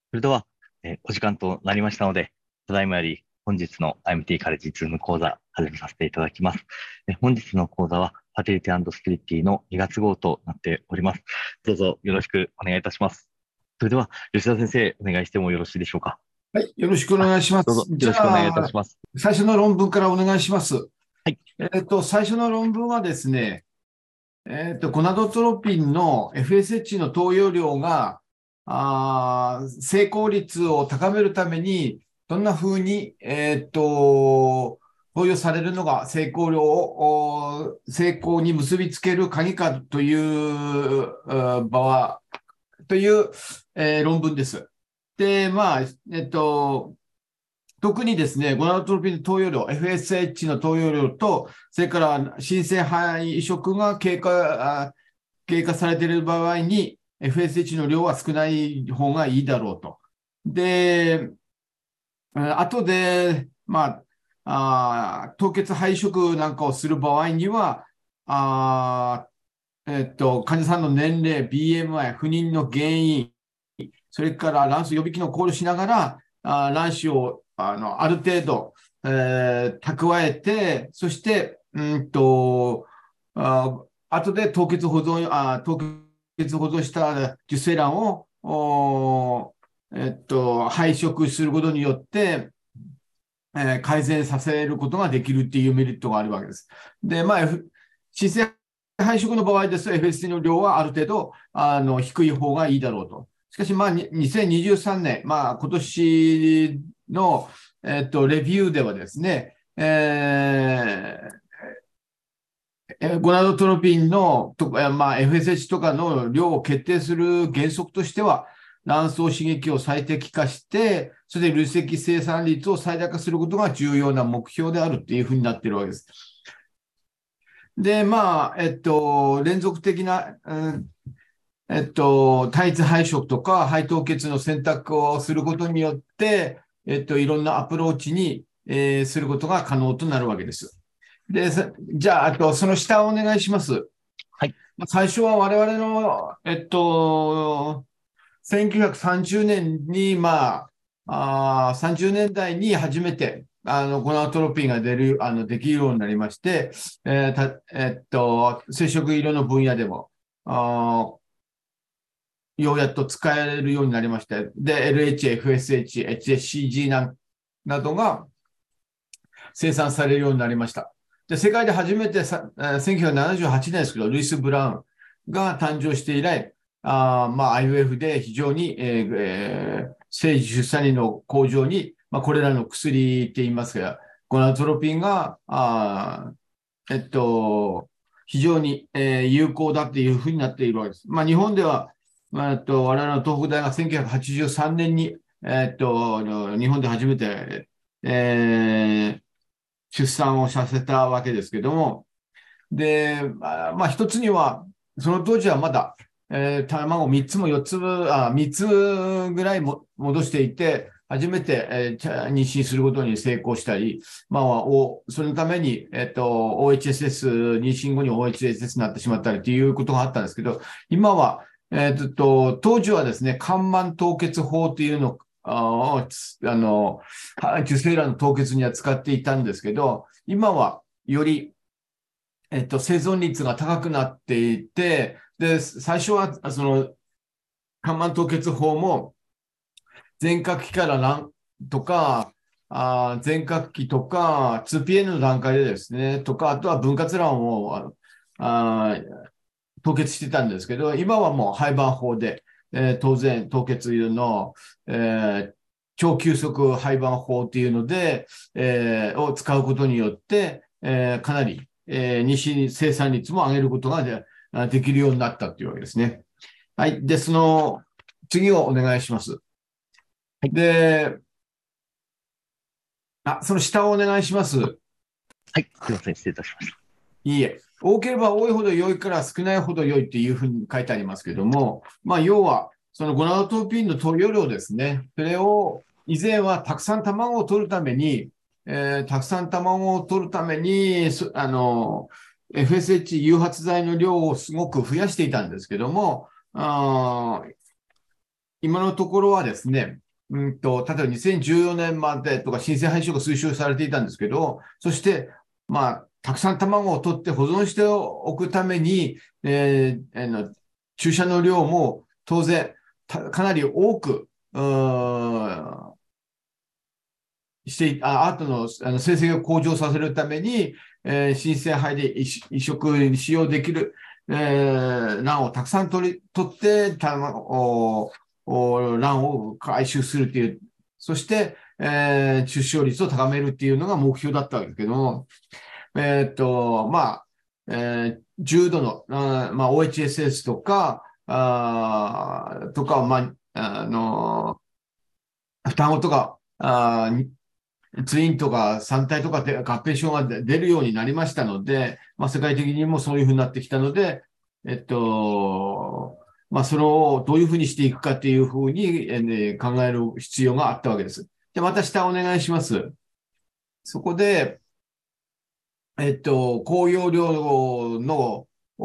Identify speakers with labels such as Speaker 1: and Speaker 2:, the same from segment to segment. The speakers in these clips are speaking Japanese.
Speaker 1: それでは、お時間となりましたので、ただいまより本日の IMT カレッジズーム講座始めさせていただきます。本日の講座は、ファティリティスピリティの2月号となっております。どうぞよろしくお願いいたします。それでは、吉田先生、お願いしてもよろしいでしょうか。
Speaker 2: はい、よろしくお
Speaker 1: あ、
Speaker 2: 願いします。
Speaker 1: どうぞよ
Speaker 2: じ
Speaker 1: ろしくお願いいた
Speaker 2: ゃあ、
Speaker 1: します。
Speaker 2: 最初の論文からお願いします。
Speaker 1: はい。
Speaker 2: 最初の論文はですね、ゴナドトロピンの FSH の投与量が、成功率を高めるために、どんな風に、投与されるのが成功量を、成功に結びつける鍵かという、場は、という、論文です。で、特にですね、ゴナドトロピンの投与量、FSH の投与量と、それから新生肺移植が経過されている場合に、FSH の量は少ない方がいいだろうと。で、後で、凍結肺移植なんかをする場合には、あ患者さんの年齢、BMI、不妊の原因、それから卵巣予備機能を考慮しながら、卵子をある程度、蓄えて、そして、後で凍結保存した受精卵を、配色することによって、改善させることができるっていうメリットがあるわけです。で、新生配色の場合ですと FSC の量はある程度低い方がいいだろうと。しかし、2023年、今年の、レビューではですね、ゴナドトロピンのFSH とかの量を決定する原則としては、卵巣刺激を最適化して、それで累積生産率を最大化することが重要な目標であるっていうふうになっているわけです。で、連続的な、単一配色とか肺凍結の選択をすることによって、いろんなアプローチに、することが可能となるわけです。で、じゃあ、その下をお願いします。
Speaker 1: はい。
Speaker 2: 最初は我々の、1930年に、30年代に初めて、ゴナトロピンができるようになりまして、生殖医療の分野でも、ようやっと使えるようになりまして、で、LH、FSH、HSCG などが生産されるようになりました。で、世界で初めて1978年ですけど、ルイス・ブラウンが誕生して以来、IOF で非常に、生児出産人の向上に、これらの薬って言いますが、ゴナトロピンが、非常に、有効だっていうふうになっているわけです。日本では、我々の東北大が1983年に、日本で初めて、出産をさせたわけですけども、で、一つには、その当時はまだ、卵3つも4つ、3つぐらいも戻していて、初めて、妊娠することに成功したり、そのために、OHSS、妊娠後に OHSS になってしまったりということがあったんですけど、今は、当時はですね、肝満凍結法というのを、受精卵の凍結には使っていたんですけど、今はより生存率が高くなっていて、で、最初は、肝満凍結法も、全核期からとか、全核期とか、2PN の段階でですね、とか、あとは分割卵を、凍結してたんですけど、今はもう廃盤法で、当然凍結の、えー超急速廃盤法っていうので、を使うことによって、かなり、西生産率も上げることができるようになったというわけですね。はい。で、その次をお願いします。
Speaker 1: はい。
Speaker 2: で、その下をお願いします。
Speaker 1: はい。すいません。失礼いたしました。
Speaker 2: いいえ。多ければ多いほど良いから少ないほど良いっていうふうに書いてありますけども、要は、そのゴナドトロピンの投与量ですね。それを、以前はたくさん卵を取るために、たくさん卵を取るために、FSH 誘発剤の量をすごく増やしていたんですけども、 今のところはですね、例えば2014年までとか新生配色が推奨されていたんですけど、そして、たくさん卵を取って保存しておくために、注射の量も当然かなり多く、アートの成績を向上させるために、新生胚で移植に使用できる、卵をたくさん取って、卵を回収するという、そして、出生率を高めるっていうのが目標だったわけですけども、重度の、OHSS とか、双子とか、ツインとか三体とかで合併症が出るようになりましたので、世界的にもそういうふうになってきたので、それをどういうふうにしていくかっていうふうに、考える必要があったわけです。じゃあまた下お願いします。そこで、高容量の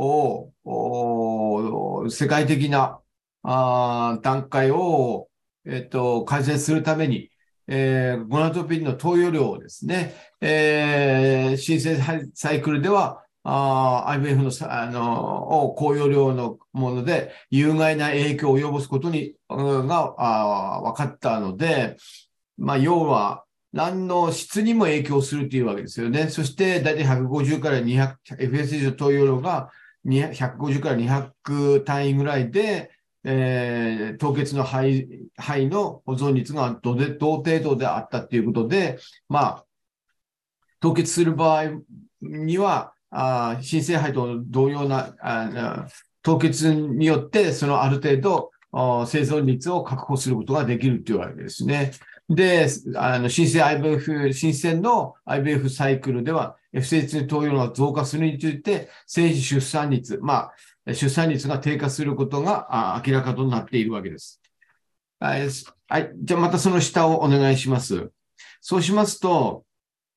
Speaker 2: 世界的な段階を、改善するために、ゴナドピンの投与量をですね、新生サイクルでは、IVF の高容量のもので有害な影響を及ぼすことが分かったので、要は、卵の質にも影響するというわけですよね。そして、だいたい150から200、FSH の投与量が150から200単位ぐらいで、凍結の肺の保存率が同程度であったということで、凍結する場合には、新生肺と同様な凍結によって、そのある程度、生存率を確保することができるというわけですね。で、新鮮の IVF サイクルでは、FSH 投与が増加するについて、生児出産率、出産率が低下することが明らかとなっているわけです。はい、じゃあまたその下をお願いします。そうしますと、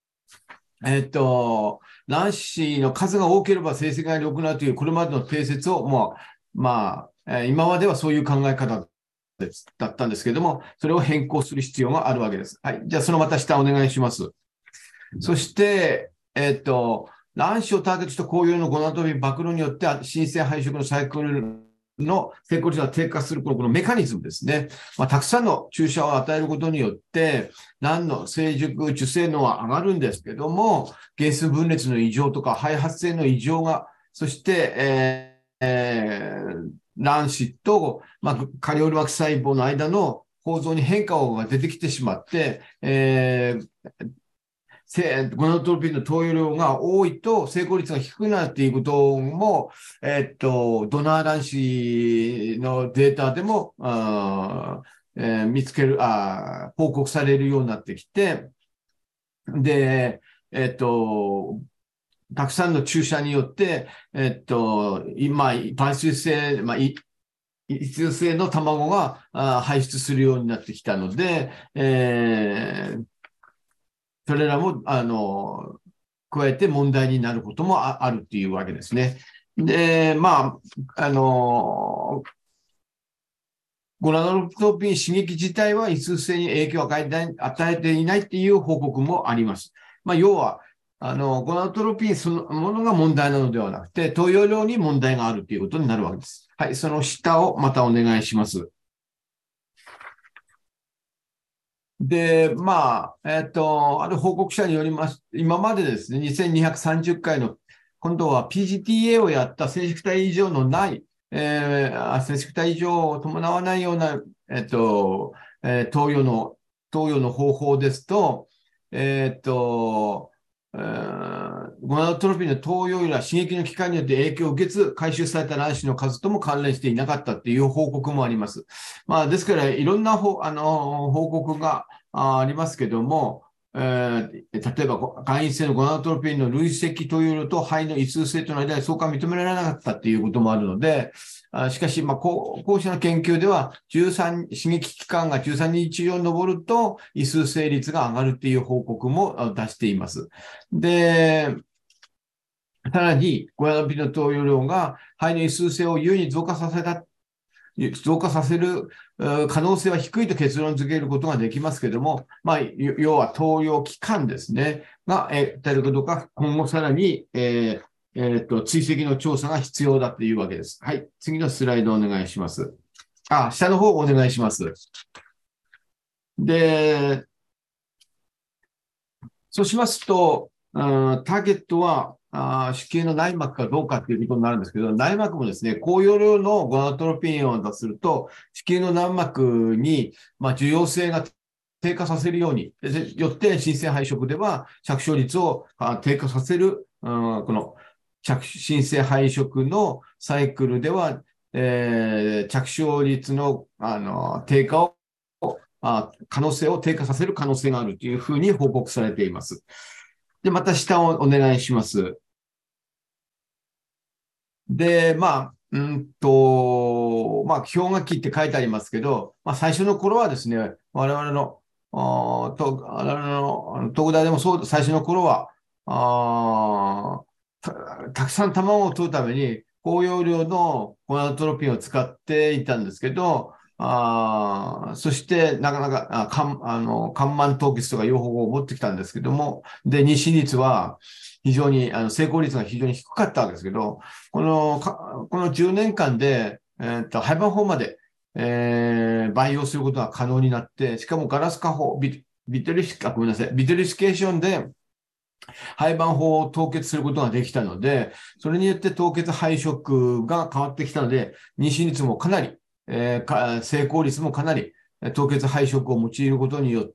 Speaker 2: 卵子の数が多ければ成績が良くなるというこれまでの定説を、今まではそういう考え方だったんですけれども、それを変更する必要があるわけです。はい。じゃあ、そのまた下お願いします。そして、卵子をターゲットした高容量のゴナドビン暴露によって、新生配色のサイクルの成功率が低下するこのメカニズムですね。たくさんの注射を与えることによって、卵の成熟、受精能は上がるんですけども、原数分裂の異常とか肺発生の異常が、そして、卵子と、カリオル膜細胞の間の構造に変化が出てきてしまって、ゴナドトロピンの投与量が多いと成功率が低くなるっていうことも、ドナー卵子のデータでも、見つける、報告されるようになってきて、で、たくさんの注射によって、排出性、一通性の卵が排出するようになってきたので、それらも、加えて問題になることもあるっていうわけですね。で、ゴナドトピン刺激自体は異通性に影響を与えていないっていう報告もあります。要は、ゴナドトロピンそのものが問題なのではなくて、投与量に問題があるということになるわけです。はい、その下をまたお願いします。で、ある報告者によります、今までですね、2230回の、今度は PGTA をやった染色体異常のない、染色体異常を伴わないような、投与の方法ですと、ゴナドトロピンの投与や刺激の機関によって影響を受けず、回収された卵子の数とも関連していなかったという報告もあります。ですから、いろんな報告がありますけども、例えば、会員性のゴナドトロピンの累積投与量と肺の異数性との間で相関認められなかったということもあるので、しかし、こうした研究では、刺激期間が13日以上に上ると、異数性率が上がるという報告も出しています。で、さらに、ゴナドピンの投与量が肺の異数性を優位に増加させた増加させる可能性は低いと結論付けることができますけども、まあ、要は投与期間ですね、が、得るかどうか、今後さらに、追跡の調査が必要だというわけです。はい。次のスライドお願いします。下の方お願いします。で、そうしますと、ターゲットは、子宮の内膜かどうかということになるんですけど、内膜もですね、高容量のゴナトロピンを出すると、子宮の内膜に、受容性が低下させるように、よって新生配色では着床率を低下させる、この新生配色のサイクルでは、着床率の、低下を可能性を低下させる可能性があるというふうに報告されています。で、また下をお願いします。で、氷河期って書いてありますけど、最初の頃はですね、我々の、東大でもそう、最初の頃は、たくさん卵を取るために、高容量のゴナドトロピンを使っていたんですけど、そして、なかなか、肝満凍結とか用法を持ってきたんですけども、で、妊娠率は非常に、成功率が非常に低かったわけですけど、この10年間で、廃盤法まで、培養することが可能になって、しかもガラス化法、ごめんなさい、ビトリフィケーションで廃盤法を凍結することができたので、それによって凍結配色が変わってきたので、妊娠率もかなり、成功率もかなり、凍結配色を用いることによって、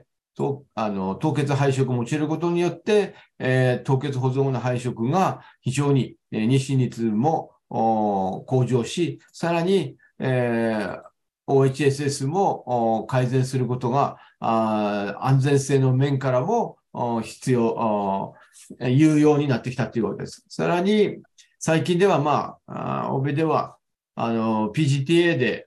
Speaker 2: 凍結配色を用いることによって、凍結保存後の配色が非常に、妊娠率も向上し、さらに、OHSS も改善することが安全性の面からも有用になってきたということです。さらに、最近では、欧米では、PGTA で、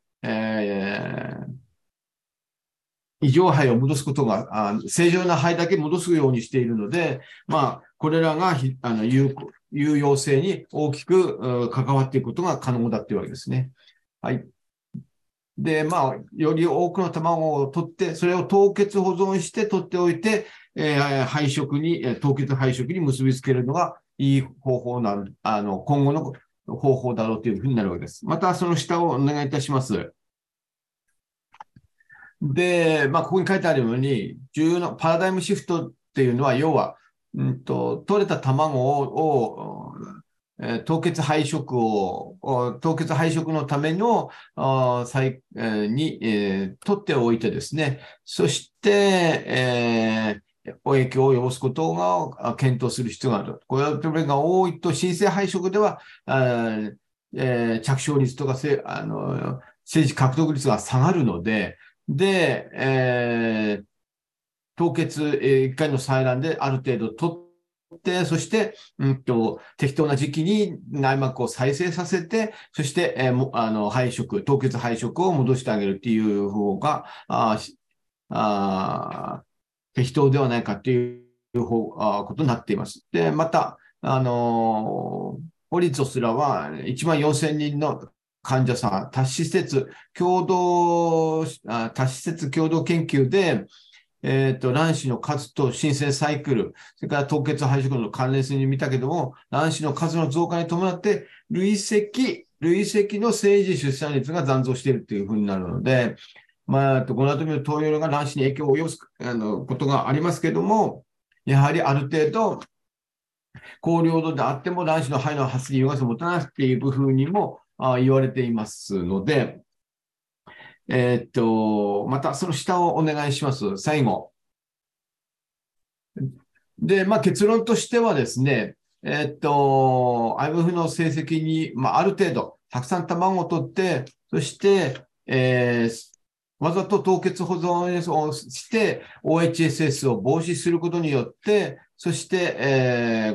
Speaker 2: 異常肺を戻すことが、正常な肺だけ戻すようにしているので、これらが有用性に大きく関わっていくことが可能だというわけですね。はい。で、より多くの卵を取って、それを凍結保存して取っておいて、凍結配色に結びつけるのがいい方法なる、今後の方法だろうというふうになるわけです。また、その下をお願いいたします。で、ここに書いてあるように、重要なパラダイムシフトっていうのは、要は、取れた卵を凍結配色のための、取っておいてですね、そして、影響を及ぼすことが検討する必要がある。これが多いと、新生配色では、着床率とか政治獲得率が下がるので、で、凍結、1回の採卵である程度取って、そして、適当な時期に内膜を再生させて、そして、凍結配色を戻してあげるっていう方が、適当ではないかっていうことになっています。で、また、ポリツォスらは1万4000人の患者さん、多施設共同研究で、卵子の数と新生サイクル、それから凍結配色の関連性に見たけども、卵子の数の増加に伴って、累積の生児出産率が残増しているというふうになるので、ゴナドミの投与量が卵子に影響を及ぼすことがありますけども、やはりある程度、高領土であっても卵子の肺の発現をもたらすっていうふうにも言われていますので、またその下をお願いします。最後。で、結論としてはですね、IMF の成績に、ある程度、たくさん卵を取って、そして、わざと凍結保存をして、OHSS を防止することによって、そして、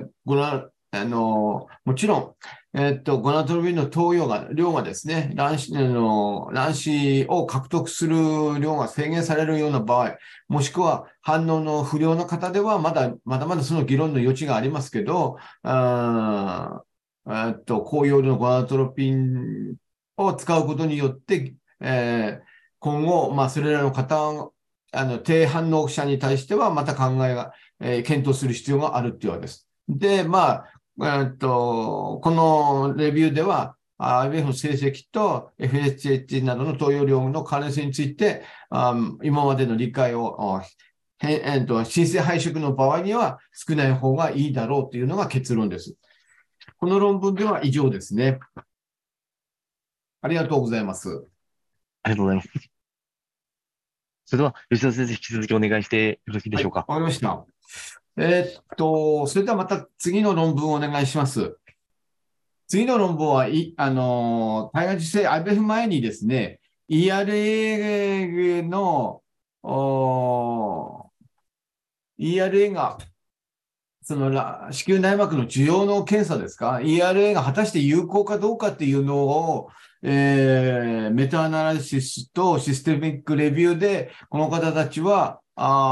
Speaker 2: もちろん、ゴナドロビンの投与量がですね、卵子を獲得する量が制限されるような場合、もしくは反応の不良の方ではまだその議論の余地がありますけど、高容量のゴナドロピンを使うことによって、今後、まあ、それらの低反応者に対しては、また考えが、検討する必要があるっていうわけです。で、まあ、このレビューでは、IMF の成績と FHH などの投与量の関連性について、今までの理解を、新生配色の場合には少ない方がいいだろうというのが結論です。この論文では以上ですね。ありがとうございます。
Speaker 1: ありがとうございます。それでは、吉田先生、引き続きお願いしてよろしいで
Speaker 2: はい、
Speaker 1: しょうか。
Speaker 2: わかりました。それではまた次の論文をお願いします。次の論文は、体外受精 IVF 前にですね、ERA の、ERA が、子宮内膜の受容の検査ですか？ ERA が果たして有効かどうかっていうのを、メタアナリシスとシステミックレビューで、この方たちは、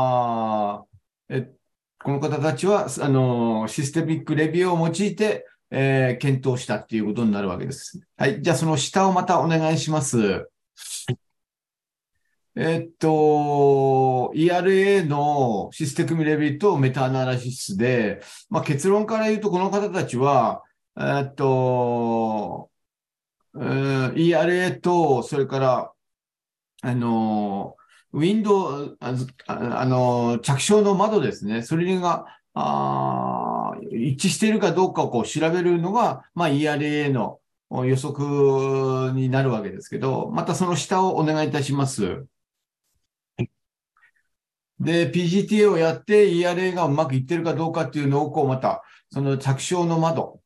Speaker 2: システミックレビューを用いて、検討したっていうことになるわけです。はい。じゃあ、その下をまたお願いします。ERA のシステムレビューとメタアナリシスで、まあ、結論から言うと、この方たちは、ERA と、それから、ウィンドウ、着床の窓ですね。それが、一致しているかどうかをこう調べるのが、まあ、ERA の予測になるわけですけど、またその下をお願いいたします。で、PGTA をやって ERA がうまくいってるかどうかっていうのを、こうまた、その着床の窓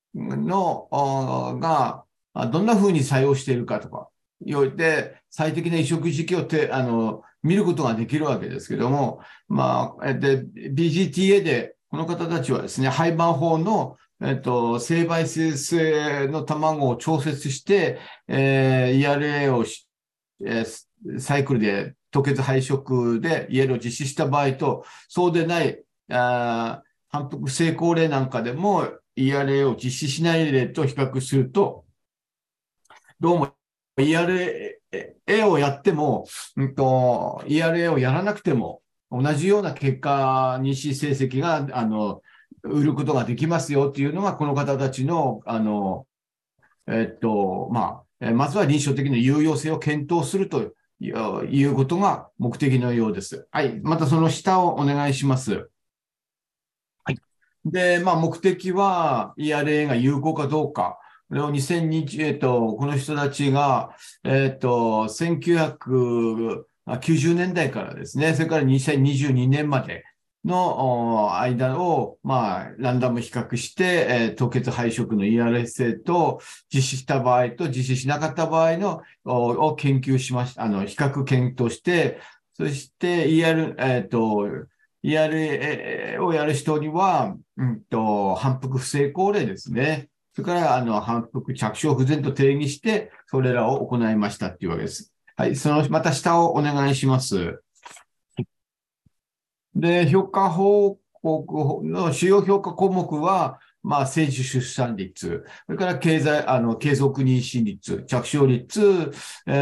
Speaker 2: が、どんな風に作用しているかとか、において、最適な移植時期を見ることができるわけですけども、まあ、PGTA で、この方たちはですね、胚盤法の、生媒性の卵を調節して、ERA をサイクルで凍結配色でイエローを実施した場合と、そうでない反復成功例なんかでも ERA を実施しない例と比較すると、どうも ERA をやっても、ERA をやらなくても、同じような結果、妊娠成績が、売ることができますよっていうのが、この方たちの、まずは臨床的な有用性を検討するということが目的のようです。はい。またその下をお願いします。
Speaker 1: はい。
Speaker 2: で、まあ、目的は ERA が有効かどうか。これを2020、この人たちが、1990年代からですね、それから2022年までの間を、まあ、ランダム比較して、凍結配色の ERA 性と実施した場合と実施しなかった場合のを研究しました。比較検討して、そして ERA をやる人には、反復不成功例ですね。それから、反復着床不全と定義して、それらを行いましたっていうわけです。はい。また下をお願いします。で、評価報告の主要評価項目は、まあ、生児出産率、それから継続妊娠率、着床率、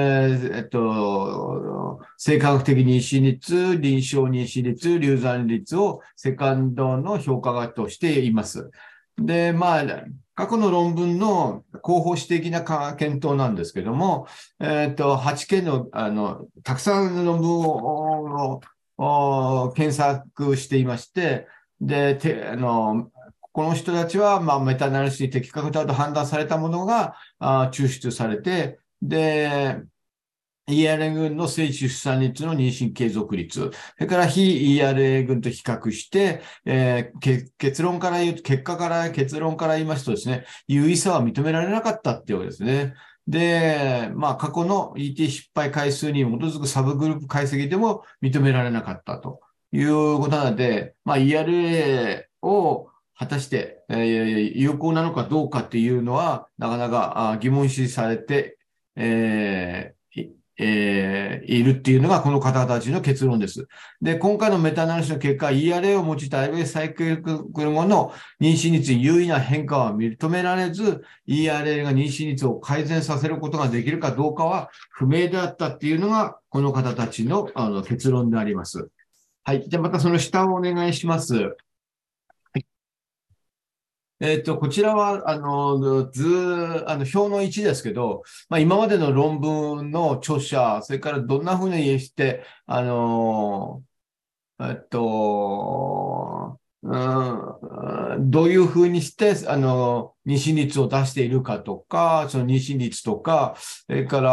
Speaker 2: 生化学的妊娠率、臨床妊娠率、流産率をセカンドの評価額としています。で、まあ、過去の論文の広報史的な検討なんですけども、8件の、たくさんの論文を検索していまして、で、この人たちは、まあ、メタアナリシスに的確だと判断されたものが抽出されて、で、ERA 群の生児出産率の妊娠継続率、それから非 ERA 群と比較して、結論から言うと、結論から言いますとですね、有意差は認められなかったっていうわけですね。で、まあ、過去の ET 失敗回数に基づくサブグループ解析でも認められなかったということなので、まあ、ERA を果たして、有効なのかどうかっていうのは、なかなか疑問視されて、 いるっていうのがこの方たちの結論です。で、今回のメタアナリシスの結果、ERA を用いた IVF サイクル後の妊娠率に有意な変化は認められず、ERA が妊娠率を改善させることができるかどうかは不明であったっていうのが、この方たちの結論であります。はい。じゃあまたその下をお願いします。こちらは、表の1ですけど、今までの論文の著者、それからどんなふうにして、どういうふうにして、妊娠率を出しているかとか、その妊娠率とか、それから、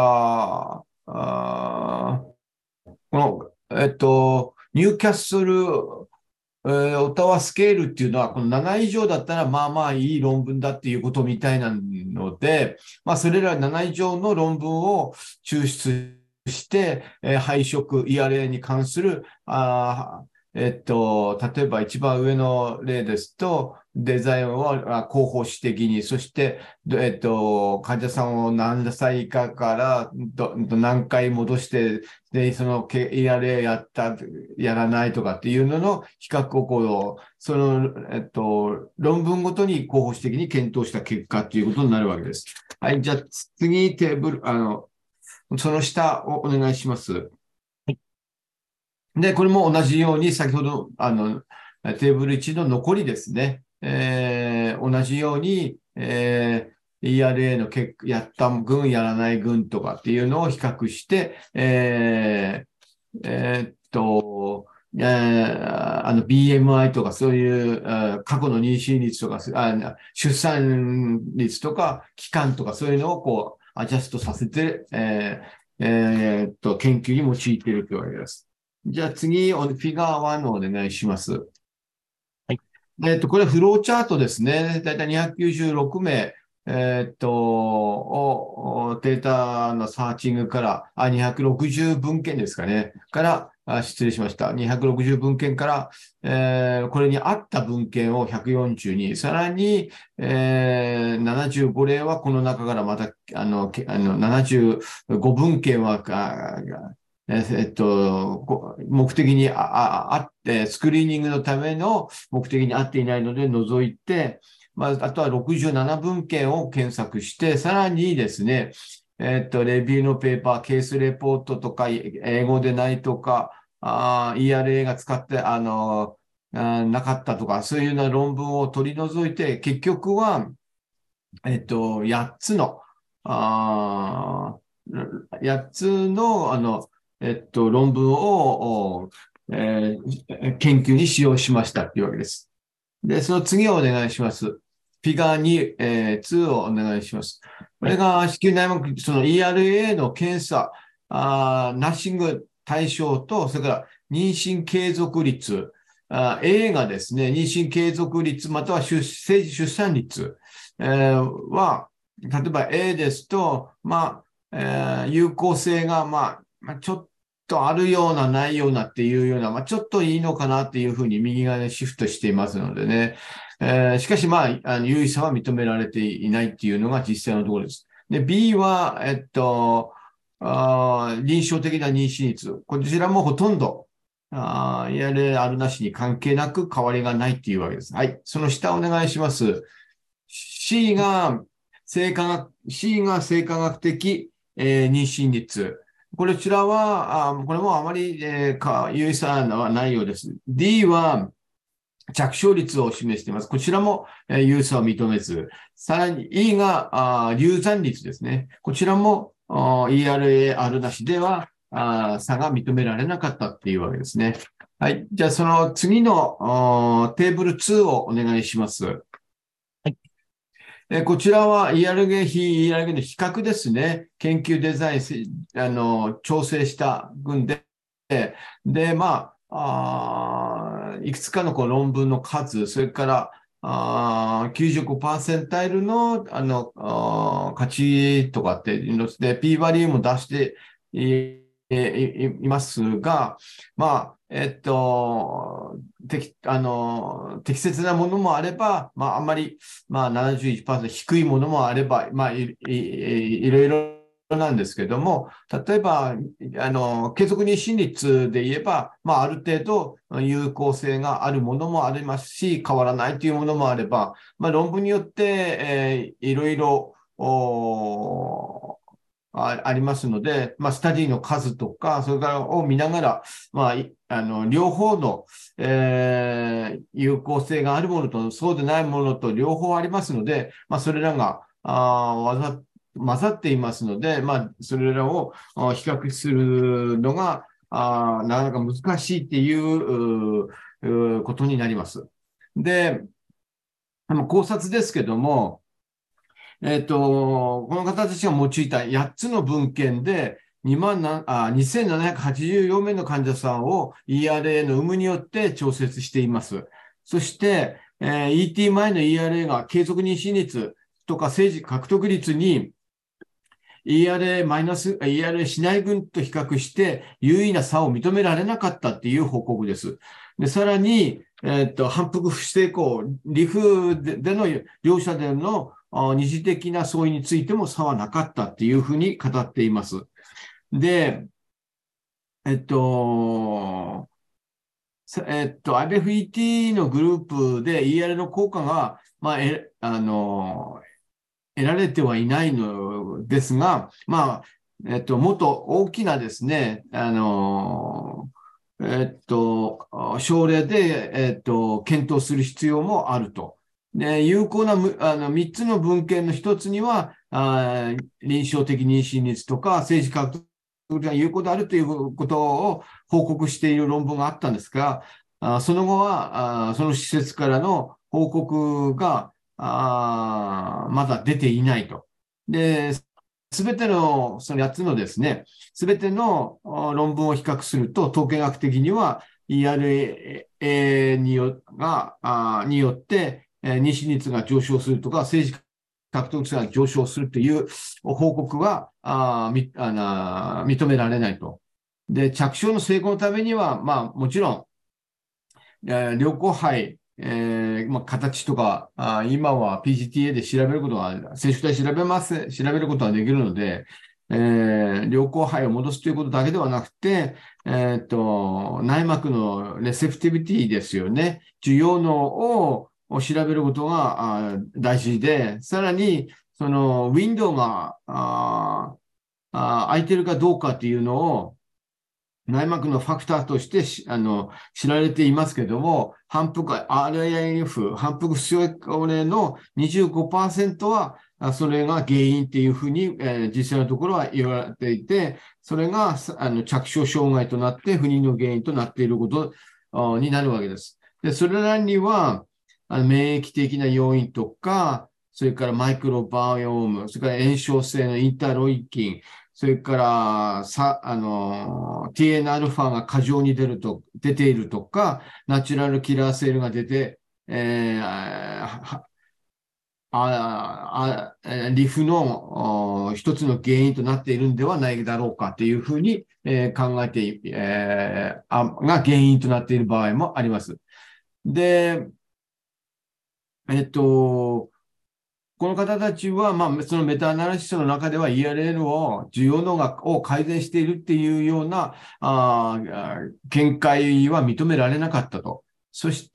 Speaker 2: この、ニューキャッスルオタワスケールっていうのは、この7以上だったら、まあまあいい論文だっていうことみたいなので、それら7以上の論文を抽出して、配色、ERA に関する、例えば一番上の例ですと、デザインを広報指的に、そして、患者さんを何歳かから何回戻して、で、その ERA やった、やらないとかっていうのの比較をその、論文ごとに広報指的に検討した結果ということになるわけです。はい、じゃあ次テーブル、その下をお願いします。で、これも同じように、先ほど、テーブル1の残りですね。同じように、ERA のやった群、やらない群とかっていうのを比較して、BMI とかそういう過去の妊娠率とか、出産率とか、期間とかそういうのをアジャストさせて、研究に用いているというわけです。じゃあ次、フィガー1をお願いします。
Speaker 1: はい。
Speaker 2: これフローチャートですね。だいたい296名、データのサーチングから、260文献ですかね。失礼しました。260文献から、これに合った文献を142、さらに、75例はこの中からまた、75文献は、目的にあって、スクリーニングのための目的に合っていないので除いて、あとは67文献を検索して、さらにですね、レビューのペーパー、ケースレポートとか、英語でないとか、ERA が使って、なかったとか、そういうような論文を取り除いて、結局は、8つの、8つの、論文を、研究に使用しましたというわけです。で、その次をお願いします。フィガー2、2をお願いします。これが子宮内膜、その ERA の検査、ナッシング対象と、それから妊娠継続率、A がですね、妊娠継続率、または出産率、は、例えば A ですと、有効性が、ちょっとあるような、ないようなっていうような、ちょっといいのかなっていうふうに右側にシフトしていますのでね。しかし、有意差は認められていないっていうのが実際のところです。で、B は、臨床的な妊娠率。こちらもほとんど、やれあるなしに関係なく変わりがないっていうわけです。はい。その下お願いします。C がC が生化学的、妊娠率。こちらは、これもあまり、有意差はないようです。D は着床率を示しています。こちらも、有意差を認めず。さらに E が流産率ですね。こちらも ERA あるなしでは差が認められなかったっていうわけですね。はい。じゃあその次のテーブル2をお願いします。こちらは ERG 非 ERG の比較ですね。研究デザイン、調整した群で、で、いくつかの論文の数、それから95%の、価値とかっていうので、P バリューも出していますが、適切なものもあれば、あんまり、71%低いものもあれば、いろいろなんですけども、例えば、継続妊娠率で言えば、ある程度有効性があるものもありますし、変わらないというものもあれば、論文によって、いろいろ、ありますので、スタディの数とか、それからを見ながら、両方の、有効性があるものと、そうでないものと両方ありますので、それらが、混ざっていますので、それらを比較するのが、なかなか難しいっていうことになります。で、考察ですけども、この方たちが用いた8つの文献で、2784名の患者さんを ERA の有無によって調節しています。そして、ET 前の ERA が継続妊娠率とか政治獲得率に ERA しない群と比較して有意な差を認められなかったっていう報告です。で、さらに、反復不成功、リフでの両者での二次的な相違についても差はなかったっていうふうに語っています。で、IFET のグループで ER の効果が、得られてはいないのですが、もっと大きなですね、症例で、検討する必要もあると。で、有効な3つの文献の1つには、臨床的妊娠率とか政治獲得が有効であるということを報告している論文があったんですが、その後は、その施設からの報告が、まだ出ていないと。で、すべての、その8つのですね、すべての論文を比較すると、統計学的には ERA によって、妊娠率が上昇するとか、政治獲得率が上昇するという報告は認められないと。で、着床の成功のためには、もちろん、良好肺、形とか、今は PGTA で調べることは、接種体調べることができるので、良好肺を戻すということだけではなくて、内膜のレセプティビティですよね。受容能を調べることが大事で、さらに、そのウィンドウが空いてるかどうかっていうのを、内膜のファクターとして知られていますけれども、RAF、反復不正例の 25% は、それが原因っていうふうに、実際のところは言われていて、それが着床障害となって不妊の原因となっていることになるわけです。で、それらには、免疫的な要因とか、それからマイクロバイオーム、それから炎症性のインターロイキン、それから、TNα が過剰に出ているとか、ナチュラルキラーセールが出て、リフの一つの原因となっているんではないだろうかというふうに、考えて、が原因となっている場合もあります。で、この方たちは、そのメタアナリシスの中では ERL を需要能を改善しているっていうような見解は認められなかったと。そして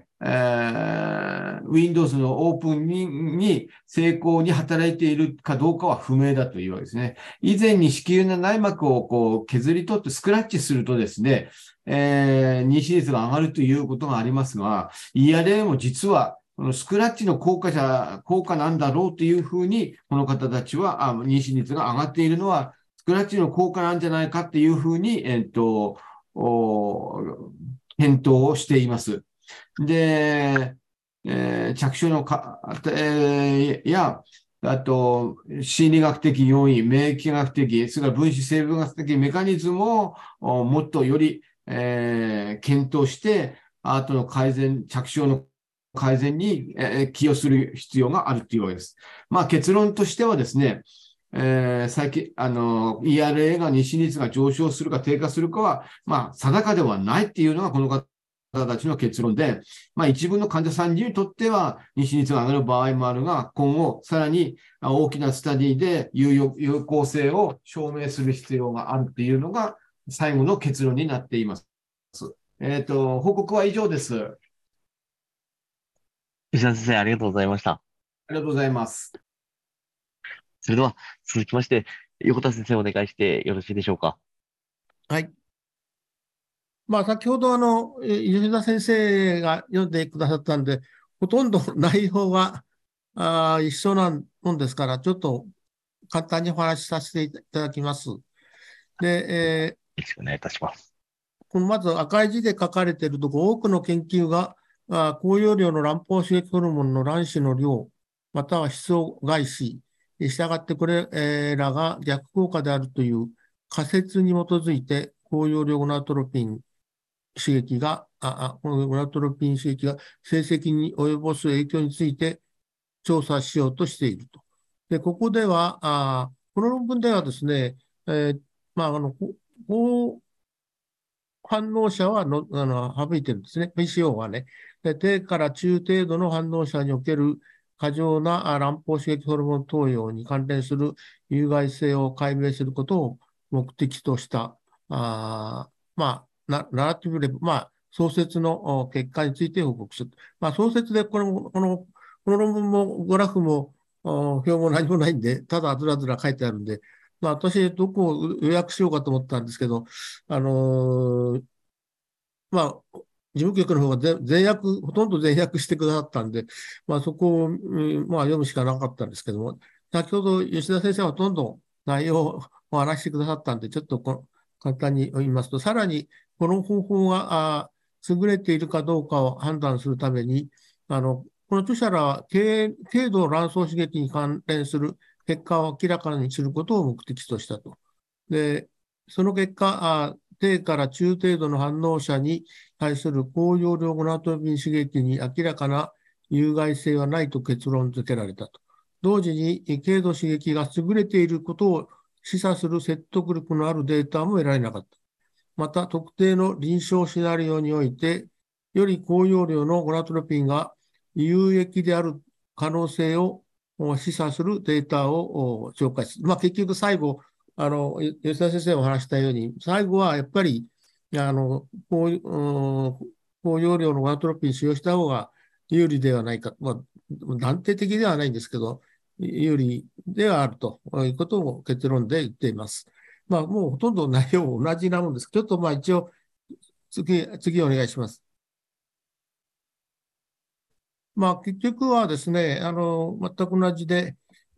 Speaker 2: 、Windows のオープンに成功に働いているかどうかは不明だというわけですね。以前に子宮の内膜をこう削り取ってスクラッチするとですね、妊娠率が上がるということがありますが、ERL も実はこのスクラッチの効果なんだろうというふうに、この方たちは、妊娠率が上がっているのは、スクラッチの効果なんじゃないかっていうふうに、検討をしています。で、着床のや、あと、心理学的要因、免疫学的、それから分子生物学的メカニズムをもっとより、検討して、後の着床の改善に寄与する必要があるというわけです。結論としてはですね、最近、ERA が妊娠率が上昇するか低下するかは、定かではないっていうのがこの方たちの結論で、一部の患者さんにとっては妊娠率が上がる場合もあるが、今後さらに大きなスタディで有効性を証明する必要があるっていうのが最後の結論になっています。報告は以上です。あ
Speaker 1: 吉田先生、ありがとうございました。
Speaker 2: りがとうございます。
Speaker 1: それでは、続きまして、横田先生お願いしてよろしいでしょうか。
Speaker 3: はい。先ほど吉田先生が読んでくださったんで、ほとんど内容が一緒なもんですから、ちょっと簡単にお話しさせていただきます。で、
Speaker 1: よろしくお願いいたします。
Speaker 3: このまず赤い字で書かれているところ、多くの研究が高容量の卵胞刺激ホルモンの卵子の量、または質を害し、したがってこれらが逆効果であるという仮説に基づいて、高容量ゴナトロピン刺激が、このゴナトロピン刺激が成績に及ぼす影響について調査しようとしていると。で、ここでは、この論文ではですね、高反応者は省いてるんですね。PCO はね。で、低から中程度の反応者における過剰な卵胞刺激ホルモン投与に関連する有害性を解明することを目的とした、ナラティブレブ、創設の結果について報告する。創設でこの論文もグラフも表も何もないんで、ただずらずら書いてあるんで、私、どこを予約しようかと思ったんですけど、事務局の方がほとんど全訳してくださったんで、そこを、読むしかなかったんですけども、先ほど吉田先生はほとんど内容をお話してくださったんで、ちょっと簡単に言いますと、さらにこの方法が優れているかどうかを判断するために、この著者らは軽度卵巣刺激に関連する結果を明らかにすることを目的としたと。で、その結果、低から中程度の反応者に対する高容量ゴナトロピン刺激に明らかな有害性はないと結論付けられたと。同時に、軽度刺激が優れていることを示唆する説得力のあるデータも得られなかった。また、特定の臨床シナリオにおいて、より高容量のゴナトロピンが有益である可能性を示唆するデータを紹介する。結局最後、吉田先生がお話したように、最後はやっぱり、高容量のゴナトロピン使用した方が有利ではないか、断定的ではないんですけど、有利ではあるということを結論で言っています。もうほとんど内容同じなもんです。ちょっと一応次お願いします。結局はですね、全く同じで、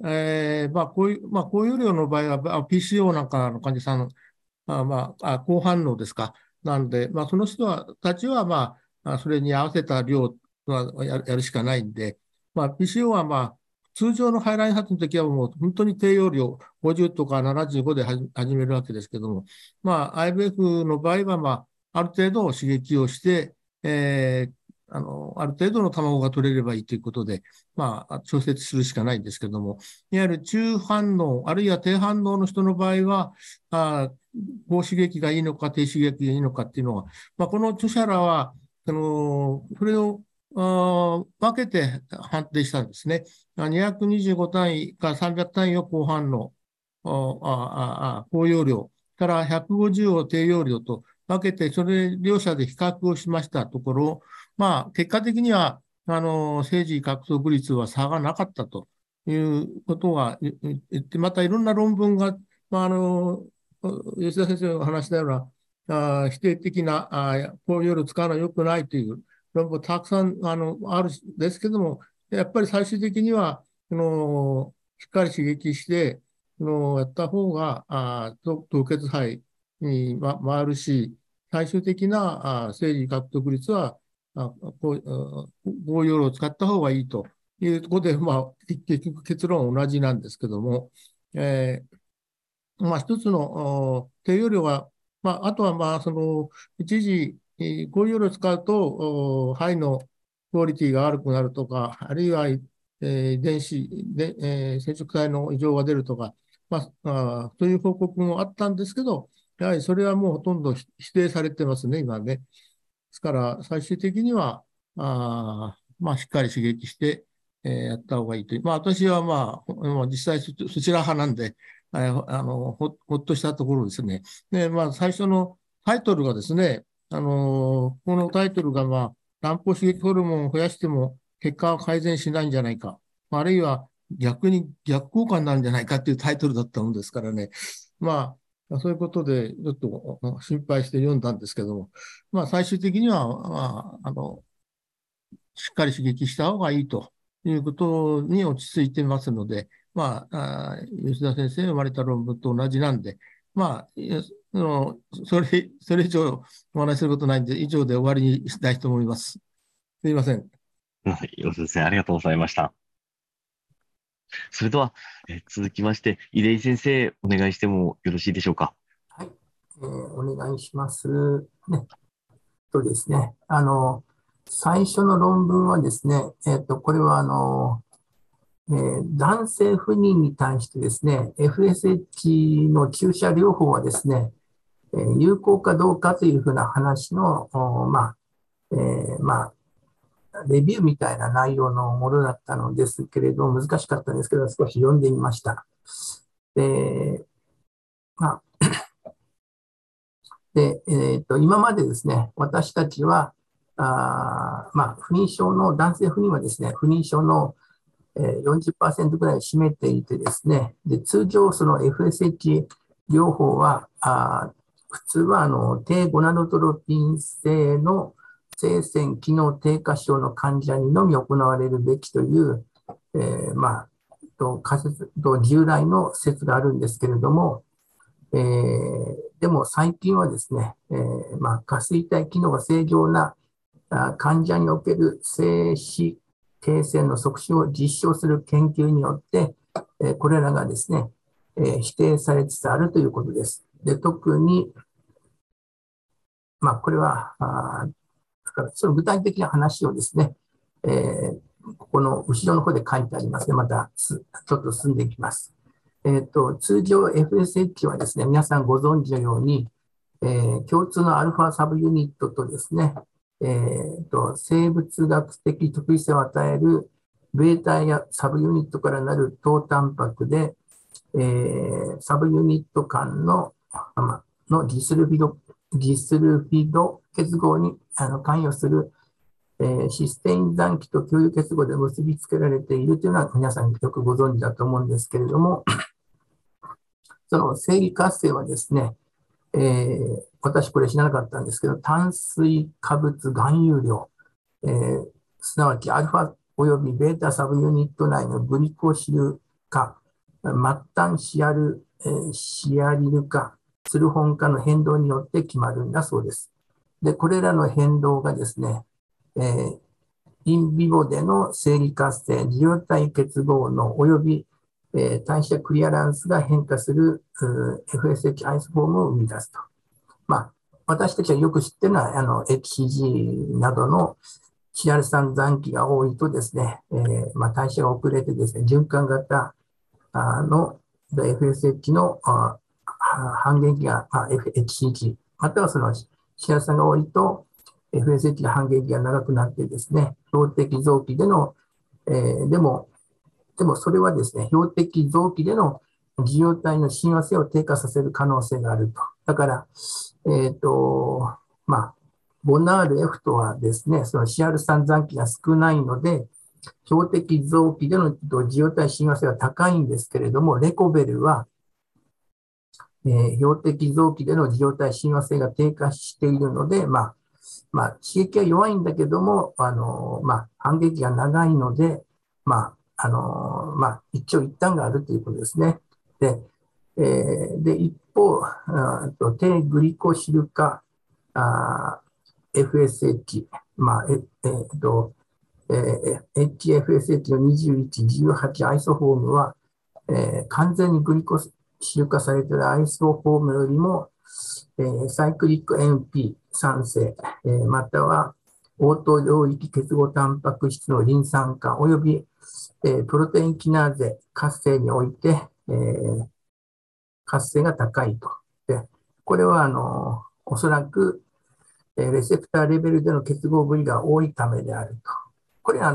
Speaker 3: 高容量の場合は、PCO なんかの患者さん、高反応ですか。なんで、その人たちは、それに合わせた量はやるしかないんで、PCO は通常の排卵発の時はもう本当に低容量、50とか75で始めるわけですけども、IVF の場合は、ある程度刺激をして、ある程度の卵が取れればいいということで、調節するしかないんですけども、いわゆる中反応、あるいは低反応の人の場合は、高刺激がいいのか低刺激がいいのかっていうのは、この著者らは、それを分けて判定したんですね。225単位か300単位を高反応、高容量から150を低容量と分けて、それ両者で比較をしましたところ、結果的には、生児獲得率は差がなかったということが言って、またいろんな論文が、吉田先生が話したような、否定的な、こういうのを使うのは良くないという論文たくさんあるんですけども、やっぱり最終的には、しっかり刺激して、やった方が、凍結肺に回るし、最終的な生理獲得率は、高容量を使った方がいいというところで、結局結論は同じなんですけども、一つの低容量は、あとは一時、高容量を使うと、肺のクオリティが悪くなるとか、あるいは、電子で、染色体の異常が出るとか、という報告もあったんですけど、やはりそれはもうほとんど否定されてますね、今ね。 ですから、最終的には、まあ、しっかり刺激して、やった方がいいという。まあ、私は実際そちら派なんで、ほっとしたところですね。で、まあ、最初のタイトルがですね、このタイトルが、乱暴刺激ホルモンを増やしても結果は改善しないんじゃないか。あるいは逆に逆効果になるんじゃないかっていうタイトルだったもんですからね。そういうことで、ちょっと心配して読んだんですけども、最終的には、しっかり刺激した方がいいということに落ち着いてますので、吉田先生が生まれた論文と同じなんで、それ以上お話しすることないんで、以上で終わりにしたいと思います。すみません。
Speaker 1: はい、吉田先生、ありがとうございました。それでは、続きまして、出井先生、お願いしてもよろしいでしょうか。
Speaker 4: はい、お願いします。ね、ですね、最初の論文はですね、これは男性不妊に対してですね、FSH の注射療法はですね、有効かどうかというふうな話の、レビューみたいな内容のものだったのですけれど、難しかったんですけど、少し読んでみました。まあで、今までですね、私たちは、不妊症の、男性不妊はですね、不妊症の40%ぐらいを占めていてですね、で通常、その FSH 療法は、普通は低ゴナドトロピン性の性腺機能低下症の患者にのみ行われるべきという、仮説と従来の説があるんですけれども、でも最近はですね、下垂体機能が正常な患者における精子形成の促進を実証する研究によって、これらがですね、否定されつつあるということです。で、特に、これは、その具体的な話をですね、ここの後ろの方で書いてありますね。またちょっと進んでいきます。通常 FSH はですね、皆さんご存知のように、共通のアルファサブユニットとですね、生物学的特異性を与えるベータやサブユニットからなる糖タンパクで、サブユニット間のギスルフィド結合に関与する、システイン残機と共有結合で結びつけられているというのは皆さんよくご存知だと思うんですけれども、その生理活性はですね、私これ知らなかったんですけど、炭水化物含有量、すなわちアルファおよびベータサブユニット内のグリコシル化、末端シアリル化、スルホン化の変動によって決まるんだそうです。で、これらの変動がですね、インビボでの生理活性、受容体結合のおよび代謝クリアランスが変化する FSH アイソフォームを生み出すと。私たちはよく知っているのはHCG などのシアル酸残機が多いとですね、代謝が遅れてですね、循環型の FSH の半減期が HCG、またはそのシアル酸が多いと FSH の半減期が長くなってですね、標的臓器での、でもそれはですね、標的臓器での受容体の親和性を低下させる可能性があると。だから、ボナール F とはですね、そのシアル酸残機が少ないので、標的臓器での受容体親和性は高いんですけれども、レコベルは、標的臓器での受容体親和性が低下しているので、刺激は弱いんだけども、反撃が長いので、一長一短があるということですね。で、一方、低グリコシル化、FSH、HFSH の21、18アイソフォームは、完全にグリコシル化されているアイソフォームよりも、サイクリック MP3 性、または応答領域結合タンパク質のリン酸化および、プロテインキナーゼ活性において、活性が高いと。でこれはおそらく、 レセプターレベルでの結合部位が多いためであると。これ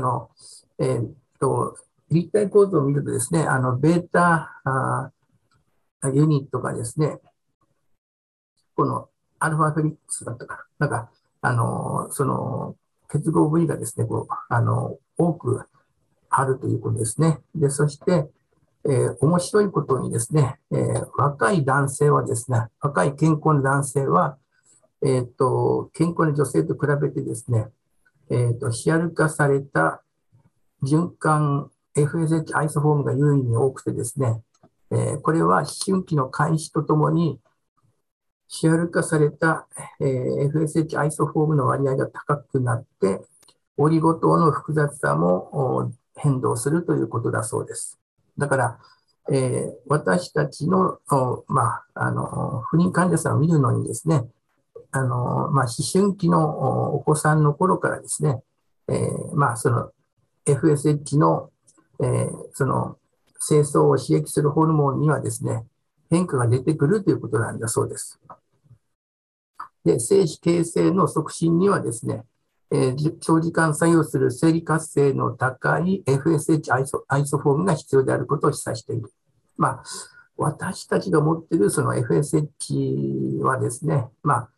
Speaker 4: 立体構造を見るとですね、ベータユニットがですね、このアルファフェリックスだったかな、なんか、その結合部位がですね、多くあるということですね。で、そして、面白いことにですね、若い男性はですね、若い健康な男性は、健康な女性と比べてですね、ヒアル化された循環 FSH アイソフォームが優位に多くてですね、これは思春期の開始とともに、ヒアル化された、FSH アイソフォームの割合が高くなって、オリゴ糖の複雑さも変動するということだそうです。だから、私たちの、不妊患者さんを見るのにですね、思春期のお子さんの頃からですね、その FSH の、その精巣を刺激するホルモンにはですね、変化が出てくるということなんだそうです。で、精子形成の促進にはですね、長時間作用する生理活性の高い FSH アイソフォームが必要であることを示唆している。私たちが持っているその FSH はですね、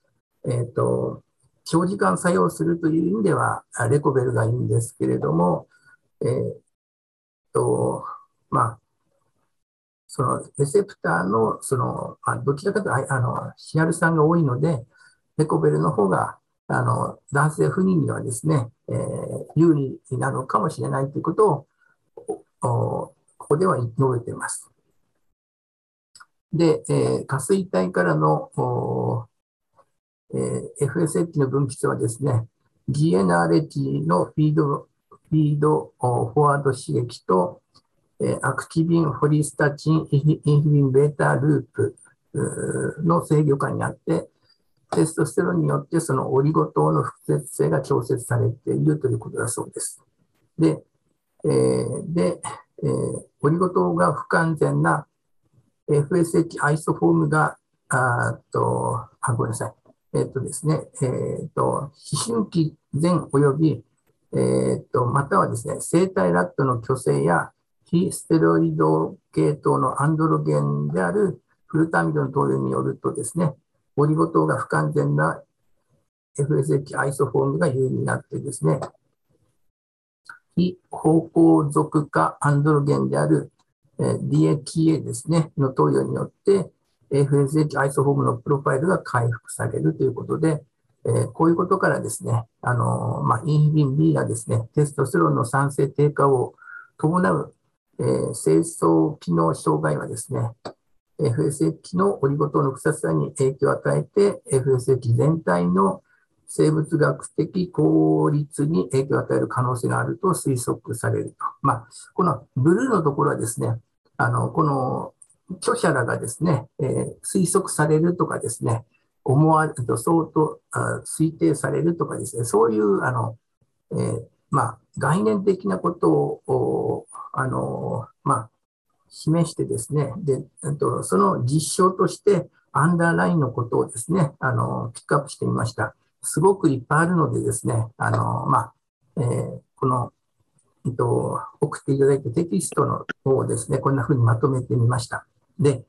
Speaker 4: 長時間作用するという意味では、レコベルがいいんですけれども、そのレセプターの、どちらかというと、ヒアル酸が多いので、レコベルの方が、男性不妊にはですね、有利になるのかもしれないということを、ここでは述べています。で、下垂体からの、FSH の分泌はですね、GnRH のフィードフォワード刺激と、アクティビン、ホリスタチン、インヒビン、ベータループの制御下にあって、テストステロンによってそのオリゴ糖の複雑性が調節されているということだそうです。で、オリゴ糖が不完全な FSH アイソフォームが、ごめんなさい。ですね、思春期前及び、またはですね、生体ラットの虚勢や非ステロイド系統のアンドロゲンであるフルタミドの投与によるとですね、オリゴ糖が不完全な FSH アイソフォームが有利になってですね、非方向属化アンドロゲンである DHA ですね、の投与によって、FSH アイソフォームのプロファイルが回復されるということで、こういうことからですね、インヒビン B がですね、テストステロンの産生低下を伴う、精巣機能障害はですね、FSH のオリゴ糖の複雑さに影響を与えて、FSH 全体の生物学的効率に影響を与える可能性があると推測されると。このブルーのところはですね、この著者らがですね、推測されるとかですね、思われると相当推定されるとかですね、そういう概念的なことを示してですね、でその実証としてアンダーラインのことをですね、ピックアップしてみました。すごくいっぱいあるのでですね、この送っていただいたテキストの方をですね、こんな風にまとめてみました。で、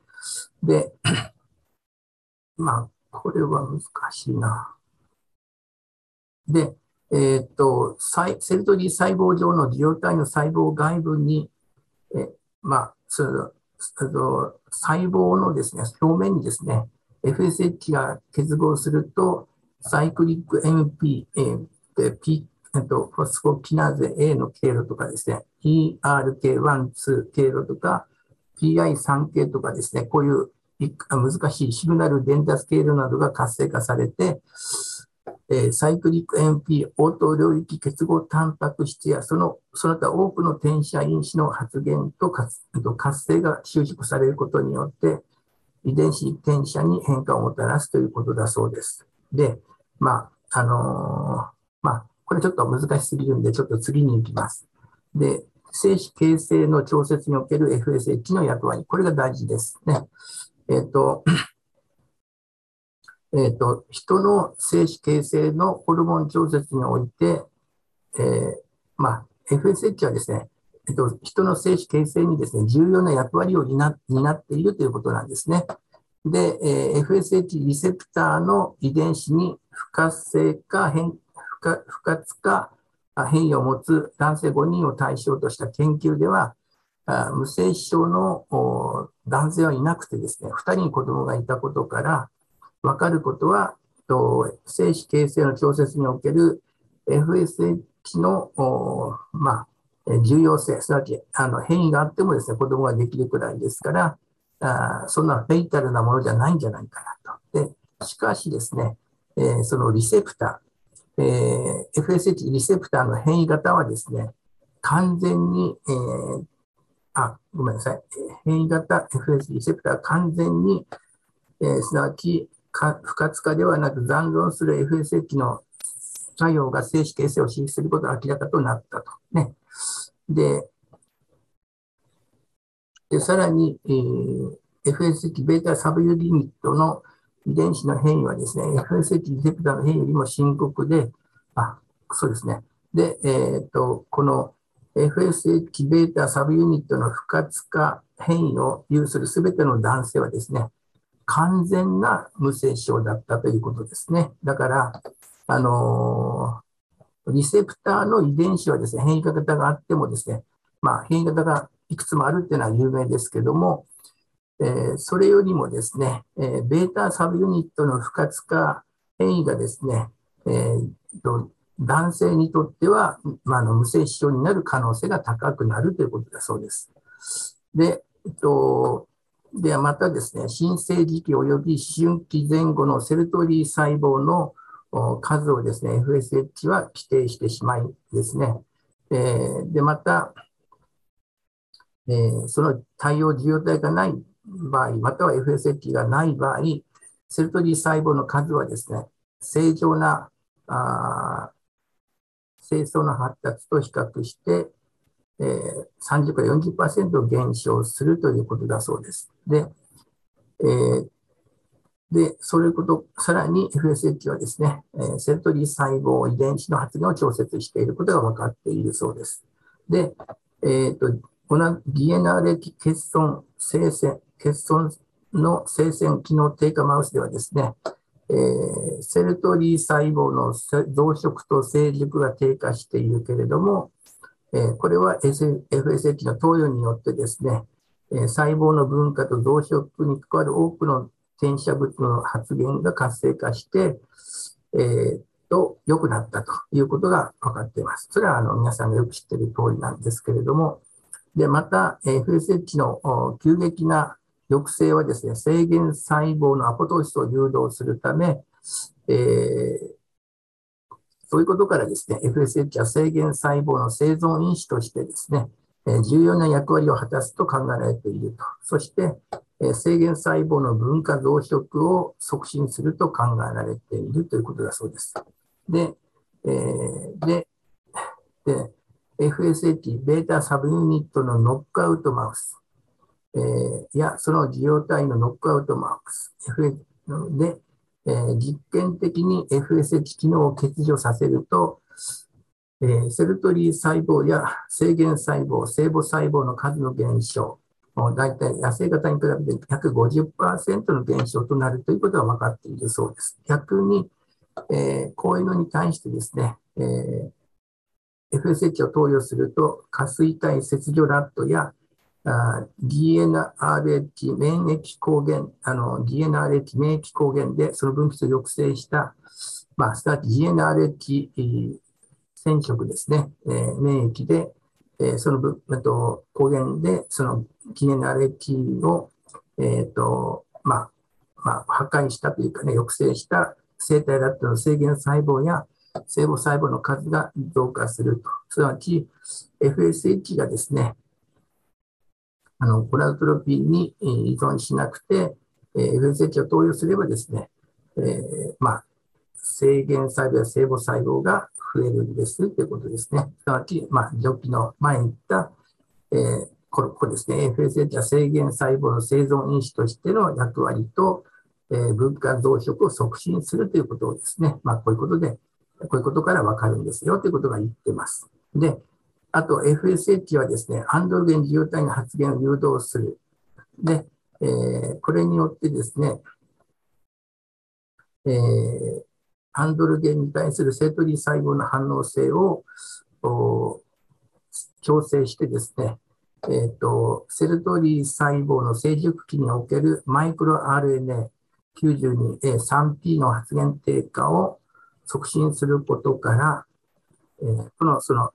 Speaker 4: これは難しいな。で、セルトリ細胞上の受容体の細胞外部に、細胞のですね、表面にですね、FSH が結合すると、サイクリック MP、フォスフォキナーゼ A の経路とかですね、ERK1、2経路とか、PI3 系とかですね、こういう難しいシグナル伝達経路などが活性化されて、サイクリック MP 応答領域結合タンパク質やその他多くの転写因子の発現と活性が収縮されることによって遺伝子転写に変化をもたらすということだそうです。で、これちょっと難しすぎるんで、ちょっと次に行きます。で、精子形成の調節における FSH の役割、これが大事ですね。 人の精子形成のホルモン調節において、FSH はですね、人の精子形成にですね、重要な役割を担っているということなんですね。で、FSH リセプターの遺伝子に不活か変異を持つ男性5人を対象とした研究では、無精子症の男性はいなくてですね、2人に子供がいたことから分かることは、精子形成の調節における FSH の重要性、すなわち変異があってもですね、子供ができるくらいですから、そんなフェイタルなものじゃないんじゃないかなと。でしかしですね、そのリセプター、FSH リセプターの変異型はですね、完全に、ごめんなさい、変異型 FSH リセプターは完全に、すなわち不活化ではなく残存する FSH の作用が精子形成を刺激することが明らかとなったと。ね、でさらに、FSH ベータサブユニットの遺伝子の変異はですね、FSH リセプターの変異よりも深刻で、そうですね。で、この FSH ベータサブユニットの不活化変異を有するすべての男性はですね、完全な無精子症だったということですね。だから、リセプターの遺伝子はですね、変異型があってもですね、変異型がいくつもあるっていうのは有名ですけども、それよりもですね、ベータサブユニットの不活化変異がですね、男性にとっては、無精子症になる可能性が高くなるということだそうです。で、ではまたですね、新生児期及び思春期前後のセルトリー細胞の数をですね、FSH は規定してしまいですね、で、また、その対応受容体がない場合、または FSH がない場合、セルトリー細胞の数はですね、正常な精巣の発達と比較して、30から 40% 減少するということだそうです。さらに FSH はですね、セルトリー細胞遺伝子の発現を調節していることが分かっているそうです。で、DNA 欠損の生鮮機能低下マウスではですね、セルトリー細胞の増殖と成熟が低下しているけれども、これは FSH の投与によってですね、細胞の分化と増殖に関わる多くの転写物の発現が活性化して、良くなったということが分かっています。それは皆さんがよく知っている通りなんですけれども、でまた FSH の急激な抑制はですね、制限細胞のアポトーシスを誘導するため、そういうことからですね、FSH は制限細胞の生存因子としてですね、重要な役割を果たすと考えられていると。そして、制限細胞の分化増殖を促進すると考えられているということだそうです。で、FSH ベータサブユニットのノックアウトマウス、やその受容体のノックアウトマウスで、実験的に FSH 機能を欠如させると、セルトリー細胞や制限細胞、生母細胞の数の減少、大体野生型に比べて約 50% の減少となるということが分かっているそうです。逆に、こういうのに対してですね、FSH を投与すると、下垂体切除ラットやDNRH 免疫抗原、DNRH 免疫抗原でその分泌を抑制した、すなわち DNRH 染色ですね、免疫で、その抗原でその DNRH を、破壊したというかね、抑制した生体ラットの制限細胞や生母細胞の数が増加すると。すなわち FSH がですね、コラウトロピーに依存しなくて、FSH を投与すればですね、制限細胞や生母細胞が増えるんですということですね。すなわち、上記の前に言った、ここですね、FSH は制限細胞の生存因子としての役割と、 文化増殖を促進するということをですね、こういうことからわかるんですよということが言ってます。で、あと FSH はですね、アンドロゲン受容体の発現を誘導する。で、これによってですね、アンドロゲンに対するセトリ細胞の反応性を調整してですね、セルトリ細胞の成熟期におけるマイクロ RNA92A3P の発現低下を促進することから、その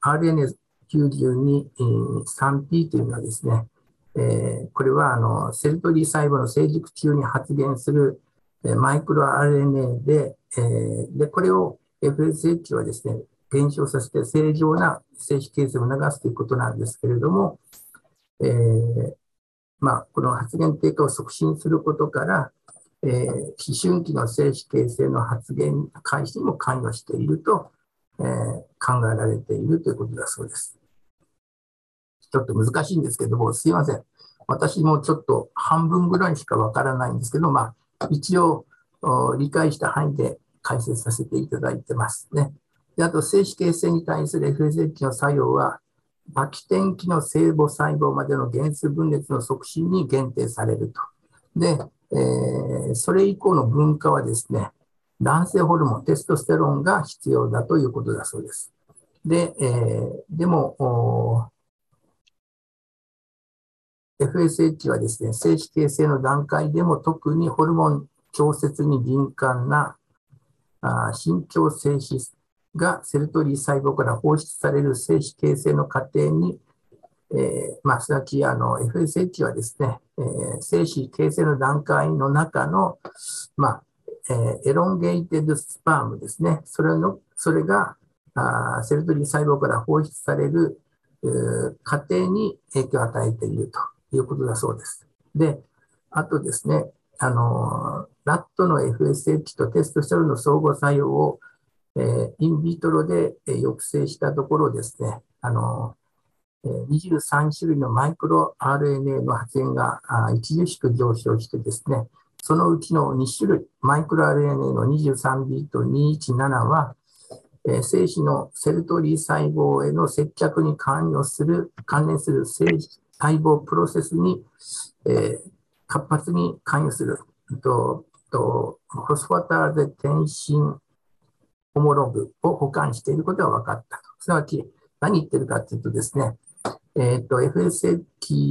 Speaker 4: RNA92A3P というのはですね、これはセルトリ細胞の成熟中に発現するマイクロ RNA で、これを FSH はですね、減少させて正常な精子形成を促すということなんですけれども、この発現低下を促進することから、思春期の精子形成の発現開始にも関与していると、考えられているということだそうです。ちょっと難しいんですけども、すいません。私もちょっと半分ぐらいしかわからないんですけど、一応理解した範囲で解説させていただいてますね。で、あと、精子形成に対する FSH の作用は、パキ転機の聖母細胞までの原数分裂の促進に限定されると。で、それ以降の分化はですね、男性ホルモン、テストステロンが必要だということだそうです。で、でも、FSH はですね、精子形成の段階でも特にホルモン調節に敏感な新強精子がセルトリー細胞から放出される精子形成の過程に、すなわちFSH はですね、精子形成の段階の中の、エロンゲイテッドスパームですね、それがセルトリー細胞から放出される過程に影響を与えているということだそうです。で、あとですね、ラットの FSH とテストステロンの相互作用をインビトロで抑制したところですね、23種類のマイクロ RNA の発現が著しく上昇してですね、そのうちの2種類、マイクロ RNA の 23B と217は、精子のセルトリー細胞への接着に関連する精子細胞プロセスに、活発に関与するフォスファターゼ転身ホモログを保管していることが分かったと。すなわち、何言ってるかというとですね、FSH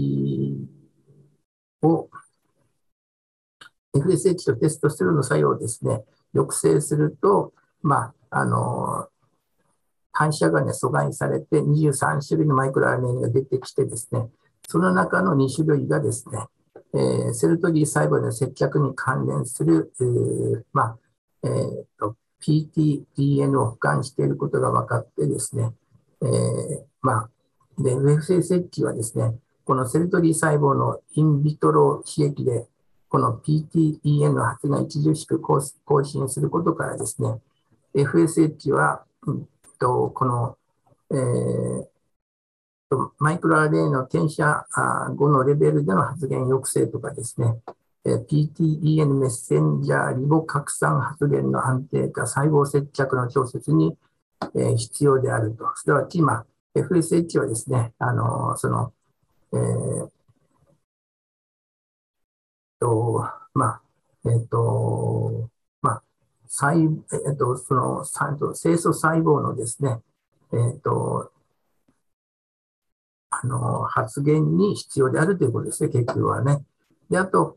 Speaker 4: とテストステロンの作用をですね、抑制すると、反射がね、阻害されて23種類のマイクロ RNA が出てきてですね、その中の2種類がですね、セルトリー細胞の接着に関連する、PTDN を保管していることが分かってですね、FSH はですね、このセルトリー細胞のインビトロ刺激で、この PTDN の発現が著しく更新することからですね、FSH は、この、マイクロ RNA の転写後のレベルでの発現抑制とかですね、PTEN メッセンジャーリボ拡散発現の安定化、細胞接着の調節に必要であると。すなわち、FSH はですね、清楚細胞のですね、発現に必要であるということですね、結局はね。で、あと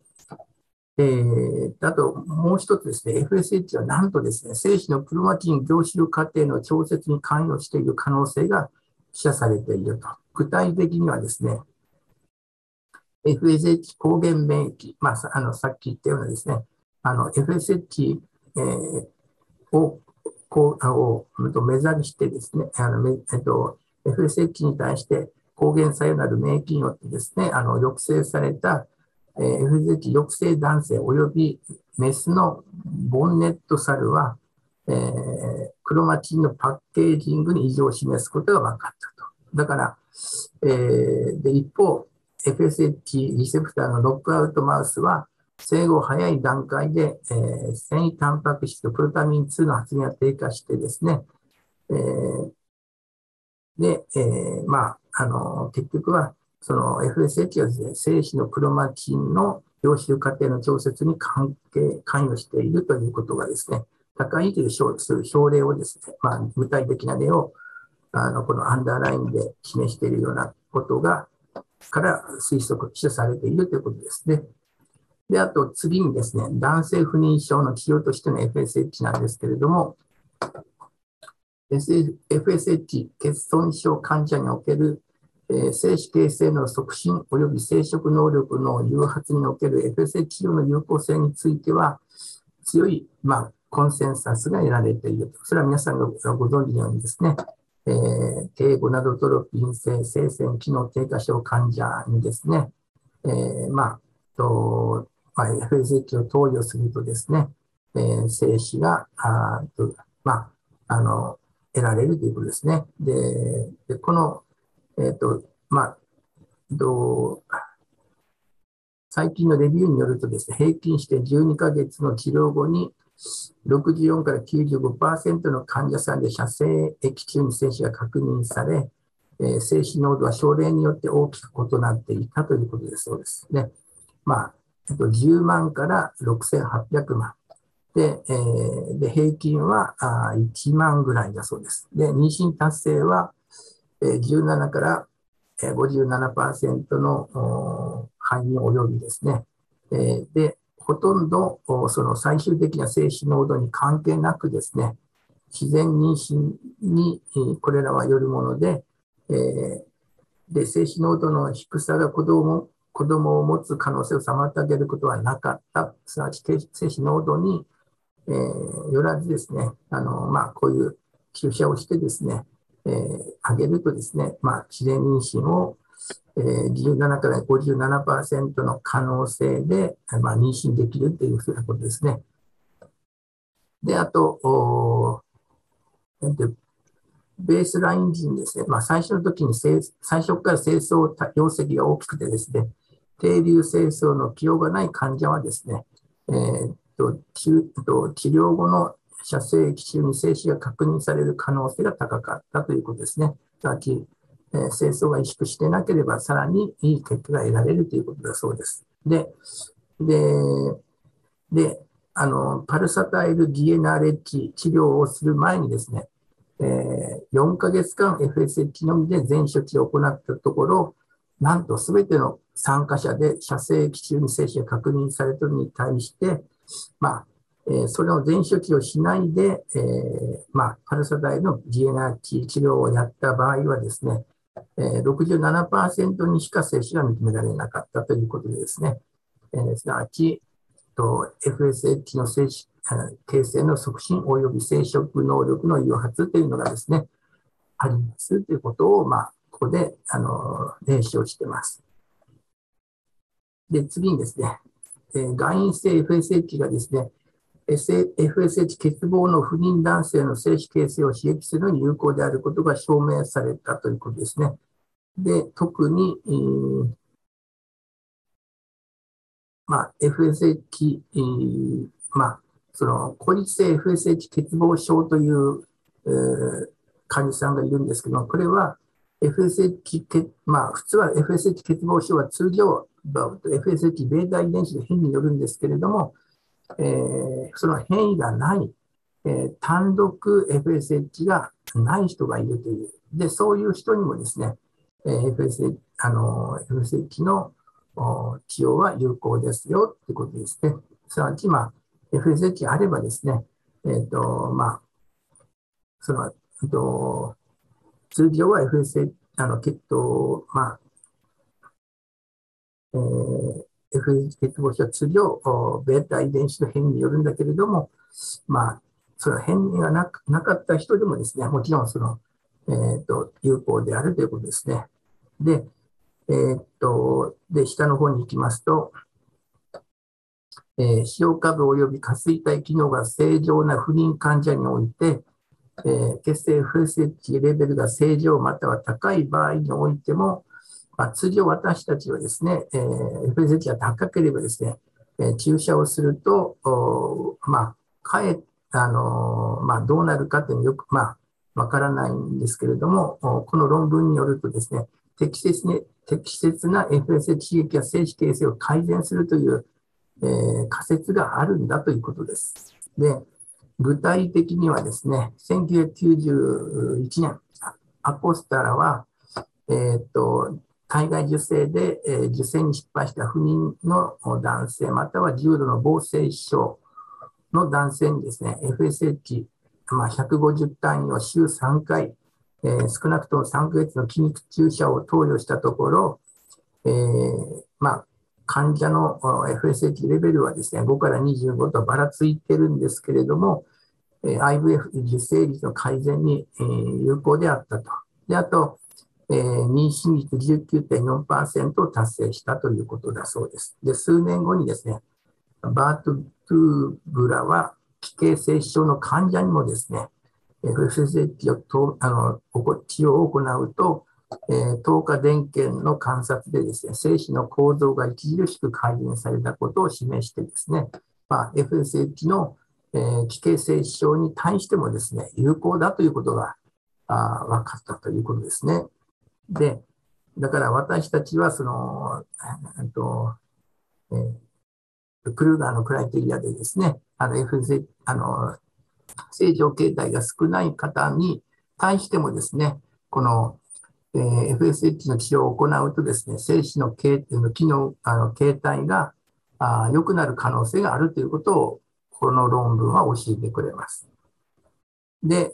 Speaker 4: もう一つですね、FSH はなんとですね、精子のクロマチン凝集過程の調節に関与している可能性が示唆されていると。具体的にはですね、FSH 抗原免疫、さっき言ったようなですね、FSH、を目指してですね、FSH に対して抗原作用なる免疫によってですね、抑制された、FSH 抑制男性及びメスのボンネットサルは、クロマチンのパッケージングに異常を示すことが分かったと。だから、で一方、FSH リセプターのノックアウトマウスは、 生後早い段階で、繊維タンパク質とプロタミン2の発現が低下してですね、結局は、その FSH はですね、精子のクロマチンの陽子過程の調節に関与しているということがですね、高いという症例をですね、具体的な例をこのアンダーラインで示しているようなことから推測されているということですね。で、あと次にですね、男性不妊症の治療としての FSH なんですけれども、FSH 欠損症患者における精子形成の促進及び生殖能力の誘発における FSH 治療の有効性については強い、コンセンサスが得られている。それは皆さんがご存知のようにですね、低ゴナドトロピン性性腺機能低下症患者にですね、FSH を投与するとですね、精子が得られるということですね。でこの、最近のレビューによるとですね、平均して12ヶ月の治療後に64から 95% の患者さんで射精液中に精子が確認され、精子濃度は症例によって大きく異なっていたということでそうですね。10万から6800万。で、平均は1万ぐらいだそうです。で、妊娠達成は17から57% の範囲及びですね。で、ほとんどその最終的な精子濃度に関係なくですね、自然妊娠にこれらはよるもので、精子濃度の低さが子供を持つ可能性を妨げることはなかった。すなわち精子濃度によらずですね、こういう注射をしてですね、上げるとですね、自然妊娠を17から 57% の可能性で、妊娠できるというふうなことですね。で、あと、ベースライン時にですね、最初の時に最初から精巣容積が大きくてですね、低流精巣の起用がない患者はですね、治療後の射精液中に精子が確認される可能性が高かったということですね。すなわち、精巣が萎縮していなければさらにいい結果が得られるということだそうです。で、パルサタイル DNRH 治療をする前にですね、4ヶ月間 FSH のみで全処置を行ったところ、なんとすべての参加者で射精液中に精子が確認されたのに対して、それを全処置をしないで、パルサタイルの DNRH 治療をやった場合はですね、67% にしか精子が認められなかったということでですね、すなわち、FSH の精子形成の促進及び生殖能力の誘発というのがですね、ありますということを、ここで例示しています。で、次にですね、外因性 FSH がですね、FSH 欠乏の不妊男性の精子形成を刺激するのに有効であることが証明されたということですね。で、特に、FSH、その孤立性 FSH 欠乏症という、患者さんがいるんですけども、これは FSH 普通は FSH 欠乏症は通常、FSH ベータ遺伝子の変異によるんですけれども、その変異がない、単独 FSH がない人がいるという。で、そういう人にもですね、FSH の治療は有効ですよということですね。すなわち、FSH があればですね、通常は FSH、FSH 欠乏症は通常、ベータ遺伝子の変異によるんだけれども、その変異がなかった人でもですね、もちろん有効であるということですね。で、下の方に行きますと、視床下部及び下垂体機能が正常な不妊患者において、血清 FSH レベルが正常または高い場合においても、通常私たちはですね、FSH が高ければですね、 注射をすると、どうなるかというのはよく、わからないんですけれども、この論文によるとですね、適切な FSH 刺激や精子形成を改善するという、仮説があるんだということです。で、具体的にはですね、1991年、アコスタラは、体外受精で、受精に失敗した不妊の男性、または重度の膀胱症の男性にですね、FSH、150単位を週3回、少なくとも3ヶ月の筋肉注射を投与したところ、患者の FSH レベルはですね、5から25とばらついてるんですけれども、IVF 受精率の改善に有効であったと。で、あと、妊娠率 19.4% を達成したということだそうです。で、数年後にですね、バート・トゥーブラは、奇形性子症の患者にもですね、FSH 治療を行うと、透過電源の観察でですね、精子の構造が著しく改善されたことを示してですね、FSH の奇形性子症に対してもですね、有効だということが分かったということですね。で、だから私たちはその、クルーガーのクライテリアでですね、FSH、正常形態が少ない方に対してもですね、この、FSH の治療を行うとですね、精子の機能、形態が良くなる可能性があるということを、この論文は教えてくれます。で、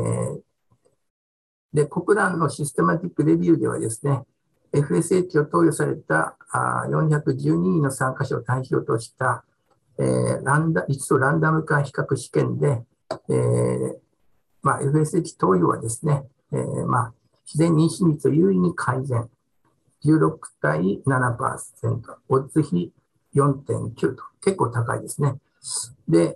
Speaker 4: コクランのシステマティックレビューではですね、FSH を投与された412人の参加者を対象とした一度ランダム化比較試験で、FSH 投与はですね、自然妊娠率を優位に改善、16対 7%、オッズ比 4.9 と結構高いですね。で、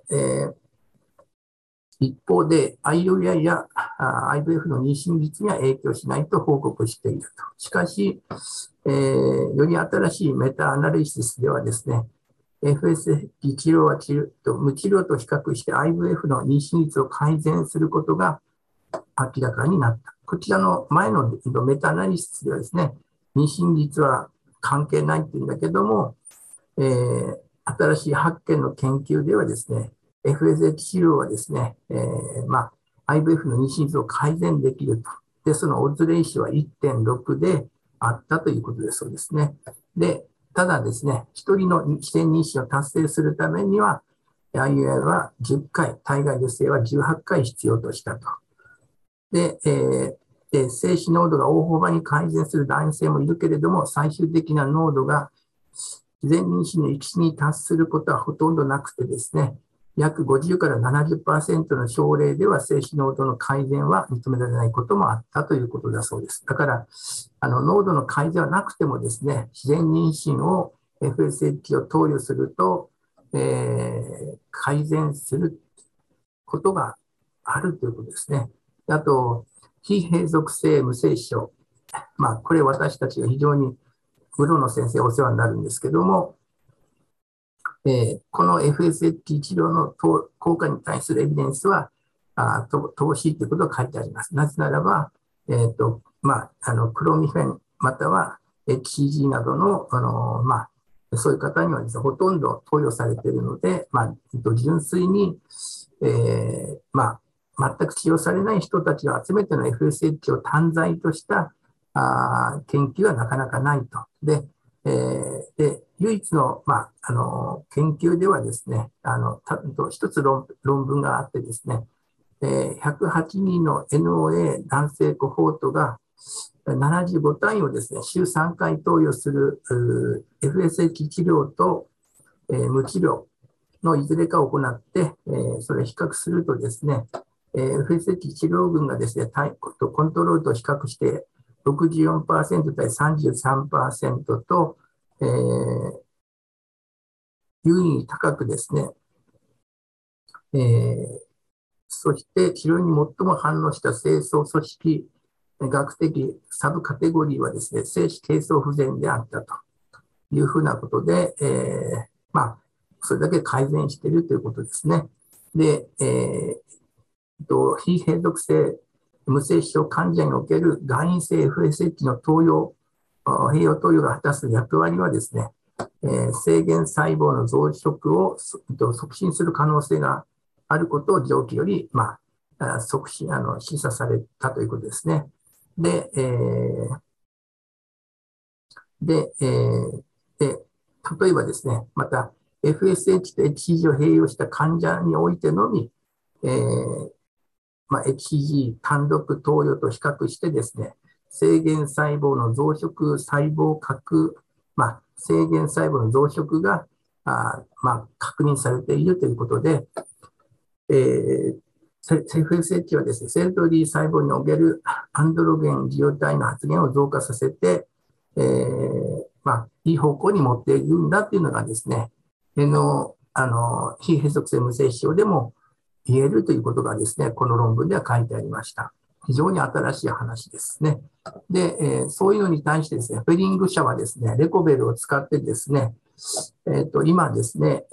Speaker 4: 一方で IOI や IVF の妊娠率には影響しないと報告していると。しかし、より新しいメタアナリシスではですね、FSH 治療は無治療と比較して IVF の妊娠率を改善することが明らかになった。こちらの前のメタアナリシスではですね、妊娠率は関係ないっていうんだけども、新しい発見の研究ではですね、FSH 治療はですね、IVF の妊娠率を改善できると。で、そのオッズレイシオは 1.6 であったということでそうですね。で、ただですね、一人の自然妊娠を達成するためには、IUI は10回、体外受精は18回必要としたと。で、精子濃度が大幅に改善する男性もいるけれども、最終的な濃度が自然妊娠の域に達することはほとんどなくてですね、約50から 70% の症例では精子濃度の改善は認められないこともあったということだそうです。だから、濃度の改善はなくてもですね、自然妊娠を FSH を投与すると、改善することがあるということですね。あと、非閉塞性無精子症。これ私たちが非常に室野先生お世話になるんですけども、この FSH 治療の効果に対するエビデンスは乏しいということが書いてあります。なぜならば、クロミフェンまたは HCG などの、そういう方にはですね、ほとんど投与されているので、純粋に、全く治療されない人たちを集めての FSH を単剤とした研究はなかなかないと。で、唯一の、研究ではですね、一つ論文があってですね、108人の NOA 男性コホートが75単位をですね、週3回投与する FSH 治療と、無治療のいずれかを行って、それを比較するとですね、FSH 治療群がですね、コントロールと比較して 64% 対 33% と、優位に高くですね、そして治療に最も反応した精巣組織学的サブカテゴリーはですね、精子形成不全であったというふうなことで、 それだけ改善しているということですね。で、非併属性無精子症患者における外因性 FSH の投与、併用投与が果たす役割はですね、制限細胞の増殖を促進する可能性があることを上記より、示唆されたということですね。で、例えばですね、また FSH と HCG を併用した患者においてのみ、HCG 単独投与と比較してですね、制限細胞の増殖細胞核、制限細胞の増殖が確認されているということで、FSH はですね、セルトリー細胞におけるアンドロゲン受容体の発現を増加させて、いい方向に持っているんだというのがですね、非閉塞性無精子症でも言えるということがですね、この論文では書いてありました。非常に新しい話ですね。で、そういうのに対してですね、フェリング社はですね、レコベルを使ってですね、今ですね、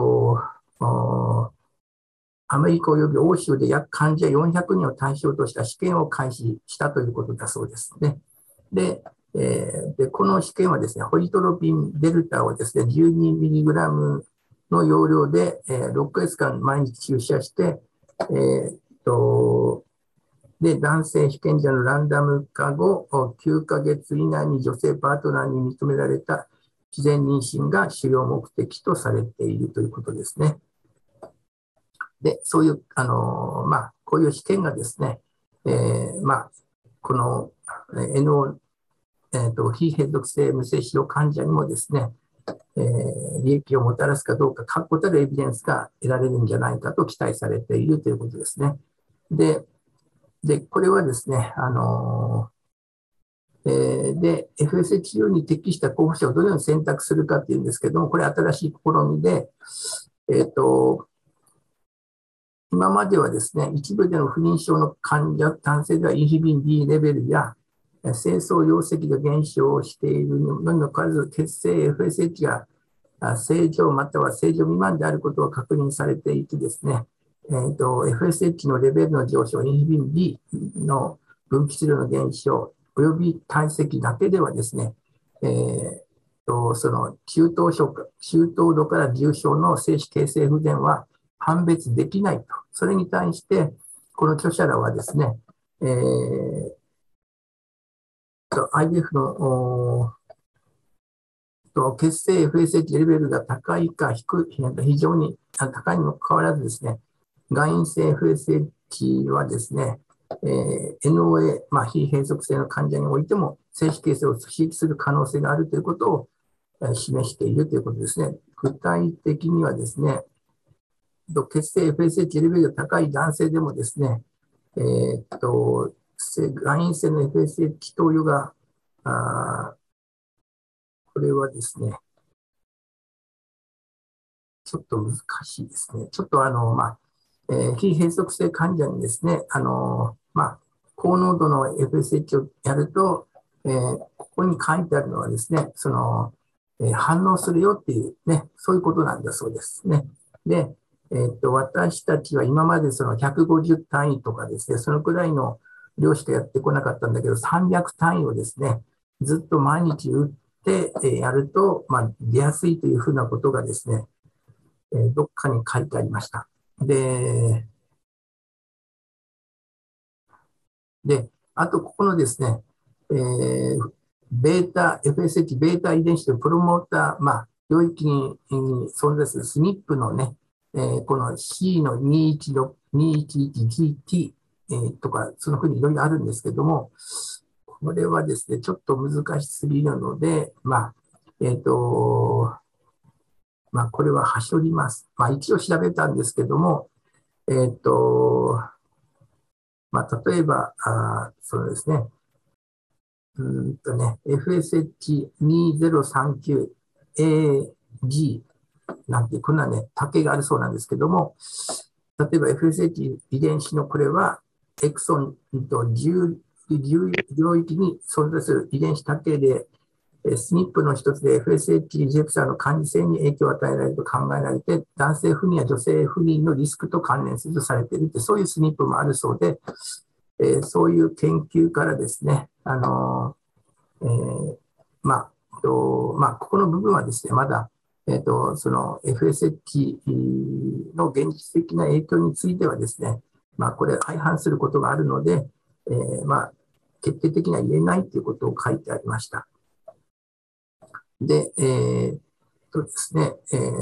Speaker 4: アメリカ及び欧州で約患者400人を対象とした試験を開始したということだそうですね。で、この試験はですね、ホリトロピンデルタをですね、12mg の容量で、6ヶ月間毎日注射して、で、男性被験者のランダム化後、9ヶ月以内に女性パートナーに認められた自然妊娠が主要目的とされているということですね。で、そういう、こういう試験がですね、この、非併属性無精子症患者にもですね、利益をもたらすかどうか、確固たるエビデンスが得られるんじゃないかと期待されているということですね。で、これはですね、FSH 治療に適した候補者をどのように選択するかっていうんですけども、これ新しい試みで、今まではですね、一部での不妊症の患者、男性ではインヒビン B レベルや、精巣溶石が減少しているのにもかかわらず、血清 FSH が正常または正常未満であることが確認されていてですね、FSH のレベルの上昇、インヒビン B の分泌量の減少、および体積だけではですね、その中等度から重症の精子形成不全は判別できないと。それに対して、この著者らはですね、IVF の血清 FSH レベルが高いか低い、非常に高いにもかかわらずですね、外因性 FSH はですね、NOA、非閉塞性の患者においても精子形成を刺激する可能性があるということを示しているということですね。具体的にはですね、血清 FSH レベルが高い男性でもですね、外因性の FSH 投与が、これはですね、ちょっと難しいですね。ちょっと非閉塞性患者にですね、高濃度の FSH をやると、ここに書いてあるのはですね、反応するよっていうね、そういうことなんだそうですね。で、私たちは今までその150単位とかですね、そのくらいの量しかやってこなかったんだけど、300単位をですね、ずっと毎日打ってやると、出やすいというふうなことがですね、どっかに書いてありました。で、あと、ここのですね、FSH ベータ遺伝子とプロモーター、領域に存在する SNP のね、この C の 211GT とか、そのふうにいろいろあるんですけども、これはですね、ちょっと難しすぎるので、これははしょります。一応調べたんですけども、例えば、そうですね、FSH2039AG なんて、こんなね、竹があるそうなんですけども、例えば FSH 遺伝子のこれは、エクソンと10領域に存在する遺伝子竹で、 スニップの一つで FSH リセプターの感受性に影響を与えられると考えられて、男性不妊や女性不妊のリスクと関連するとされているという、そういうスニップもあるそうで、そういう研究からですね、ここの部分はですね、まだ、その FSH の現実的な影響についてはですね、これ相反することがあるので、決定的には言えないということを書いてありました。で、ですね、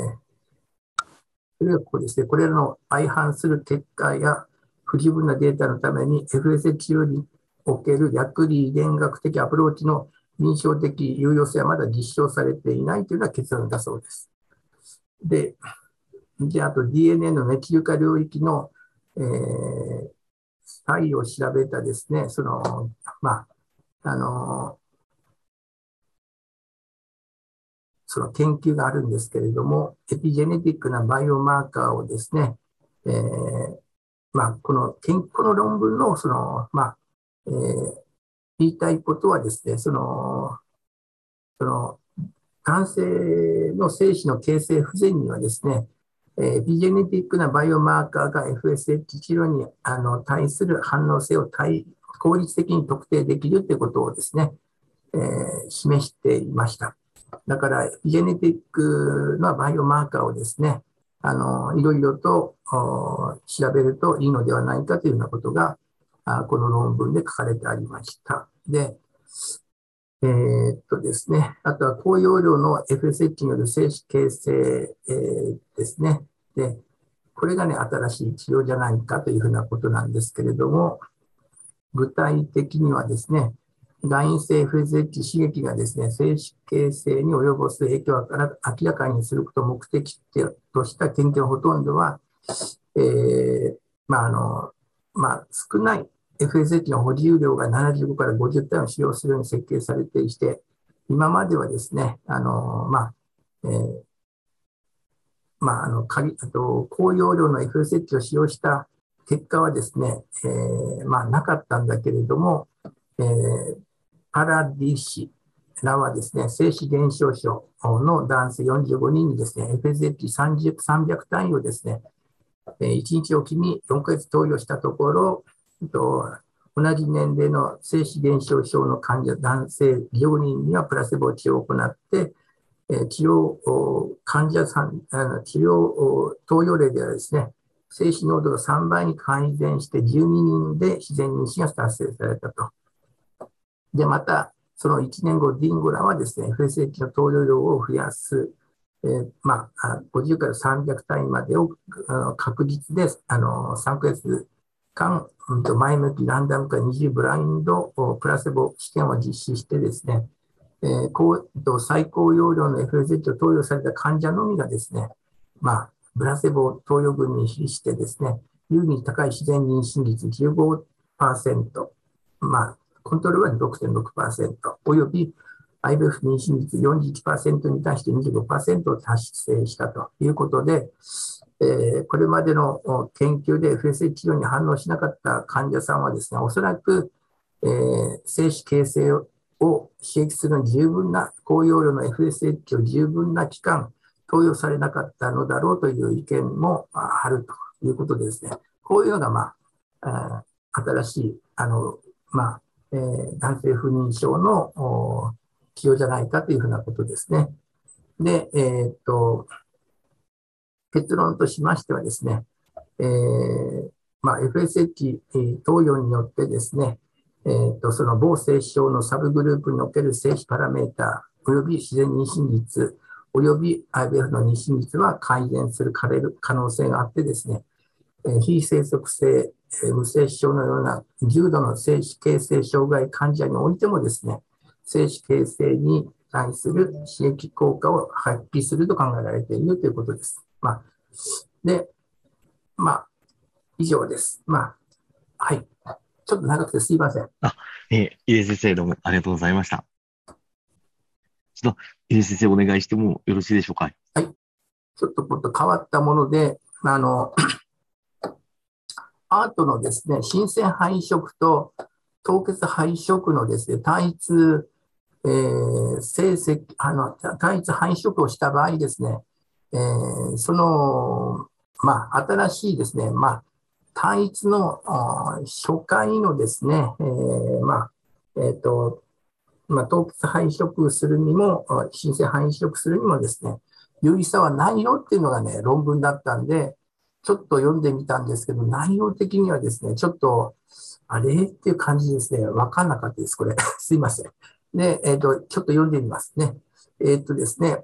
Speaker 4: それがここですね、これらの相反する結果や不十分なデータのために FSH 治療における薬理遺伝学的アプローチの臨床的有用性はまだ実証されていないというのが結論だそうです。で、あと DNA の熱流化領域の、差異を調べたですね、その研究があるんですけれども、エピジェネティックなバイオマーカーをですね、この論文の言いたいことはですね、男性の精子の形成不全にはですね、エピジェネティックなバイオマーカーが FSH 治療に対する反応性を効率的に特定できるということをですね、示していました。だから、エピジェネティックなバイオマーカーをですね、いろいろと調べるといいのではないかというようなことが、この論文で書かれてありました。で、ですね、あとは高容量の FSH による精子形成、ですね。で、これがね、新しい治療じゃないかというふうなことなんですけれども、具体的にはですね、外因性 FSH 刺激がですね、精子形成に及ぼす影響を明らかにすることを目的とした研究のほとんどは、少ない FSH の保持有量が75から50体を使用するように設計されていて、今まではですね、高容量の FSH を使用した結果はですね、なかったんだけれども、パラディ氏らはですね、精子減少症の男性45人にですね、FSH300 単位をですね、1日おきに4ヶ月投与したところ、同じ年齢の精子減少症の患者、男性病人にはプラセボ治療を行って、患者さん、投与例ではですね、精子濃度が3倍に改善して12人で自然妊娠が達成されたと。で、また、その1年後、ディンゴラはですね、FSH の投与量を増やす、50から300単位までを確実で3ヶ月間、前向きランダム化20ブラインドプラセボ試験を実施してですね、最高容量の FSH を投与された患者のみがですね、プラセボ投与群に比してですね、有に高い自然妊娠率 15%、コントロールは 6.6%、および IVF 妊娠率 41% に対して 25% を達成したということで、これまでの研究で FSH 治療に反応しなかった患者さんはですね、おそらく、精子形成を刺激する十分な高容量の FSH を十分な期間投与されなかったのだろうという意見もあるということでですね、こういうのが、新しい男性不妊症の治療じゃないかというふうなことですね。で、結論としましてはですね、FSH 投与によってですね、その某精子症のサブグループにおける精子パラメータおよび自然妊娠率および IVF の妊娠率は改善する可能性があってですね、非生息性無精子症のような重度の精子形成障害患者においてもですね、精子形成に対する刺激効果を発揮すると考えられているということです。以上です。はい。ちょっと長くてすいません。
Speaker 1: 入江先生、どうもありがとうございました。ちょっと、入江先生、お願いしてもよろしいでしょうか。
Speaker 4: はい。ちょっと変わったもので、アートのですね、新鮮配色と凍結配色のですね、単一成績、単一繁殖をした場合ですね、新しいですね、単一の初回のですね、凍結繁殖するにも、新生繁殖するにもですね、有意差はないよっていうのがね、論文だったんで、ちょっと読んでみたんですけど、内容的にはですね、ちょっと、あれっていう感じですね、わかんなかったです、これ。すいません。で、ちょっと読んでみますね。ですね、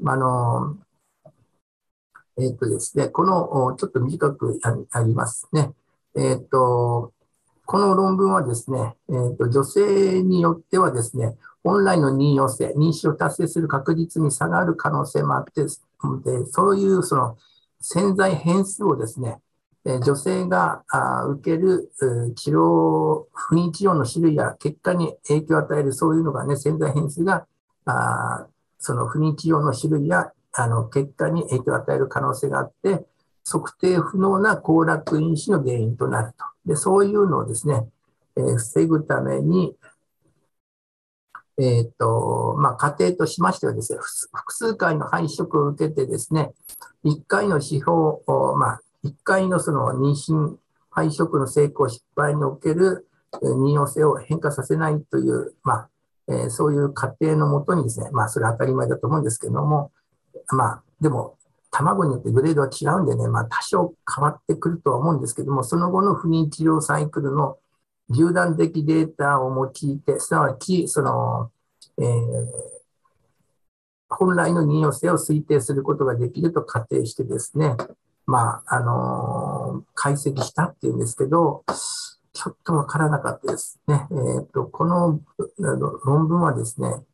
Speaker 4: ですね、この、ちょっと短くありますね。この論文はですね、女性によってはですね、本来の妊用性、妊娠を達成する確率に差がある可能性もあって、そういうその潜在変数をですね、女性が受ける不妊治療の種類や結果に影響を与える、そういうのがね、潜在変数が、その不妊治療の種類や結果に影響を与える可能性があって、測定不能な高酪飲死の原因となると。で、そういうのをですね、防ぐために、過程としましてはですね、複数回の繁殖を受けてですね、1回の指標を、1回のその妊娠、繁殖の成功、失敗における妊用性を変化させないという、そういう過程のもとにですね、それは当たり前だと思うんですけれども、でも、卵によってグレードは違うんでね、多少変わってくるとは思うんですけども、その後の不妊治療サイクルの縦断的データを用いて、すなわち、本来の妊用性を推定することができると仮定してですね、解析したっていうんですけど、ちょっとわからなかったですね。この論文はですね、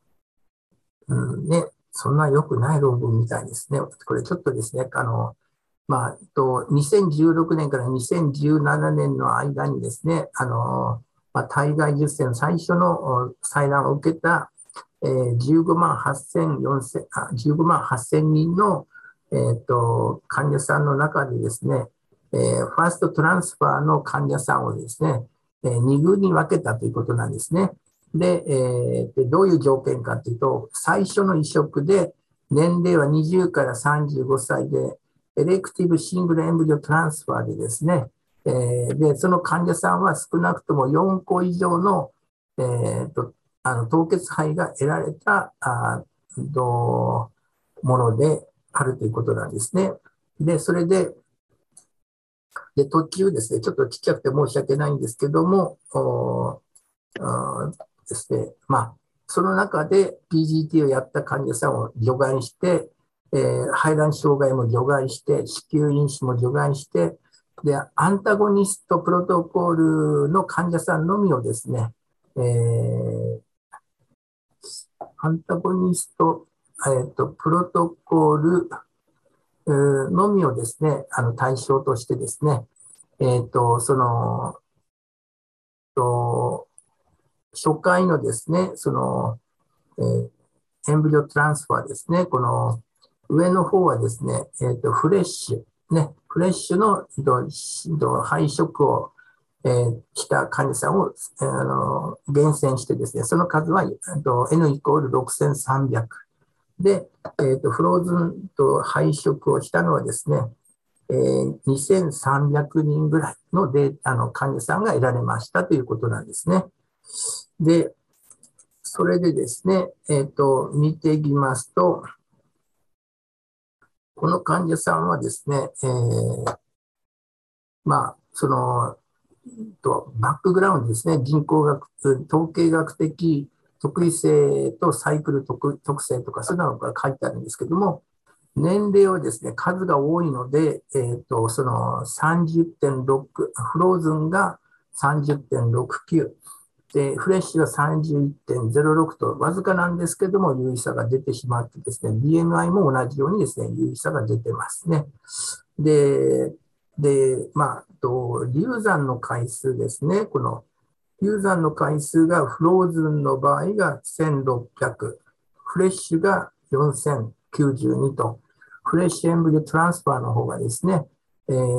Speaker 4: そんな良くない論文みたいですね。これちょっとですね、2016年から2017年の間にですね、体外受精の最初の採卵を受けた、15万8000人の、患者さんの中でですね、ファーストトランスファーの患者さんをですね、2群に分けたということなんですね。で、どういう条件かというと、最初の移植で年齢は20から35歳で、エレクティブシングルエンブリオトランスファーでですね、で、その患者さんは少なくとも4個以上の、凍結肺が得られたものであるということなんですね。で、それで、途中ですね、ちょっとちっちゃくて申し訳ないんですけども、ですね、その中で PGT をやった患者さんを除外して、排卵障害も除外して、子宮因子も除外して、で、アンタゴニストプロトコールの患者さんのみをですね、アンタゴニスト、プロトコールのみをですね、対象としてですね、初回のですね、エンブリオトランスファーですね、この上の方はですね、フレッシュの配色を、した患者さんを、厳選してですね、その数は、N イコール6300。で、フローズンと配色をしたのはですね、2300人ぐらいの患者さんが得られましたということなんですね。で、それでですね、見ていきますと、この患者さんはですね、バックグラウンドですね、人工学、統計学的特異性とサイクル特性とか、そういうのが書いてあるんですけども、年齢はですね、数が多いので、その30.6、フローズンが30.69、で、フレッシュが 31.06 と、わずかなんですけども、有意差が出てしまってですね、BMI も同じようにですね、有意差が出てますね。で、流産の回数ですね、この流産の回数がフローズンの場合が1600、フレッシュが4092と、フレッシュエンブリオトランスファーの方がですね、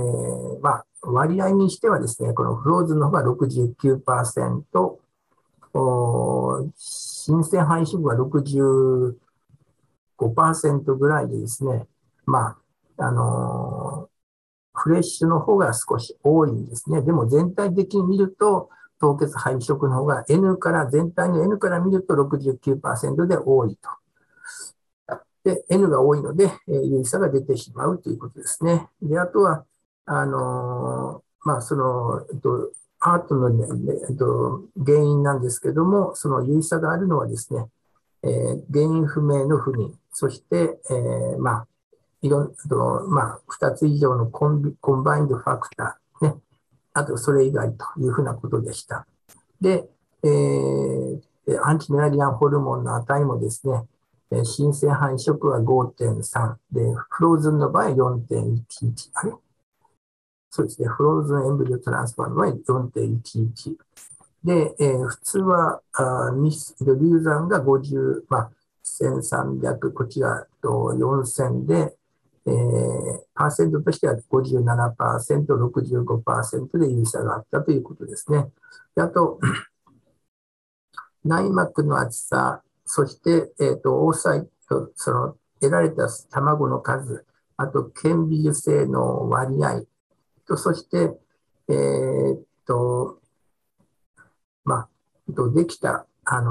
Speaker 4: 割合にしてはですね、このフローズンの方が 69%、 新鮮肺色が65% ぐらいでですね、まあ、フレッシュの方が少し多いんですね。でも全体的に見ると、凍結肺色の方が全体の N から見ると 69% で多いと。で、N が多いので、有意差が出てしまうということですね。で、あとは、まあ、アートの、原因なんですけども、その有意差があるのはですね、原因不明の不妊、そして、まあ、2つ以上のコンバインドファクター、ね、あとそれ以外というふうなことでした。で、アンチメラリアンホルモンの値もですね、新鮮肺色は 5.3 で、フローズンの場合 4.11。あれそうですね、フローズンエンブリオトランスファーの場合 4.11。で、普通は流産が50、まあ、1300、こっちが4000で、パーセントとしては 57%、65% で有意差があったということですね。であと、内膜の厚さ、そして、オーサイト、得られた卵の数、あと、顕微授精の割合、そして、まあ、できた、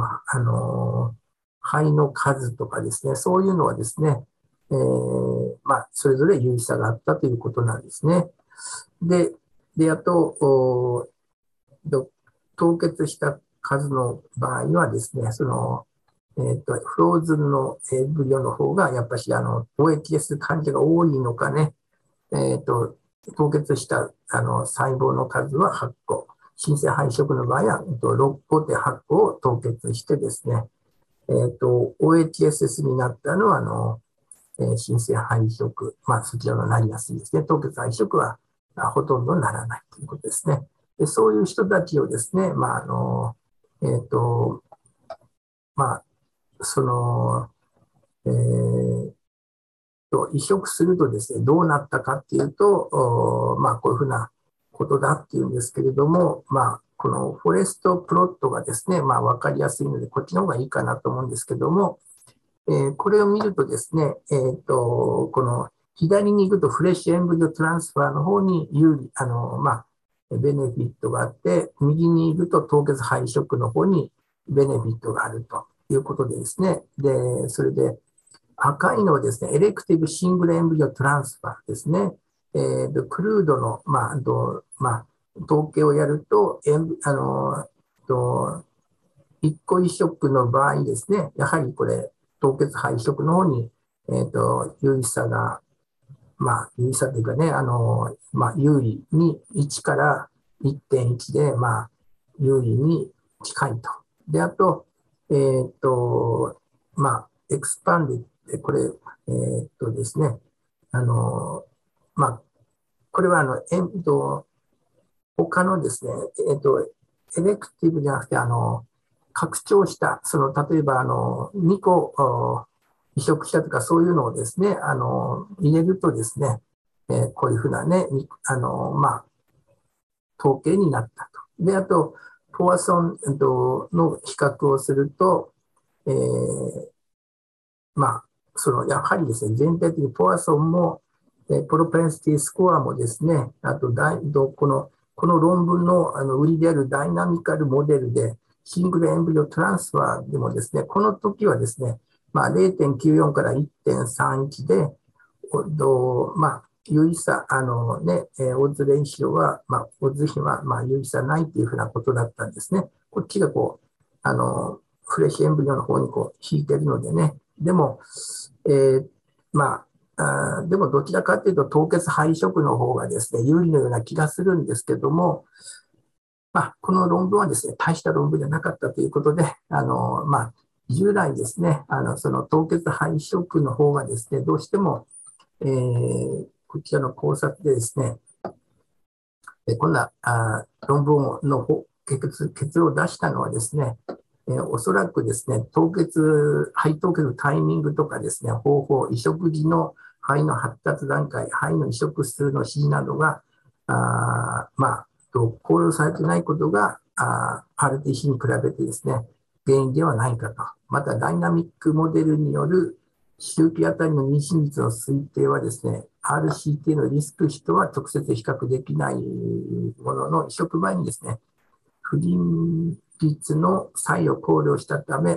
Speaker 4: 肺の数とかですね、そういうのはですね、まあ、それぞれ有意差があったということなんですね。で、あと、凍結した数の場合はですね、フローズンのエンブリオの方が、やっぱりOHS 患者が多いのかね、凍結した細胞の数は8個、新生肺色の場合は5.8個を凍結してですね、OHSS になったのは新生肺色、まあ、そちらのなりやすいですね。凍結肺色はほとんどならないということですね。でそういう人たちをですね、まあまあ、移植するとですね、どうなったかっていうと、まあ、こういうふうなことだっていうんですけれども、まあ、このフォレストプロットがですね、まあ、わかりやすいので、こっちの方がいいかなと思うんですけども、これを見るとですね、この左に行くとフレッシュエンブリオトランスファーの方に有利、まあ、ベネフィットがあって、右に行くと凍結肺色の方にベネフィットがあるということでですね、で、それで赤いのはですね、エレクティブシングルエンブリオトランスファーですね。クルードの、まあ、統計をやると、一個移植の場合ですね、やはりこれ、凍結肺色の方に、有意差が、まあ、有意差というかね、まあ、有利に1から 1.1 で、まあ、有利に近いと。で、あと、まあ、エクスパンディ、これ、ですね、まあ、これは他のですね、エレクティブじゃなくて、拡張した、例えば、2個移植したとか、そういうのをですね、入れるとですね、こういうふうなね、まあ、統計になったと。で、あと、ポワソンの比較をすると、まあ、やはりですね、全体的にポワソンも、プロペンシティスコアもですね、あと、この論文の売りであるダイナミカルモデルで、シングルエンブリオトランスファーでもですね、この時はですね、まあ、0.94 から 1.31 で、まあ、有意差、オッズレンシオは、まあ、オッズ比は、まあ、有意差ないというふうなことだったんですね。こっちがこう、フレッシュエンブリオの方にこう引いてるのでね。でも、まあ、でもどちらかというと凍結肺色の方がですね、有利のような気がするんですけども、まあ、この論文はですね、大した論文じゃなかったということで、まあ、従来ですね、その凍結肺色の方がですね、どうしても、こちらの考察でですね、こんな論文の結論を出したのはですね、おそらくですね、肺凍結のタイミングとかですね、方法、移植時の肺の発達段階、肺の移植数の指示などが、まあ、考慮されていないことが、 RTC に比べてですね、原因ではないかと。また、ダイナミックモデルによる周期あたりの妊娠率の推定はですね、RCT のリスク比とは直接比較できないものの、移植前にですね、不妊率の差異を考慮したため、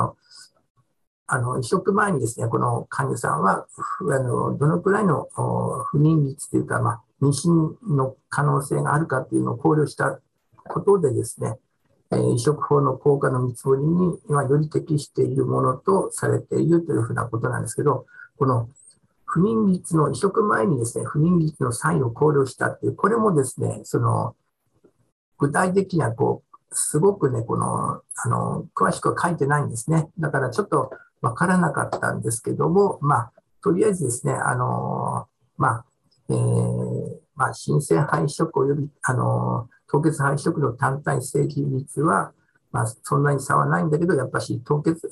Speaker 4: 移植前にですね、この患者さんは、どのくらいの不妊率というか、妊娠の可能性があるかというのを考慮したことでですね、移植法の効果の見積もりにより適しているものとされているというふうなことなんですけど、この不妊率の移植前にですね、不妊率の差異を考慮したっていう、これもですね、具体的にはすごくね、詳しくは書いてないんですね。だからちょっとわからなかったんですけども、とりあえずですね、新生肺移植および、凍結肺移植の単体成立率は、そんなに差はないんだけど、やっぱし凍結、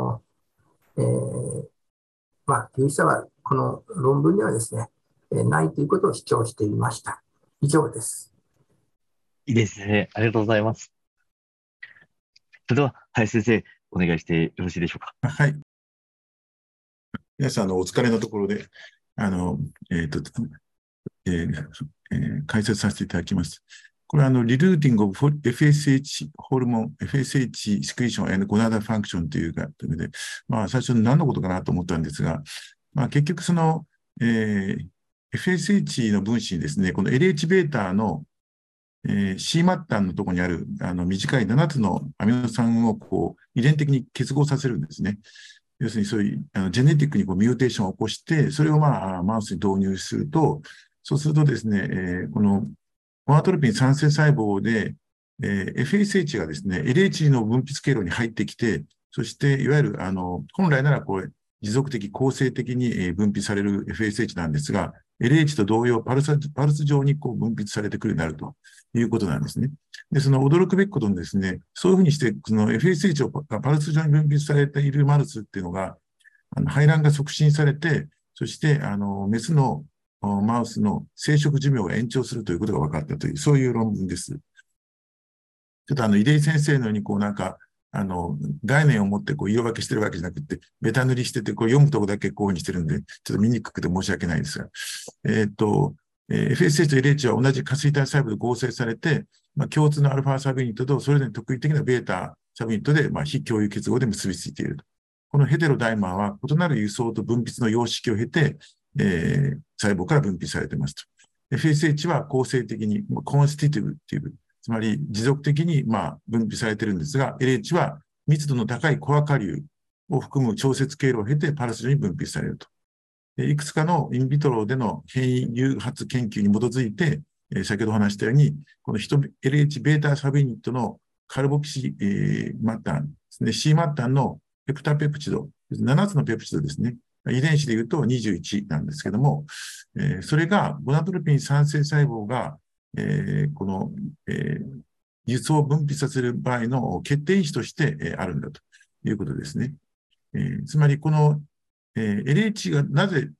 Speaker 4: 有意差はこの論文ではですね、ないということを主張していました。以上です。
Speaker 1: いいですね。ありがとうございます。それでは、林先生、お願いしてよろしいでしょうか。
Speaker 5: はい。皆さん、お疲れのところで、解説させていただきます。これは、リルーティングオブ FSH ホルモン、FSH シクリション and gonadal function というか、というので、最初に何のことかなと思ったんですが、結局FSH の分子にですね、この LH-β のC 末端のところにある短い7つのアミノ酸を遺伝的に結合させるんですね。要するにそういうジェネティックにミューテーションを起こして、それをマウスに導入すると、そうするとですね、このゴナトロピン産生細胞で、FSH がですね、LH の分泌経路に入ってきて、そしていわゆる本来なら持続的、構成的に分泌される FSH なんですが、LH と同様パルス状に分泌されてくるようになるということなんですね。で、その驚くべきことにですね、そういうふうにして、その FSH をパルス状に分泌されているマウスっていうのが、排卵が促進されて、そして、メスのマウスの生殖寿命が延長するということが分かったという、そういう論文です。ちょっと出井先生のように、概念を持って色分けしてるわけじゃなくて、ベタ塗りしてて、読むとこだけこういうふうにしてるんで、ちょっと見にくくて申し訳ないですが。FSH と LH は同じ下垂体細胞で合成されて、共通のアルファサブユニットとそれぞれ特異的なベータサブユニットで、非共有結合で結びついていると。このヘテロダイマーは異なる輸送と分泌の様式を経て、細胞から分泌されていますと。FSH は構成的に、コンスティティブ、つまり持続的に分泌されているんですが、LH は密度の高いコア下流を含む調節経路を経てパルス状に分泌されると。いくつかのインビトロでの変異誘発研究に基づいて、先ほど話したように、このLH-β サブユニットのカルボキシ、末端ですね、C 末端のペプタペプチド、7つのペプチドですね。遺伝子でいうと21なんですけども、それがゴナトロピン産生細胞が、輸送を分泌させる場合の決定因子として、あるんだということですね。つまり、この、LH がなぜ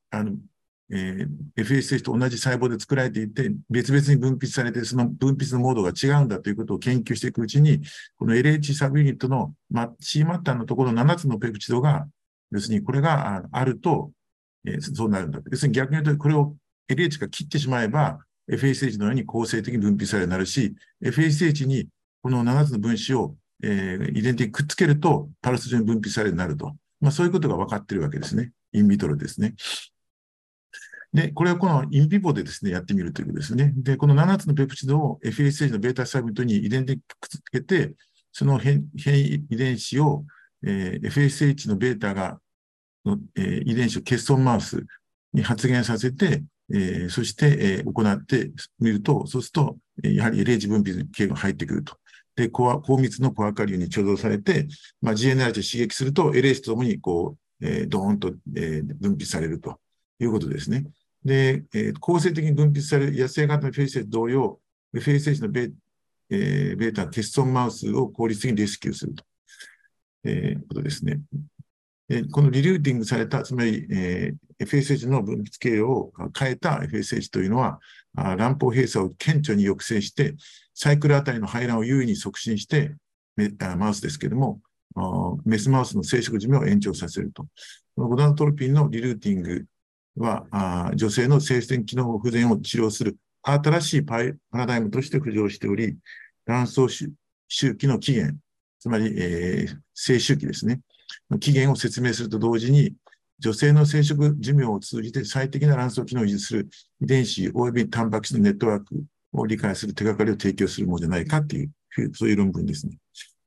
Speaker 5: FSH と同じ細胞で作られていて、別々に分泌されて、その分泌のモードが違うんだということを研究していくうちに、この LH サブユニットの C 末端のところの7つのペプチドが、要するにこれがあると、そうなるんだ。要するに逆に言うと、これを LH が切ってしまえば、FSH のように構成的に分泌されるようになるし、FSH にこの7つの分子を、遺伝的にくっつけると、パルス状に分泌されるようになると。そういうことが分かっているわけですね。インビトロですね。で、これをこのインビボでですね、やってみるということですね。で、この7つのペプチドを FSH のベータサブユニットに遺伝的にくっつけて、その変異遺伝子を、FSH のベータが、遺伝子を欠損マウスに発現させて、そして、行ってみると、そうすると、やはり LH 分泌系が入ってくると。で、高密のコア下流に貯蔵されて、GNRH を刺激すると、LH とともに、ドーンと、分泌されるということですね。で、構成的に分泌される野生型の FSH 同様、FSH のベータ欠損マウスを効率的にレスキューするということですね。 このリルーティングされた、つまり、FSH の分泌経路を変えた FSH というのは、卵胞閉鎖を顕著に抑制して、サイクルあたりの排卵を優位に促進して、マウスですけども、メスマウスの生殖寿命を延長させると。このゴナドトロピンのリルーティングは、女性の性腺機能不全を治療する新しいパラダイムとして浮上しており、卵巣周期の起源、つまり、性周期ですね。起源を説明すると同時に、女性の生殖寿命を通じて最適な卵巣機能を維持する遺伝子及びタンパク質のネットワークを理解する手がかりを提供するものじゃないかっていう、そういう論文ですね。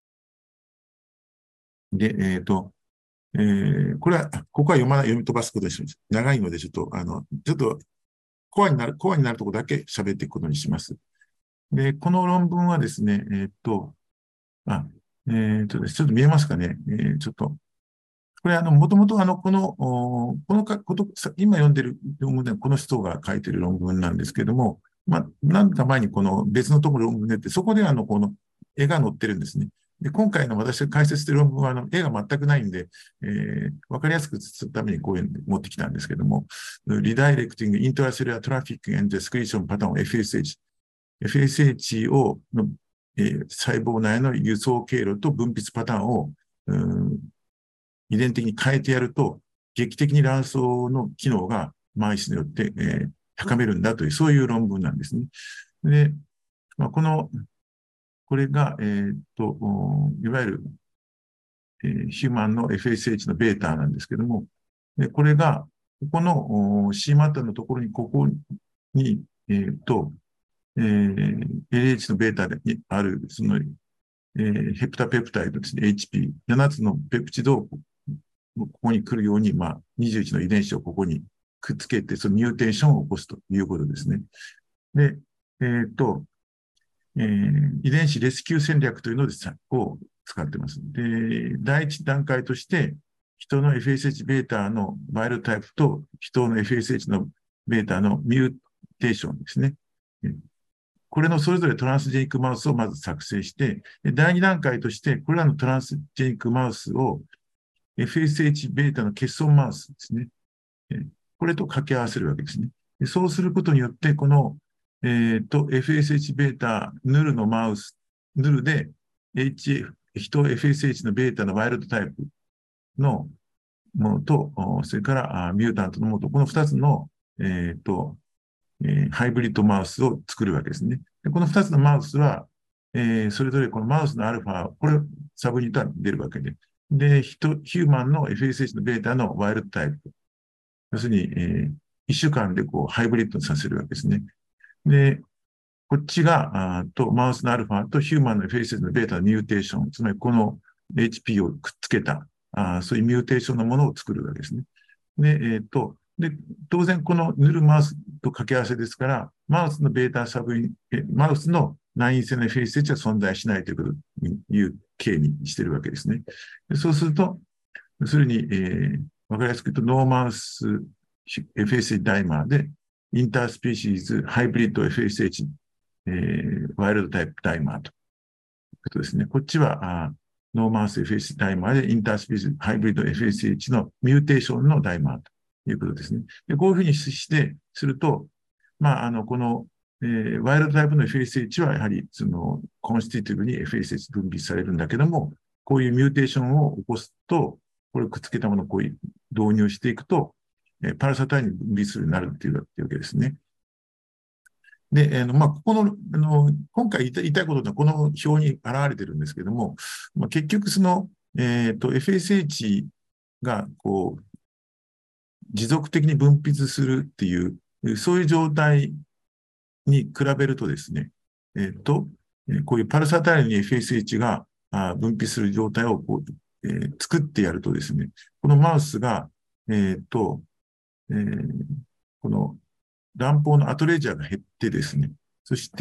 Speaker 5: で、これは、ここは読み飛ばすことにします。長いので、ちょっとコアになるところだけ喋っていくことにします。で、この論文はですね、ちょっと見えますかね。ちょっと、これもともと今読んでる論文ではこの人が書いてる論文なんですけども、何か前にこの別のところ論文でって、そこでこの絵が載ってるんですね。で、今回の私が解説している論文は絵が全くないんで、わかりやすくするためにこういうの持ってきたんですけども、Redirecting Intracellular Traffic and Excretion Pattern FSH を細胞内の輸送経路と分泌パターンを遺伝的に変えてやると、劇的に卵巣の機能がマイスによって、高めるんだという、そういう論文なんですね。で、これが、いわゆる、ヒューマンの FSH のベータなんですけども、でこれが、ここの C マッタのところに、ここに、LH のベータにある、その、ヘプタペプタイドですね、HP、7つのペプチドをここに来るように、21の遺伝子をここにくっつけて、そのミューテーションを起こすということですね。で、遺伝子レスキュー戦略というのを使っています。で、第一段階として、人の FSH ベータのバイルタイプと人の FSH のベータのミューテーションですね。これのそれぞれトランスジェニックマウスをまず作成して、第二段階として、これらのトランスジェニックマウスを FSH ベータの欠損マウスですね。これと掛け合わせるわけですね。そうすることによって、この、FSH ベータ、ヌルのマウス、ヌルで、人 FSH のベータのワイルドタイプのものと、それからミュータントのものと、この2つの、ハイブリッドマウスを作るわけですね。でこの2つのマウスは、それぞれこのマウスのアルファ、これサブユニットは出るわけで。で、ヒューマンの FSH のベータのワイルドタイプ。要するに、1週間でこうハイブリッドさせるわけですね。で、こっちが、マウスのアルファとヒューマンの FSH のベータのミューテーション、つまりこの HP をくっつけた、そういうミューテーションのものを作るわけですね。で、当然このヌルマウスと掛け合わせですから、マウスのベータサブマウスの内因性の FSH は存在しないというこという形にしているわけですね。でそうすると、要するに、わかりやすく言うと、ノーマウス FSH ダイマーで、インタースピーシーズハイブリッド FSH、ワイルドタイプダイマーということですね。こっちは、ノーマウス FSH ダイマーで、インタースピーシーズハイブリッド FSH のミューテーションのダイマーということですね。でこういうふうにすると、この、ワイルドタイプの FSH はやはり、コンスティティブに FSH 分泌されるんだけども、こういうミューテーションを起こすと、これをくっつけたものをこういう導入していくと、パラサタインに分泌するようになるっていうわけですね。で、ここの、今回言いたいことはこの表に現れてるんですけども、結局FSH が、こう、持続的に分泌するっていう、そういう状態に比べるとですね、こういうパルサタイルに FSH が分泌する状態をこう、作ってやるとですね、このマウスが、この卵胞のアトレジアが減ってですね、そして、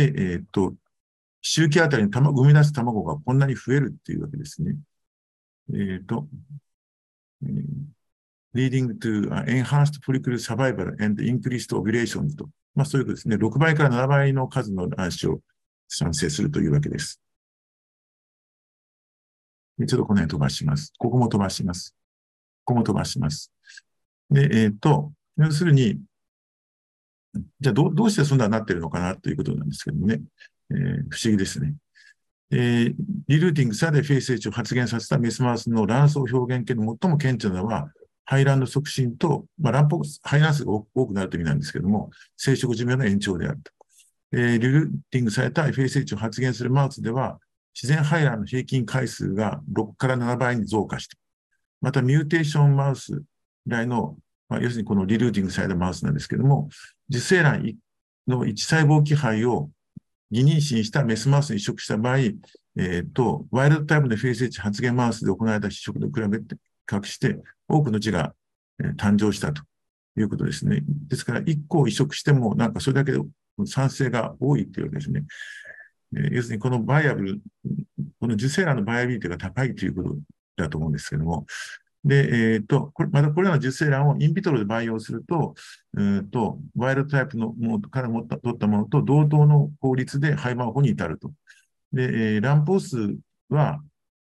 Speaker 5: 周期あたりに生み出す卵がこんなに増えるっていうわけですね。leading to enhanced follicular survival and increased ovulation と、そういうことですね。6倍から7倍の数の卵子を産生するというわけです。ちょっとこの辺飛ばします。ここも飛ばします。 ここも飛ばします。で、要するに、じゃあどうしてそんなになってるのかなということなんですけどもね。不思議ですね。リルーティングされ FSH を発現させたメスマウスの卵巣表現系の最も顕著なのは、排卵の促進と、排卵数が多くなるという意味なんですけども、生殖寿命の延長であると。リルーティングされた FSH を発現するマウスでは、自然排卵の平均回数が6から7倍に増加して、またミューテーションマウス来の、要するにこのリルーティングされたマウスなんですけども、受精卵の1細胞気配を偽妊娠したメスマウスに移植した場合、ワイルドタイプの FSH 発現マウスで行われた移植と比べて、比較して、多くの字が誕生したということですね。ですから、1個移植しても、なんかそれだけで産生が多いというわけですね。要するに、このこの受精卵のバイアビリティが高いということだと思うんですけども、で、またこれらの受精卵をインビトロで培養すると、ワイルドタイプのものから取ったものと同等の効率で胚盤保護に至ると。で、卵胞数は、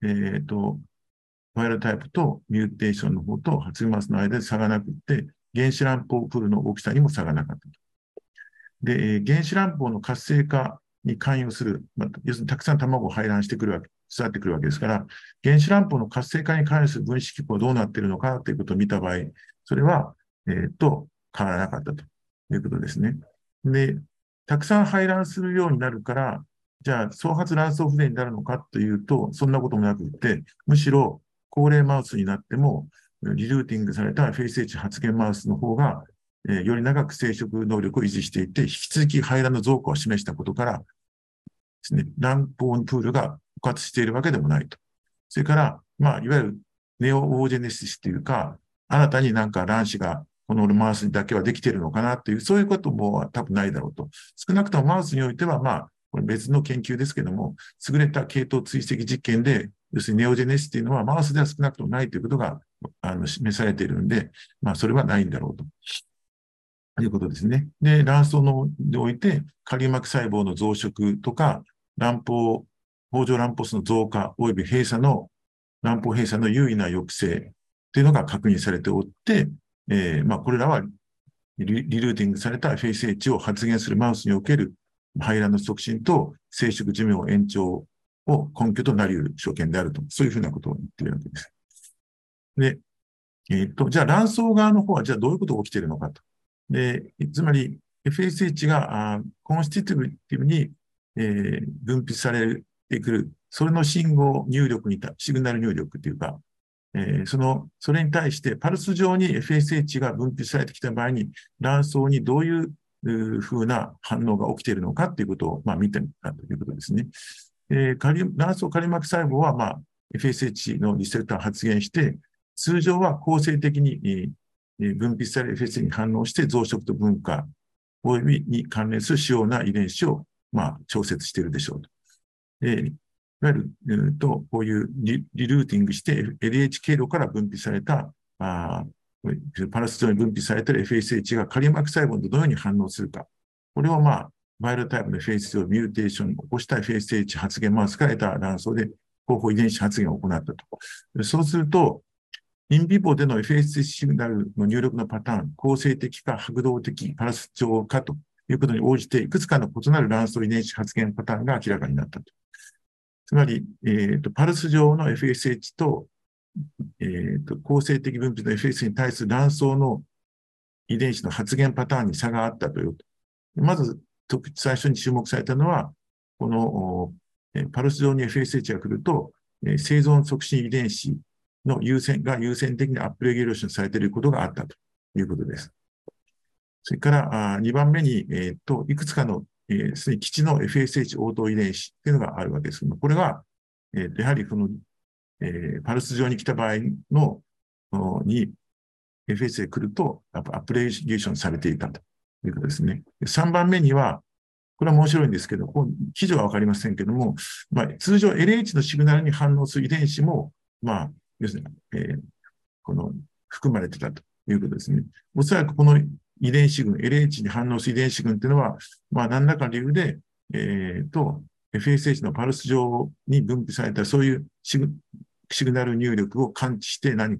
Speaker 5: ワイルドタイプとミューテーションの方と発現マウスの間で差がなくて、原子卵胞プールの大きさにも差がなかったと。で、原子卵胞の活性化に関与する、要するにたくさん卵を排卵してくるわけ、育ってくるわけですから、原子卵胞の活性化に関する分子機構はどうなっているのかということを見た場合、それは、変わらなかったということですね。で、たくさん排卵するようになるから、じゃあ、創発卵巣不全になるのかというと、そんなこともなくて、むしろ、高齢マウスになっても、リルーティングされた FSH 発現マウスの方が、より長く生殖能力を維持していて、引き続き排卵の増加を示したことからですね、卵胞プールが枯渇しているわけでもないと。それから、いわゆるネオオージェネシスというか、新たになんか卵子がこのマウスにだけはできているのかなという、そういうことも多分ないだろうと。少なくともマウスにおいては、これ別の研究ですけども、優れた系統追跡実験で、要するにネオジェネシスというのはマウスでは少なくともないということが示されているので、それはないんだろうと。いうことですね。で、卵巣において、カリウ膜細胞の増殖とか、豊穣卵胞数の増加、および卵胞閉鎖の優位な抑制というのが確認されておって、これらはリルーティングされた FSH を発現するマウスにおける排卵の促進と生殖寿命延長を根拠となり得る所見であると、そういうふうなことを言っているわけです。で、じゃあ卵巣側の方は、じゃあどういうことが起きているのかと。で、つまり FSH がコンスティティブに、分泌されてくる、それの信号入力シグナル入力というか、それに対してパルス上に FSH が分泌されてきた場合に、卵巣にどういうふうな反応が起きているのかということを、見てみたということですね。卵巣カリウ膜細胞は、FSH のリセプターを発現して、通常は構成的に、分泌される FSH に反応して増殖と分化およびに関連する主要な遺伝子を、調節しているでしょうと。いわゆる、こういうリルーティングして LH 経路から分泌された、パルス上に分泌されている FSH がカリウ膜細胞とどのように反応するか。これをバイルドタイプの FSH をミューテーションを起こした FSH 発現マウスから得た卵巣で候補遺伝子発現を行ったと。そうすると、インビボでの FSH シグナルの入力のパターン、構成的か拍動的、パルス上かということに応じて、いくつかの異なる卵巣遺伝子発現パターンが明らかになったと。つまり、パルス上の FSH と、構成的分泌の FSH に対する卵巣の遺伝子の発現パターンに差があったという。まず、最初に注目されたのは、このパルス上に FSH が来ると、生存促進遺伝子の優先的にアップレギュレーションされていることがあったということです。それから2番目に、いくつかの、すでに基地の FSH 応答遺伝子というのがあるわけですけども、これは、やはりこの、パルス上に来た場合に FSH が来るとアップレギュレーションされていたということですね。3番目には、これは面白いんですけど、記事はわかりませんけども、通常 LH のシグナルに反応する遺伝子も、要するに、含まれてたということですね。おそらくこの遺伝子群、LH に反応する遺伝子群というのは、何らかの理由で、FSH のパルス上に分泌されたそういうシグナル入力を感知して何か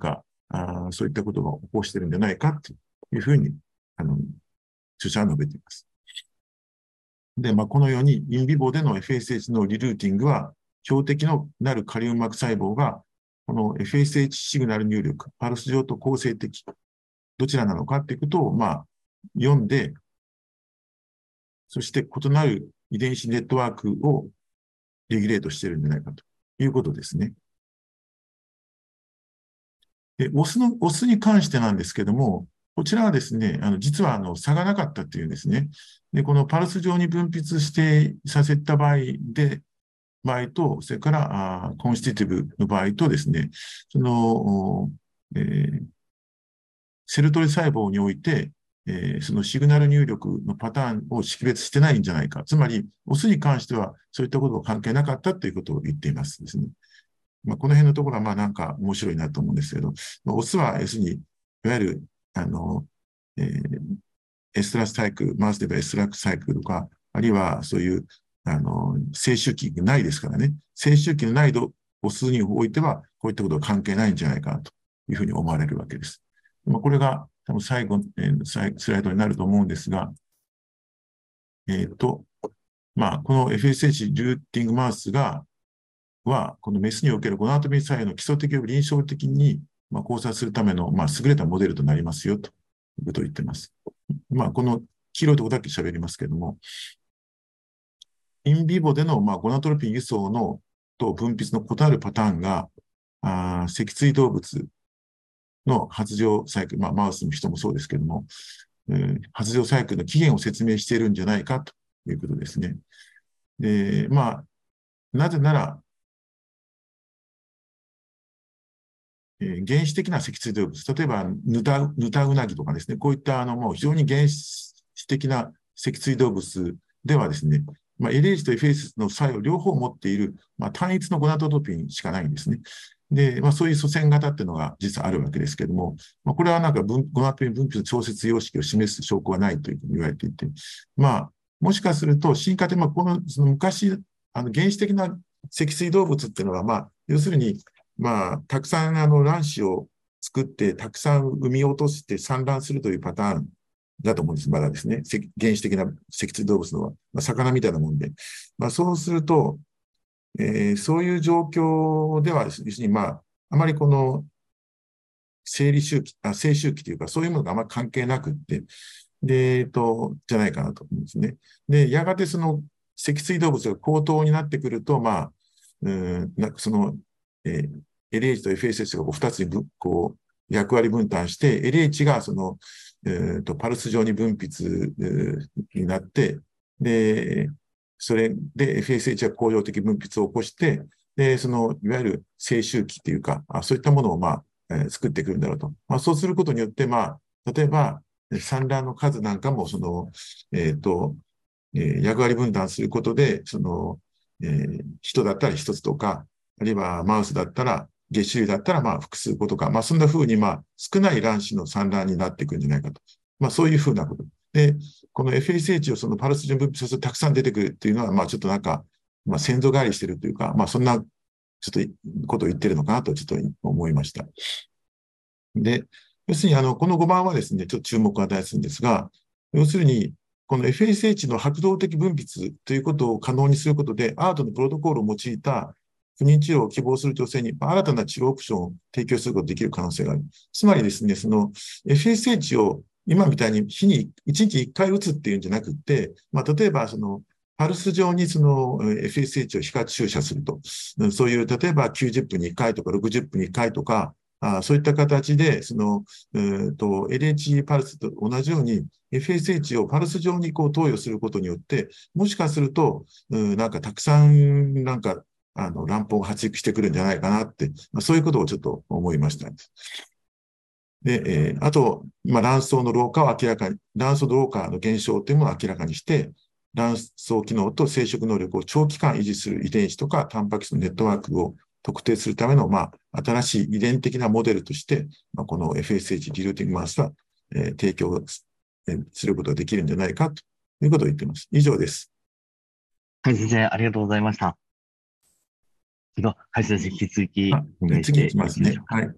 Speaker 5: そういったことが起こしてるんじゃないかというふうに、著者は述べています。で、このように、インビボでの FSH のリルーティングは、標的のなるカリウム膜細胞が、この FSH シグナル入力、パルス上と構成的、どちらなのかということを、読んで、そして異なる遺伝子ネットワークをレギュレートしているんじゃないかということですね。で、オスに関してなんですけども、こちらはですね、実は差がなかったというんですね。で、このパルス上に分泌させた場合と、それからコンスティティブの場合とですね、セルトレ細胞において、そのシグナル入力のパターンを識別してないんじゃないか。つまり、オスに関してはそういったことが関係なかったということを言っていますですね。この辺のところはなんか面白いなと思うんですけど、オスは要するに、いわゆる、エストラスサイクル、マウスで言えばエストラクサイクルとか、あるいはそういう、静周期がないですからね。静周期のないオスにおいては、こういったことは関係ないんじゃないかなというふうに思われるわけです。これが多分最後、スライドになると思うんですが、この FSH ルーティングマウスは、このメスにおけるゴナトミー作用の基礎的を臨床的に考察するための優れたモデルとなりますよということを言っています。この黄色いところだけ喋りますけれども、インビボでのゴナトロピン輸送と分泌の異なるパターンが、脊椎動物の発情サイクル、マウスの人もそうですけれども、発情サイクルの起源を説明しているんじゃないかということですね。で、なぜなら、原始的な脊椎動物、例えばヌタウナギとかですね、こういったもう非常に原始的な脊椎動物ではですね、LH と FS の作用両方持っている、単一のゴナトロピンしかないんですね。で、そういう祖先型っていうのが実はあるわけですけれども、これはなんかゴナトロピン分泌の調節様式を示す証拠はないというふうに言われていて、もしかすると進化って、その昔、原始的な脊椎動物っていうのは、要するに、たくさん卵子を作って、たくさん産み落として産卵するというパターンだと思うんです、まだですね。原始的な脊椎動物のは、魚みたいなもんで。そうすると、そういう状況では、要するに、あまりこの、静周期というか、そういうものがあまり関係なくって、で、じゃないかなと思うんですね。で、やがてその脊椎動物が高等になってくると、その、LH と FSH が2つに役割分担して、LH がその、パルス状に分泌になって、で、それで FSH は恒常的分泌を起こして、で、その、いわゆる静周期っていうか、そういったものを作ってくるんだろうと。そうすることによって、例えば、産卵の数なんかも、その、役割分担することで、その、人だったら一つとか、あるいはマウスだったら、月種類だったら複数個とか、そんな風に少ない卵子の産卵になっていくんじゃないかと。そういう風なこと。で、この FSH をそのパルス上に分泌させるとたくさん出てくるっていうのは、ちょっとなんか、先祖返りしてるというか、そんな、ちょっとことを言ってるのかなとちょっと思いました。で、要するにこの5番はですね、ちょっと注目を与えするんですが、要するに、この FSH の拍動的分泌ということを可能にすることで、アートのプロトコールを用いた不妊治療を希望する女性に新たな治療オプションを提供することができる可能性がある。つまりですね、その FSH を今みたいに日に1日1回打つっていうんじゃなくて、例えばそのパルス上にその FSH を皮下注射すると、そういう例えば90分に1回とか60分に1回とか、そういった形で、その、LH パルスと同じように FSH をパルス上に投与することによって、もしかすると、なんかたくさん、なんか、卵胞を発育してくるんじゃないかなって、そういうことをちょっと思いました。で、あと、卵巣の老化を卵巣の老化の減少というものを明らかにして、卵巣機能と生殖能力を長期間維持する遺伝子とか、タンパク質のネットワークを特定するための、新しい遺伝的なモデルとして、この FSH リルーティングマウスは、提供することができるんじゃないかということを言っています。以上です。
Speaker 1: はい、先生、ありがとうございました。はい、先生、引き続き、
Speaker 5: 次いきますね。はい。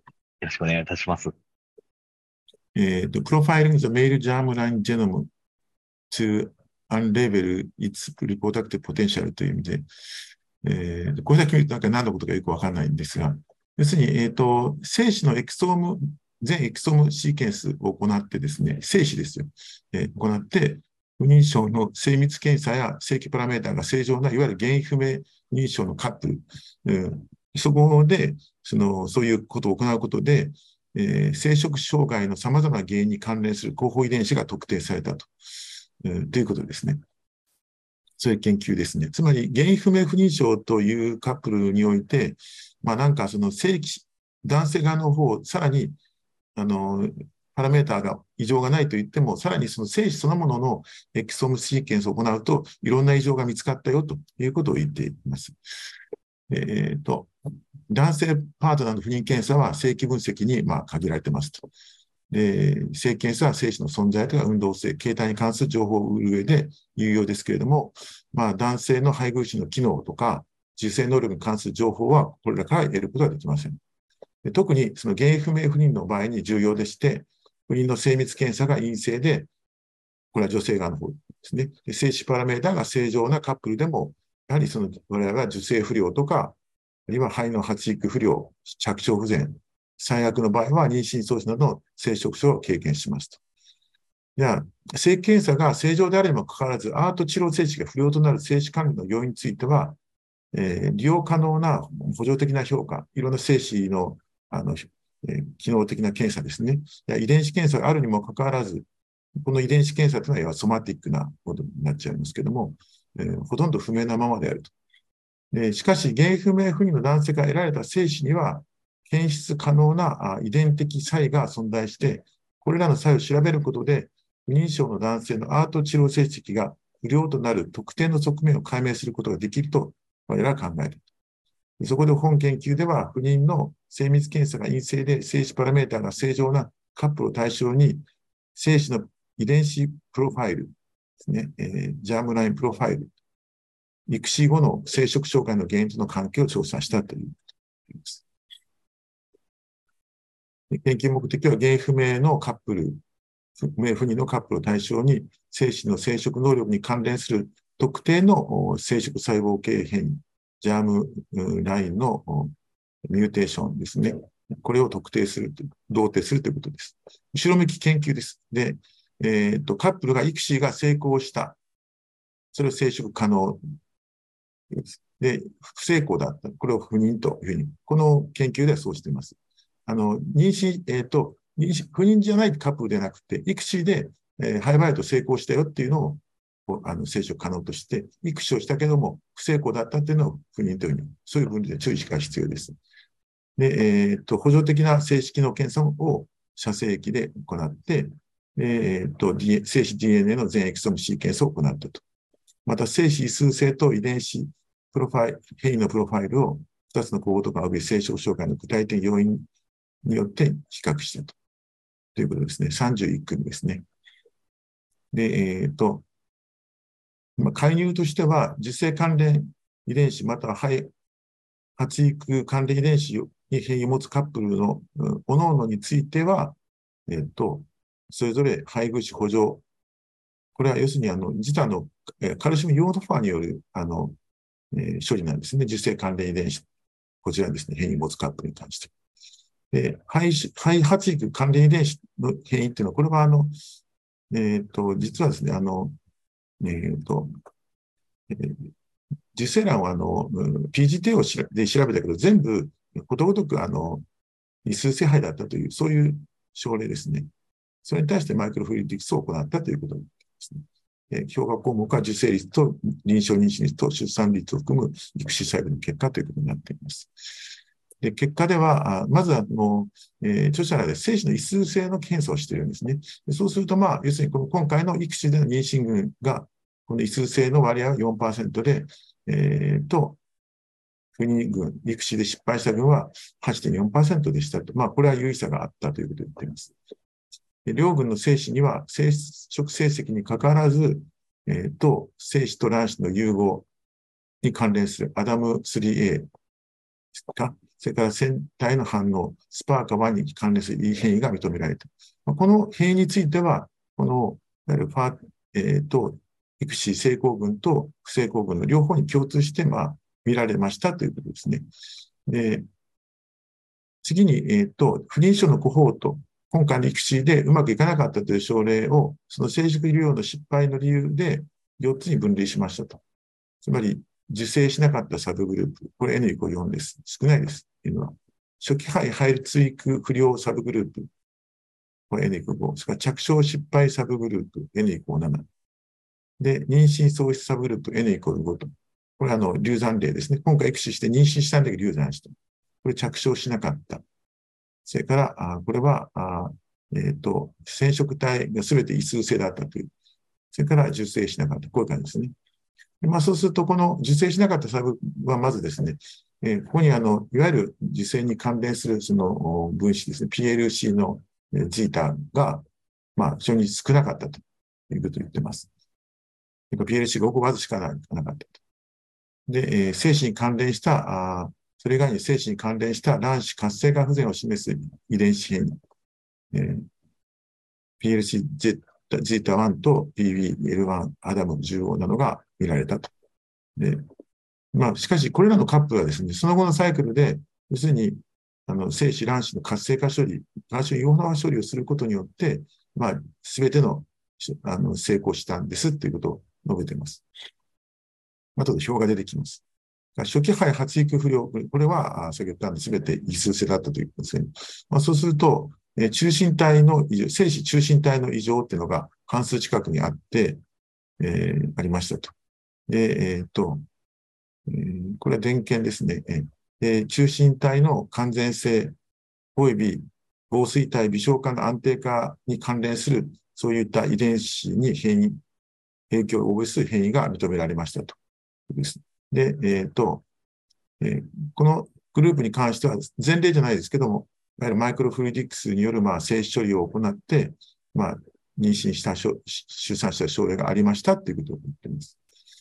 Speaker 1: ろしくお願いいたします。
Speaker 5: Profiling the male germline genome to unravel its reproductive potential という意味で、これだけ見るとなんか何のことかよくわかんないんですが、要するに、精子の全エクソームシーケンスを行ってですね、精子ですよ。行って、不妊症の精密検査や正規パラメータが正常な、いわゆる原因不明不妊症のカップル、そこで、そういうことを行うことで、生殖障害の様々な原因に関連する候補遺伝子が特定されたということですね。そういう研究ですね。つまり、原因不明不妊症というカップルにおいて、なんか男性側の方、さらに、パラメーターが異常がないと言っても、さらにその精子そのもののエクソームシーケンスを行うと、いろんな異常が見つかったよということを言っています。男性パートナーの不妊検査は正規分析に限られていますと。性検査は精子の存在とか運動性、形態に関する情報を売る上で有用ですけれども、男性の配偶子の機能とか、受精能力に関する情報はこれらから得ることはできません。特にその原因不明不妊の場合に重要でして、不妊の精密検査が陰性で、これは女性側の方ですね。精子パラメータが正常なカップルでも、やはり我々は受精不良とか、あるいは肺の発育不良、着床不全、最悪の場合は妊娠喪失などの生殖症を経験しますと。性検査が正常であるにもかかわらず、アート治療精子が不良となる精子管理の要因については、利用可能な補助的な評価、いろんな精子の機能的な検査ですね。遺伝子検査があるにもかかわらず、この遺伝子検査というのはソマティックなことになっちゃいますけども、ほとんど不明なままであると。しかし、原因不明不妊の男性が得られた精子には、検出可能な遺伝的差異が存在して、これらの差異を調べることで、不妊症の男性のアート治療成績が不良となる特定の側面を解明することができると、我々は考える。そこで本研究では、不妊の精密検査が陰性で精子パラメータが正常なカップルを対象に、精子の遺伝子プロファイルですね、ジャームラインプロファイル、育児後の生殖障害の原因との関係を調査したということです。研究目的は原因不明のカップル、不明不妊のカップルを対象に、精子の生殖能力に関連する特定の生殖細胞系変異、ジャームラインのミューテーションですね。これを特定する、同定するということです。後ろ向き研究です。で、カップルが育児が成功した。それを生殖可能です。で、不成功だった。これを不妊というふうに、この研究ではそうしています。不妊じゃないカップルではなくて、育児で、ハイバイト成功したよっていうのを、生殖可能として、育児をしたけども、不成功だったっていうのを不妊というふうに、そういう分類で注意が必要です。で、補助的な精子機能検査を射精液で行って、精子 DNA の全エクソームシーケンスを行ったと。また、精子異数性と遺伝子プロファイル、変異のプロファイルを2つの項とか、生殖障害の具体的要因によって比較したということですね。31組ですね。で、介入としては、受精関連遺伝子、または発育関連遺伝子に変異を持つカップルの各々については、それぞれ配偶子補助。これは要するに、実はカルシウムイオノファーによる、処理なんですね。受精関連遺伝子。こちらですね、変異を持つカップルに関して。で、肺発育関連遺伝子の変異っていうのは、これは実はですね、受精卵はPGT で調べたけど、全部ことごとく異数性肺だったという、そういう症例ですね。それに対してマイクロフルイディクスを行ったということですね。評価項目は受精率と臨床妊娠率と出産率を含む育児細胞の結果ということになっています。で、結果では、まずは著者らで精子の異数性の検査をしているんですね。そうすると、要するに今回の育児での妊娠群が、この異数性の割合は 4% で、不妊群、育児で失敗した群は 8.4% でしたと。これは有意差があったということを言っています。両群の精子には生殖成績にかかわらず、精子と卵子の融合に関連するアダム 3A ですか、 それから船体の反応、スパーカ1に関連する変異が認められた。この変異については、この、いわゆる育児成功群と不成功群の両方に共通して、見られましたということですね。で、次に、不妊症のコホート、今回の育児でうまくいかなかったという症例を、その生殖医療の失敗の理由で4つに分類しましたと。つまり、受精しなかったサブグループ、これ N=4 です。少ないです。N は。初期胚配追育不良サブグループ、これ N=5。それから着床失敗サブグループ、N=7。で、妊娠喪失サブグループ、N=5 と。これは流産例ですね。今回育児して妊娠したんだけど流産した。これ着床しなかった。それから、これは、染色体がすべて異数性だったという。それから受精しなかった。こういう感じですね。そうすると、この受精しなかったサブはまずですね、ここにいわゆる受精に関連するその分子ですね、PLC のジータが、非常に少なかったということを言ってます。PLC が5個わずしかなかったと。で、精子に関連した、それ以外に精子に関連した卵子活性化不全を示す遺伝子変異、PLC ジータ1と PBL1 アダム15などが見られたと。で、しかしこれらのカップルはですね、その後のサイクルで、要するに、精子卵子の活性化処理、卵子の溶化処理をすることによって、すべての、成功したんですということを述べています。後で表が出てきます。初期胚発育不良、これは、先ほど言ったんですべて異数性だったということですね。そうすると、中心体の異常、精子中心体の異常っていうのが半数近くにあって、ありましたと。で、これは電検ですね。中心体の完全性及び紡錘体微小化の安定化に関連する、そういった遺伝子に影響を及ぼす変異が認められましたと。で、このグループに関しては前例じゃないですけども、いわゆるマイクロフルイディックスによる精子処理を行って、妊娠した、出産した症例がありましたということを言っています。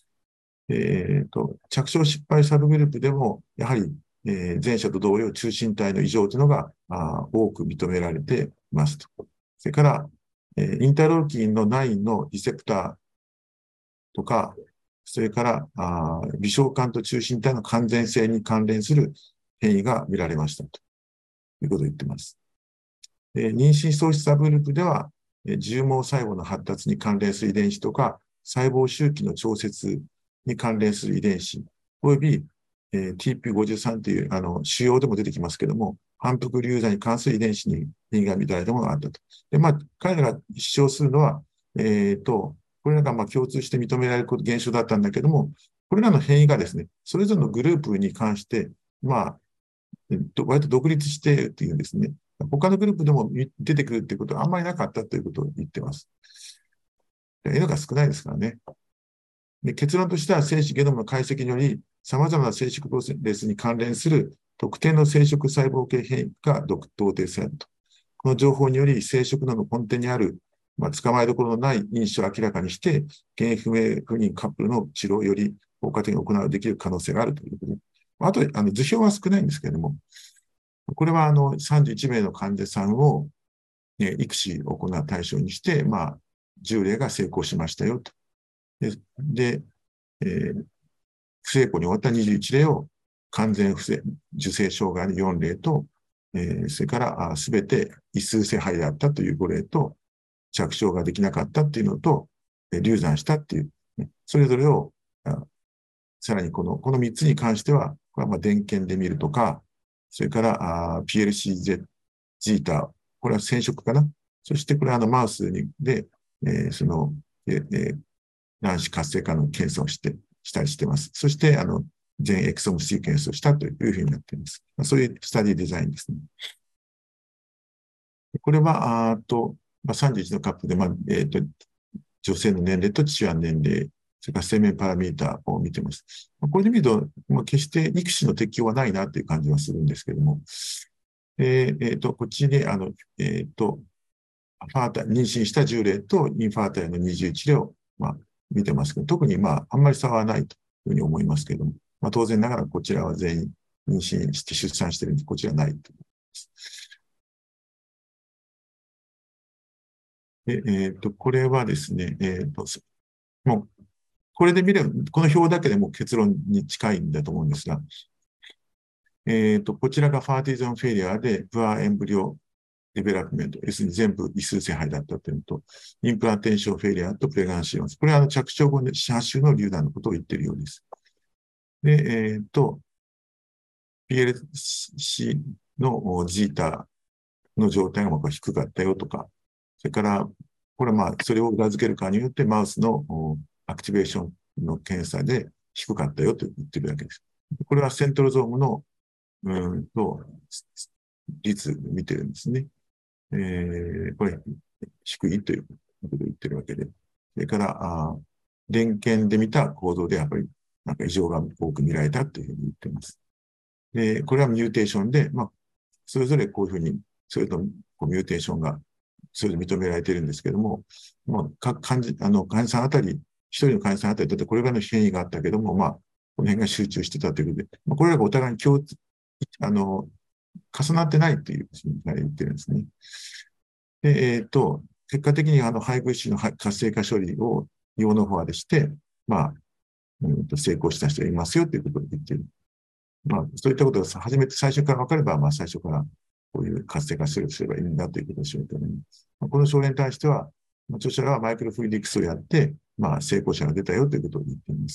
Speaker 5: 着床失敗サブグループでも、やはり、前者と同様、中心体の異常というのが多く認められていますと。それから、インターローキンの9のリセプターとか、それから、微小管と中心体の完全性に関連する変異が見られましたということを言っています。妊娠喪失サブグループでは、重毛細胞の発達に関連する遺伝子とか、細胞周期の調節に関連する遺伝子、および、TP53 という、腫瘍でも出てきますけども、反復流産に関する遺伝子に変異が見られたものがあったと。で、彼らが主張するのは、これらが共通して認められる現象だったんだけども、これらの変異がですね、それぞれのグループに関して、割と独立しているというんですね。他のグループでも出てくるということはあんまりなかったということを言っています。N が少ないですからね。で、結論としては、精子ゲノムの解析により、様々な生殖プロセスに関連する特定の生殖細胞系変異が同定されると。この情報により、生殖の根底にある、捕まえどころのない因子を明らかにして、原因不明不妊カップルの治療をより効果的に行うできる可能性があるということで。あと、図表は少ないんですけれども、これは31名の患者さんを、育児を行う対象にして、10例が成功しましたよと。で、不成功に終わった21例を完全受精障害の4例と、それからすべて異数性胚であったという5例と、着床ができなかったっていうのと、流産したっていう、それぞれを、さらにこの3つに関しては、これは電検で見るとか、それからPLC ジータ、これは染色かな。そしてこれはマウスで、卵子活性化の検査をしたりしています。そして、全エクソムシーケンスをしたというふうになっています。そういうスタディデザインですね。これは、31のカップで、女性の年齢と父親の年齢、それから生命パラミータを見ています。これで見ると、決して育児の適用はないなという感じはするんですけれども、こっちに、妊娠した10例とインファータイルの21例を、見てますけど、特にあんまり差はないというふうに思いますけれども、当然ながらこちらは全員妊娠して出産してるんで、こちらないと思います。で、これはですね、もう、これで見れば、この表だけでも結論に近いんだと思うんですが、こちらがファーティゾンフェリアで、プアエンブリオデベロップメント、要するに全部異数性肺だったというのと、インプランテーションフェリアとプレガンシーオンス。これは着床後の4、8週の流産のことを言っているようです。で、PLC のジータの状態が低かったよとか、それから、これはまあ、それを裏付けるかによって、マウスのアクティベーションの検査で低かったよと言ってるわけです。これはセントロゾームの率見てるんですね。これ、低いということを言ってるわけで。それから、電検で見た構造でやっぱりなんか異常が多く見られたというふうに言っています。で、これはミューテーションで、まあ、それぞれこういうふうに、それとミューテーションが、それで認められているんですけども、まあ、患者さんあたり、一人の患者さんあたりだってこれぐらいの変異があったけども、まあ、この辺が集中してたということで、まあ、これらがお互いに重なってないというふうに言ってるんですね。で、結果的に配偶子の活性化処理をイオノフォアでして、まあ、成功した人がいますよということを言っている。まあ、そういったことが最初から分かれば、まあ、最初からこういう活性化処理をすればいいんだということを知るために、この症例に対しては、著者らはマイクロフルイディクスをやって、まあ、成功者が出たよということを言っています。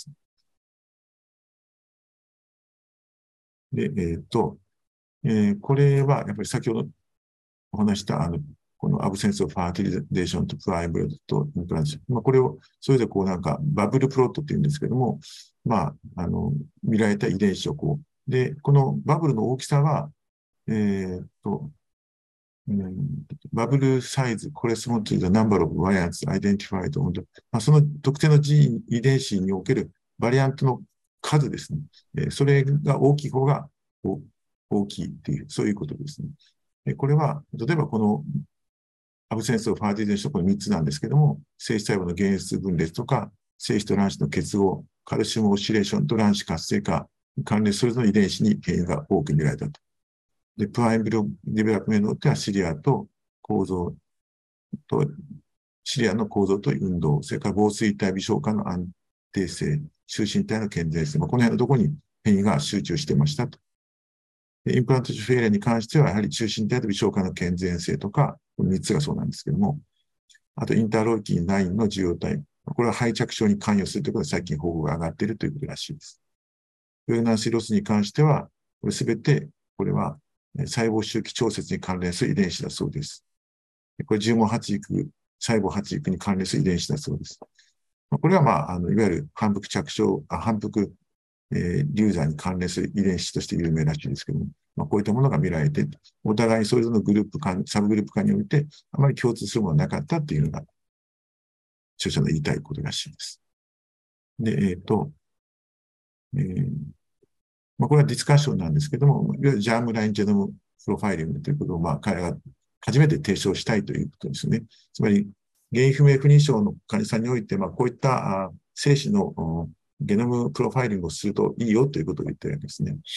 Speaker 5: で、これはやっぱり先ほどお話したこのアブセンスオファーティリゼーションとプライブレッドとインプラント、まあ、これをそれぞれこうなんかバブルプロットっていうんですけども、まあ、見られた遺伝子をこう、で、このバブルの大きさは、バブルサイズ、コレスモントゥザナンバーオブバリアンツ、アイデンティファイド、まあ、その特定の遺伝子におけるバリアントの数ですね。それが大きい方が大きいっていう、そういうことですね。これは、例えばこのアブセンスオファーティゼーション、この3つなんですけども、精子細胞の原質分裂とか、精子と卵子の結合、カルシウムオシレーションと卵子活性化に関連するその遺伝子に変異が多く見られたと。で、プアエンブリオデベロップメントではシリアと構造と、シリアの構造と運動、それから防水体微小化の安定性、中心体の健全性、まあ、この辺のところに変異が集中してましたと。インプラントフェイリアに関しては、やはり中心体と微小化の健全性とか、この3つがそうなんですけども、あとインターローキン9の受容体、これは肺着症に関与するということで最近報告が上がっているということらしいです。プレグナンシーロスに関しては、これすべて、これは細胞周期調節に関連する遺伝子だそうです。これ、重毛発育、細胞発育に関連する遺伝子だそうです。これは、まあ、いわゆる反復流産に関連する遺伝子として有名らしいですけども、まあ、こういったものが見られて、お互いそれぞれのグループ間、サブグループ間において、あまり共通するものがなかったっていうのが、著者の言いたいことらしいです。で、まあ、これはディスカッションなんですけども、いわゆるジャームラインジェノムプロファイリングということを、まあ、彼らが初めて提唱したいということですね。つまり、原因不明不妊症の患者さんにおいて、まあ、こういった精子のゲノムプロファイリングをするといいよということを言ってるわけですね。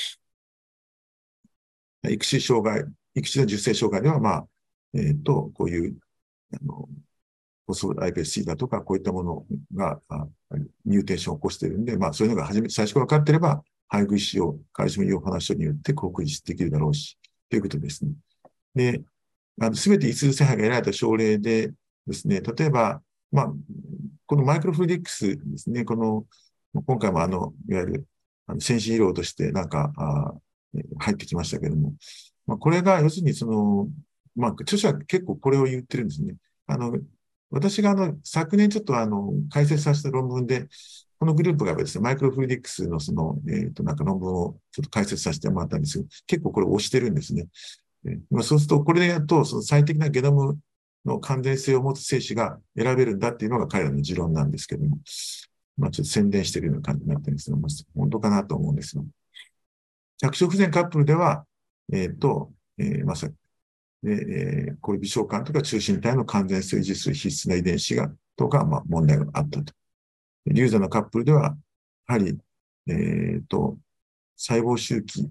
Speaker 5: 育児の受精障害では、まあ、こういう、ホスフォライペス C だとか、こういったものがミューテーションを起こしているんで、まあ、そういうのが最初から分かっていれば、配偶子をカルシウムイオン話書によって克服できるだろうし、ということですね。で、すべて異数性肺が得られた症例でですね、例えば、まあ、このマイクロフルディックスですね、今回もいわゆる先進医療としてなんか入ってきましたけれども、まあ、これが要するにまあ、著者は結構これを言ってるんですね。私が昨年ちょっと解説させた論文で、このグループがですね、マイクロフルディックスのなんか論文をちょっと解説させてもらったんですけど、結構これを押してるんですね。まあ、そうすると、これでやると、その最適なゲノムの完全性を持つ精子が選べるんだっていうのが彼らの持論なんですけども、まあ、ちょっと宣伝しているような感じになってるんですけども、本当かなと思うんですが、着床不全カップルでは、まさに、こういう微小管とか中心体の完全性を維持する必須な遺伝子とか、まあ、問題があったと。流産のカップルでは、やはり、細胞周期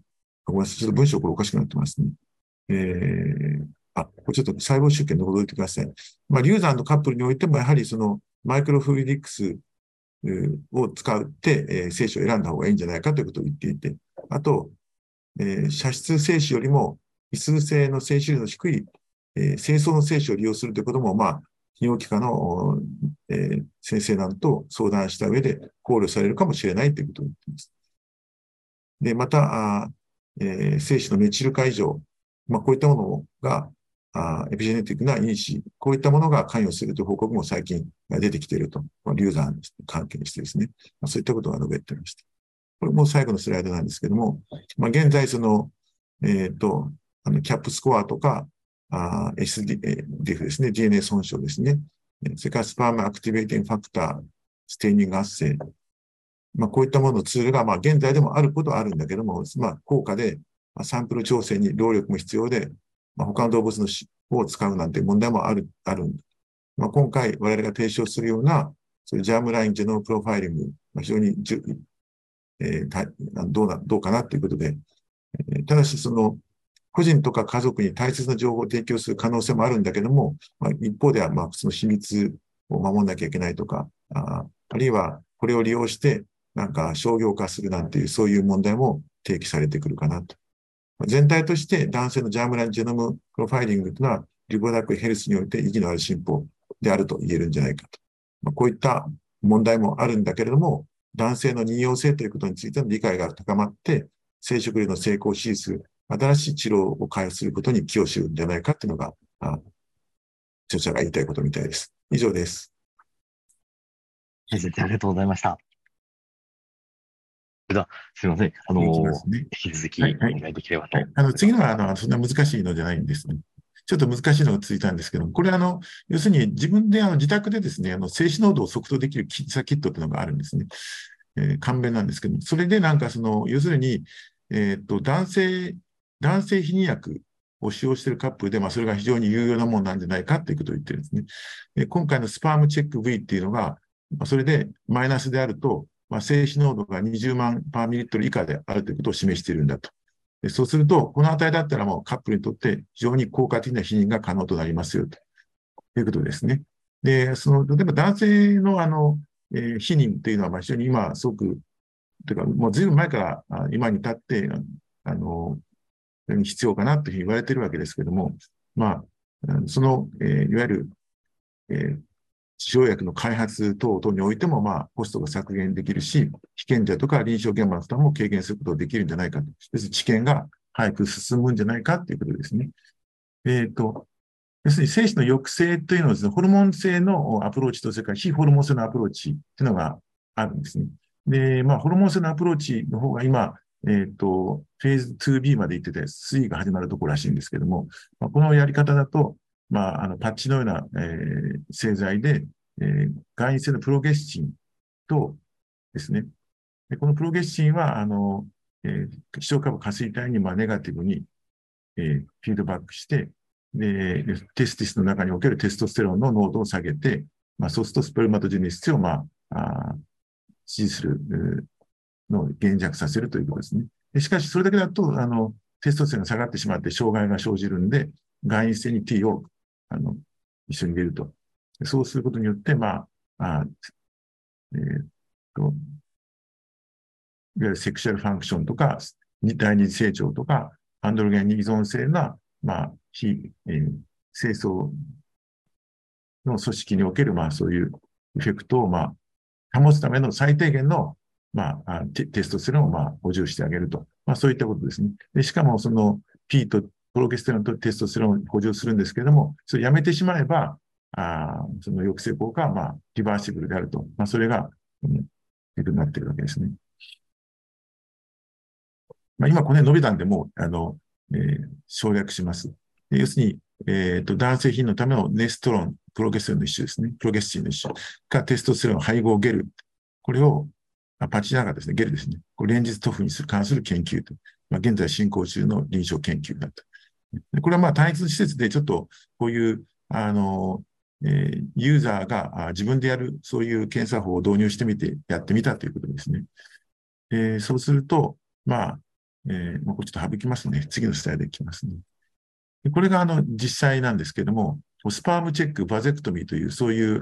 Speaker 5: ごめんなさい。ちょっと文章これおかしくなってますね。これちょっと細胞集計のところでてください。流産のカップルにおいても、やはりそのマイクロフルイディックスを使って、精子を選んだ方がいいんじゃないかということを言っていて、あと、射出精子よりも異数性の精子量の低い、精巣の精子を利用するということも、泌尿器科の、先生なんと相談した上で考慮されるかもしれないということを言っています。で、また、精子のメチル化異常、こういったものが、エピジェネティックな因子、こういったものが関与するという報告も最近出てきていると、流産関係にしてですね、そういったことが述べていました。これも最後のスライドなんですけども、現在その、キャップスコアとか、SDF ですね、DNA 損傷ですね、それからスパームアクティベーティングファクター、ステイニング圧生、こういったもののツールが、現在でもあることはあるんだけども、高価で、サンプル調整に労力も必要で、他の動物のを使うなんて問題もある。今回我々が提唱するような、そういうジャームラインジェノムプロファイリング、非常にどうかなということで、ただしその、個人とか家族に大切な情報を提供する可能性もあるんだけども、一方ではその秘密を守らなきゃいけないとか、あるいはこれを利用して商業化するなんていうそういう問題も提起されてくるかなと。全体として男性のジャームラインジェノムプロファイリングというのはリプロダクティブヘルスにおいて意義のある進歩であると言えるんじゃないかと。こういった問題もあるんだけれども、男性の妊用性ということについての理解が高まって、生殖類の成功を支持する新しい治療を開発することに寄与するんじゃないかというのが、著者が言いたいことみたいです。以上です。
Speaker 1: 先生、ありがとうございました。それでは、すみません。引き続きお願いできればと。
Speaker 5: 次のは、そんな難しいのじゃないんですね。ちょっと難しいのが続いたんですけど、これ要するに自分で自宅でですね、精子濃度を測定できる検査キットというのがあるんですね。簡便なんですけど、それで要するに、男性避妊薬を使用しているカップルで、それが非常に有用なものなんじゃないかということを言ってるんですね。で今回のスパームチェック V っていうのが、それでマイナスであると、精子濃度が20万パーミリリットル以下であるということを示しているんだと。でそうすると、この値だったらもうカップルにとって非常に効果的な避妊が可能となりますよということですね。で、例えば男性の避妊というのは非常に今すごく、というかもうずいぶん前から今に至って必要かなというふうに言われているわけですけれども、いわゆる、治療薬の開発等々においても、コストが削減できるし、被験者とか臨床現場の負担も軽減することができるんじゃないかと。要するに知見が早く進むんじゃないかということですね。要するに精子の抑制というのはですね、ホルモン性のアプローチと、それから非ホルモン性のアプローチというのがあるんですね。で、ホルモン性のアプローチの方が今、フェーズ 2B まで行ってて、3が始まるところらしいんですけども、このやり方だと、パッチのような、製剤で、外因性のプロゲスチンとですね、でこのプロゲスチンは、希少株下垂体にネガティブに、フィードバックして、で、テスティスの中におけるテストステロンの濃度を下げて、そうするとスペルマトジェネシスを、支持するのを減弱させるということですね。しかし、それだけだと、テストステロンが下がってしまって障害が生じるんで、外因性に T を、一緒に入れると。そうすることによって、いわゆるセクシャルファンクションとか、第二次成長とか、アンドロゲンに依存性な、非、精巣の組織における、そういうエフェクトを、保つための最低限の、テストステロンを、補充してあげると。そういったことですね。でしかも、その P とプロゲステロンとテストステロンを補充するんですけれども、それをやめてしまえば、その抑制効果は、リバーシブルであると。それが、なっているわけですね。今、この辺伸びたんで、もう、省略します。要するに、男性品のためのネストロン、プロゲステロンの一種ですね。プロゲスチンの一種か、テストステロン配合ゲル。これを、パチナガですね、ゲルですね。これ連日塗布に関する研究と。現在進行中の臨床研究だと。これは単一施設でちょっと、こういう、ユーザーが自分でやる、そういう検査法を導入してみて、やってみたということですね。そうすると、 これちょっと省きますね。次のスライドいきますね。でこれが実際なんですけども、スパームチェック、バゼクトミーという、そういう、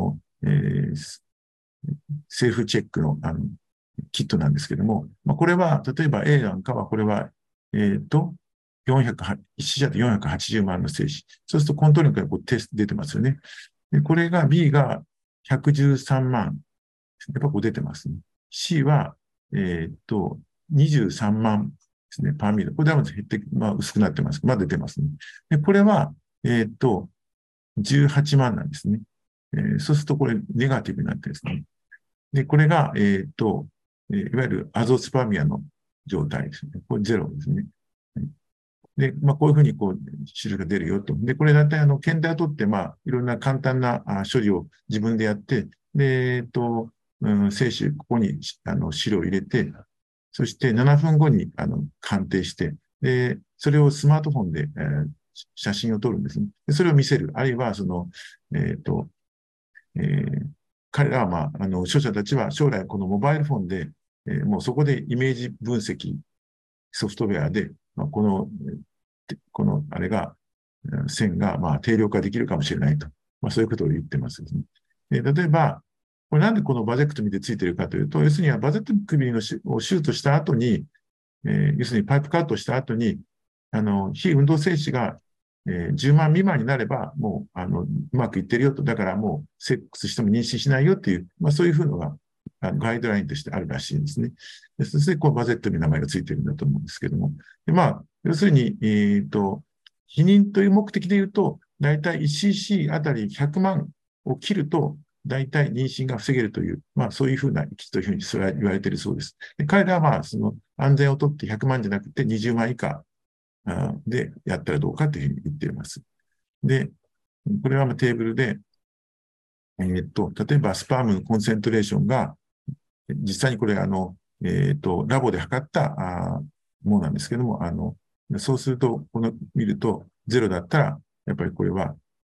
Speaker 5: セルフチェックの、キットなんですけども、これは、例えば A なんかは、これは、1社で480万の精子。そうするとコントロールからこうテスト出てますよね。で、これが B が113万。やっぱこう出てますね。C は、23万ですね、パーミル。これは減って、薄くなってます。出てますね。で、これは、18万なんですね。そうするとこれネガティブになってですね。で、これが、いわゆるアゾスパミアの状態ですね。これゼロですね。で、こういうふうにこう、種類が出るよと。で、これだいたい検体を取って、いろんな簡単な処理を自分でやって、で、精子、ここに汁を入れて、そして7分後に鑑定して、で、それをスマートフォンで、写真を撮るんですね。でそれを見せる。あるいは、彼らは、著者たちは将来このモバイルフォンで、もうそこでイメージ分析ソフトウェアで、このあれが、線が、定量化できるかもしれないと。そういうことを言ってますですね。例えば、これなんでこのバゼクトミーでついているかというと、要するにバゼクトミーを手術した後に、要するにパイプカットした後に、非運動精子が、10万未満になれば、もう、うまくいってるよと。だからもう、セックスしても妊娠しないよっていう、そういうふうのが、ガイドラインとしてあるらしいんですね。でそして、こう、バゼクトミーの名前がついてるんだと思うんですけども。で要するに、避妊という目的で言うと、だいたい 1cc あたり100万を切ると、だいたい妊娠が防げるという、そういうふうな基地というふうにそれは言われているそうです。で彼らは、その安全をとって100万じゃなくて20万以下でやったらどうかというふうに言っています。で、これはテーブルで、例えばスパームのコンセントレーションが、実際にこれ、ラボで測ったものなんですけども、そうすると、見ると、ゼロだったら、やっぱりこれは、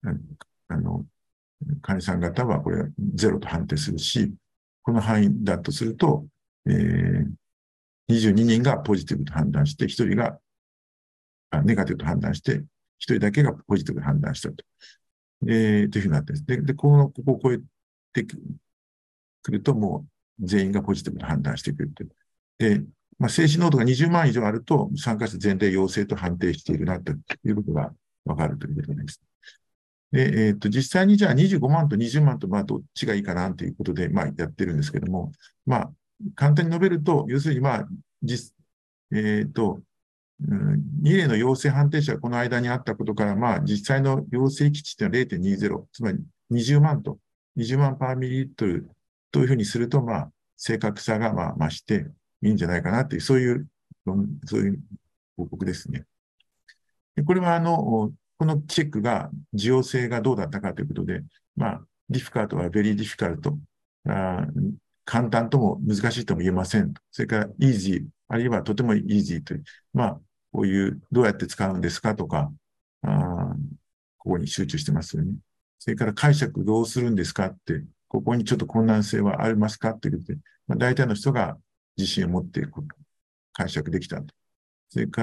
Speaker 5: 患者さん方はこれゼロと判定するし、この範囲だとすると、22人がポジティブと判断して、1人がネガティブと判断して、1人だけがポジティブと判断したと。というふうになってます。で、ここを超えてくると、もう全員がポジティブと判断してくるという。で、精子濃度が20万以上あると、参加者全体陽性と判定しているなということがわかるということです。で、実際にじゃあ25万と20万と、どっちがいいかなということで、やってるんですけども、簡単に述べると、要するに、2例の陽性判定者がこの間にあったことから、実際の陽性基地というのは 0.20、つまり20万パーミリリットルというふうにすると、正確さが増していいんじゃないかなという、そういう報告ですね。でこれは、このチェックが、需要性がどうだったかということで、ディフィカルトはベリーディフィカルト、簡単とも難しいとも言えません。それから、イージー、あるいはとてもイージーという、こういう、どうやって使うんですかとか、ここに集中してますよね。それから、解釈どうするんですかって、ここにちょっと困難性はありますかということで、大体の人が自信を持って解釈できたと。それから、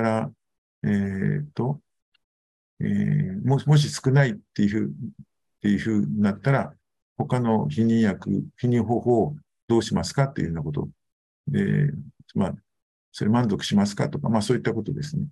Speaker 5: もし少ないっていうふうになったら、他の避妊方法をどうしますかっていうようなこと。で、それ満足しますかとか、そういったことですね。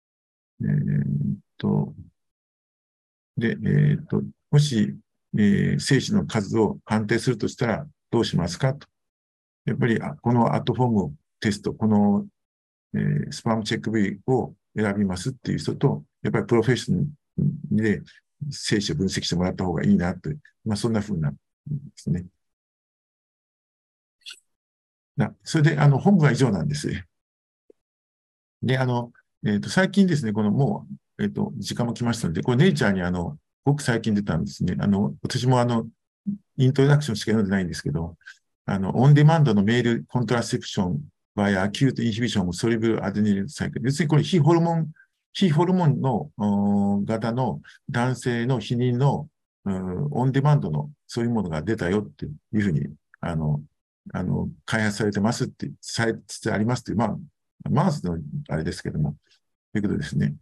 Speaker 5: もし、精子の数を判定するとしたらどうしますかと。やっぱり、このアットフォームテスト、この、スパームチェック V を選びますっていう人と、やっぱりプロフェッショナルで精子を分析してもらった方がいいなと、そんな風なんですね。それで、本部は以上なんです。で、最近ですね、もう、時間も来ましたので、これネイチャーにごく最近出たんですね。私もイントロダクションしか読んでないんですけど、オンデマンドのメールコントラセプションバイアキュートインヒビションソリブルアデニルサイクル。要するにこれ非ホルモンの型の男性の避妊のオンデマンドのそういうものが出たよっていうふうに、開発されてますって、されつつありますっていう、 マウスのあれですけども、ということですね。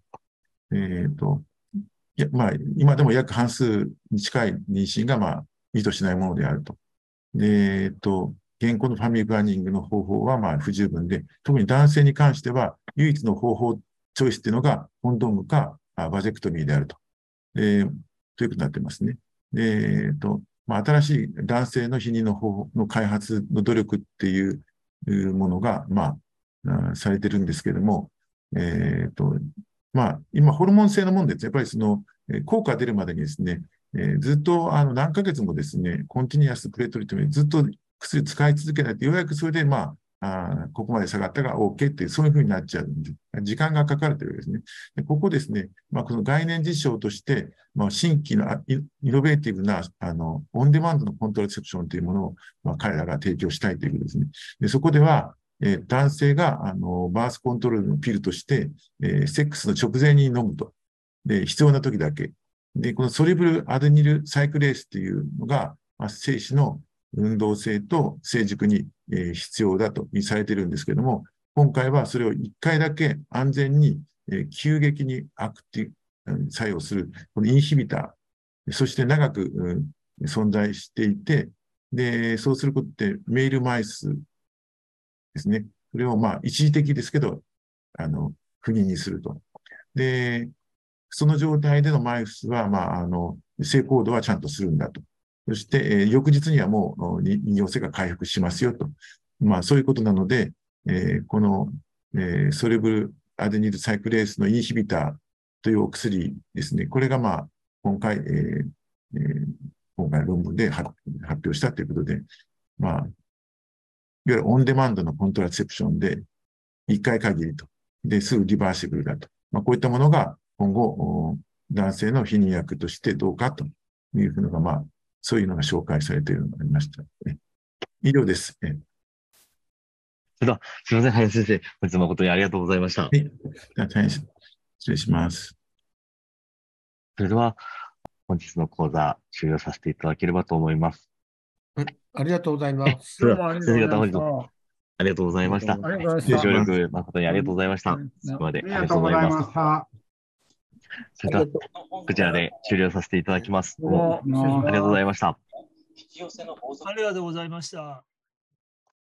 Speaker 5: いや、まあ、今でも約半数に近い妊娠が、まあ、意図しないものであると。で、現行のファミリープランニングの方法は、まあ、不十分で、特に男性に関しては、唯一の方法、チョイスっていうのが、コンドームか、バジェクトミーであると。ということになってますね。で、まあ、新しい男性の避妊の方法の開発の努力っていうものが、まあ、されてるんですけれども、まあ、今、ホルモン性のもんです。やっぱりその、効果が出るまでにですね、ずっと何ヶ月もですね、コンティニアスプレートリートメントずっと薬使い続けないと、ようやくそれで、まあ、ここまで下がったが OK っていう、そういうふうになっちゃうんで、時間がかかるというですね。でここですね、まあ、この概念実証として、まあ、新規のイノベーティブな、オンデマンドのコントラセプションというものを、まあ、彼らが提供したいということですね。でそこでは、男性がバースコントロールのピルとして、セックスの直前に飲むと。で、必要な時だけ。で、このソリブルアデニルサイクレースっていうのが、まあ、精子の運動性と成熟に、必要だとされているんですけども、今回はそれを1回だけ安全に、急激にアクティブ、作用する、このインヒビター、そして長く、存在していて、で、そうすることでメールマイスですね。それをまあ一時的ですけど、不妊にすると。で、その状態でのマイスは、まあ、性行動はちゃんとするんだと。そして、翌日にはもう妊娠性が回復しますよと。まあ、そういうことなので、この、ソレブルアデニルサイクレースのインヒビターというお薬ですね。これがまあ、今回論文で発表したということで、まあ、いわゆるオンデマンドのコントラセプションで、1回限りと。で、すぐリバーシブルだと。まあ、こういったものが今後、男性の避妊薬としてどうかというのが、まあ、そういうのが紹介されているのがありました。以上です。
Speaker 1: それでは、すみません、林先生。本日も誠にありがとうございました。
Speaker 5: はい。大変失礼します。
Speaker 1: それでは、本日の講座終了させていただければと思います。
Speaker 3: ありがとうございます。
Speaker 1: それでは、
Speaker 3: どうもあり
Speaker 1: 先生方
Speaker 3: がとうございました。
Speaker 1: 本日もありがとうございました。
Speaker 3: ありがとうございました。
Speaker 1: ご協力誠にありがとうございました。最後までありがとうございます。それでは、こちらで終了させていただきます。どうもありがとうございました。
Speaker 6: ありがとうございました。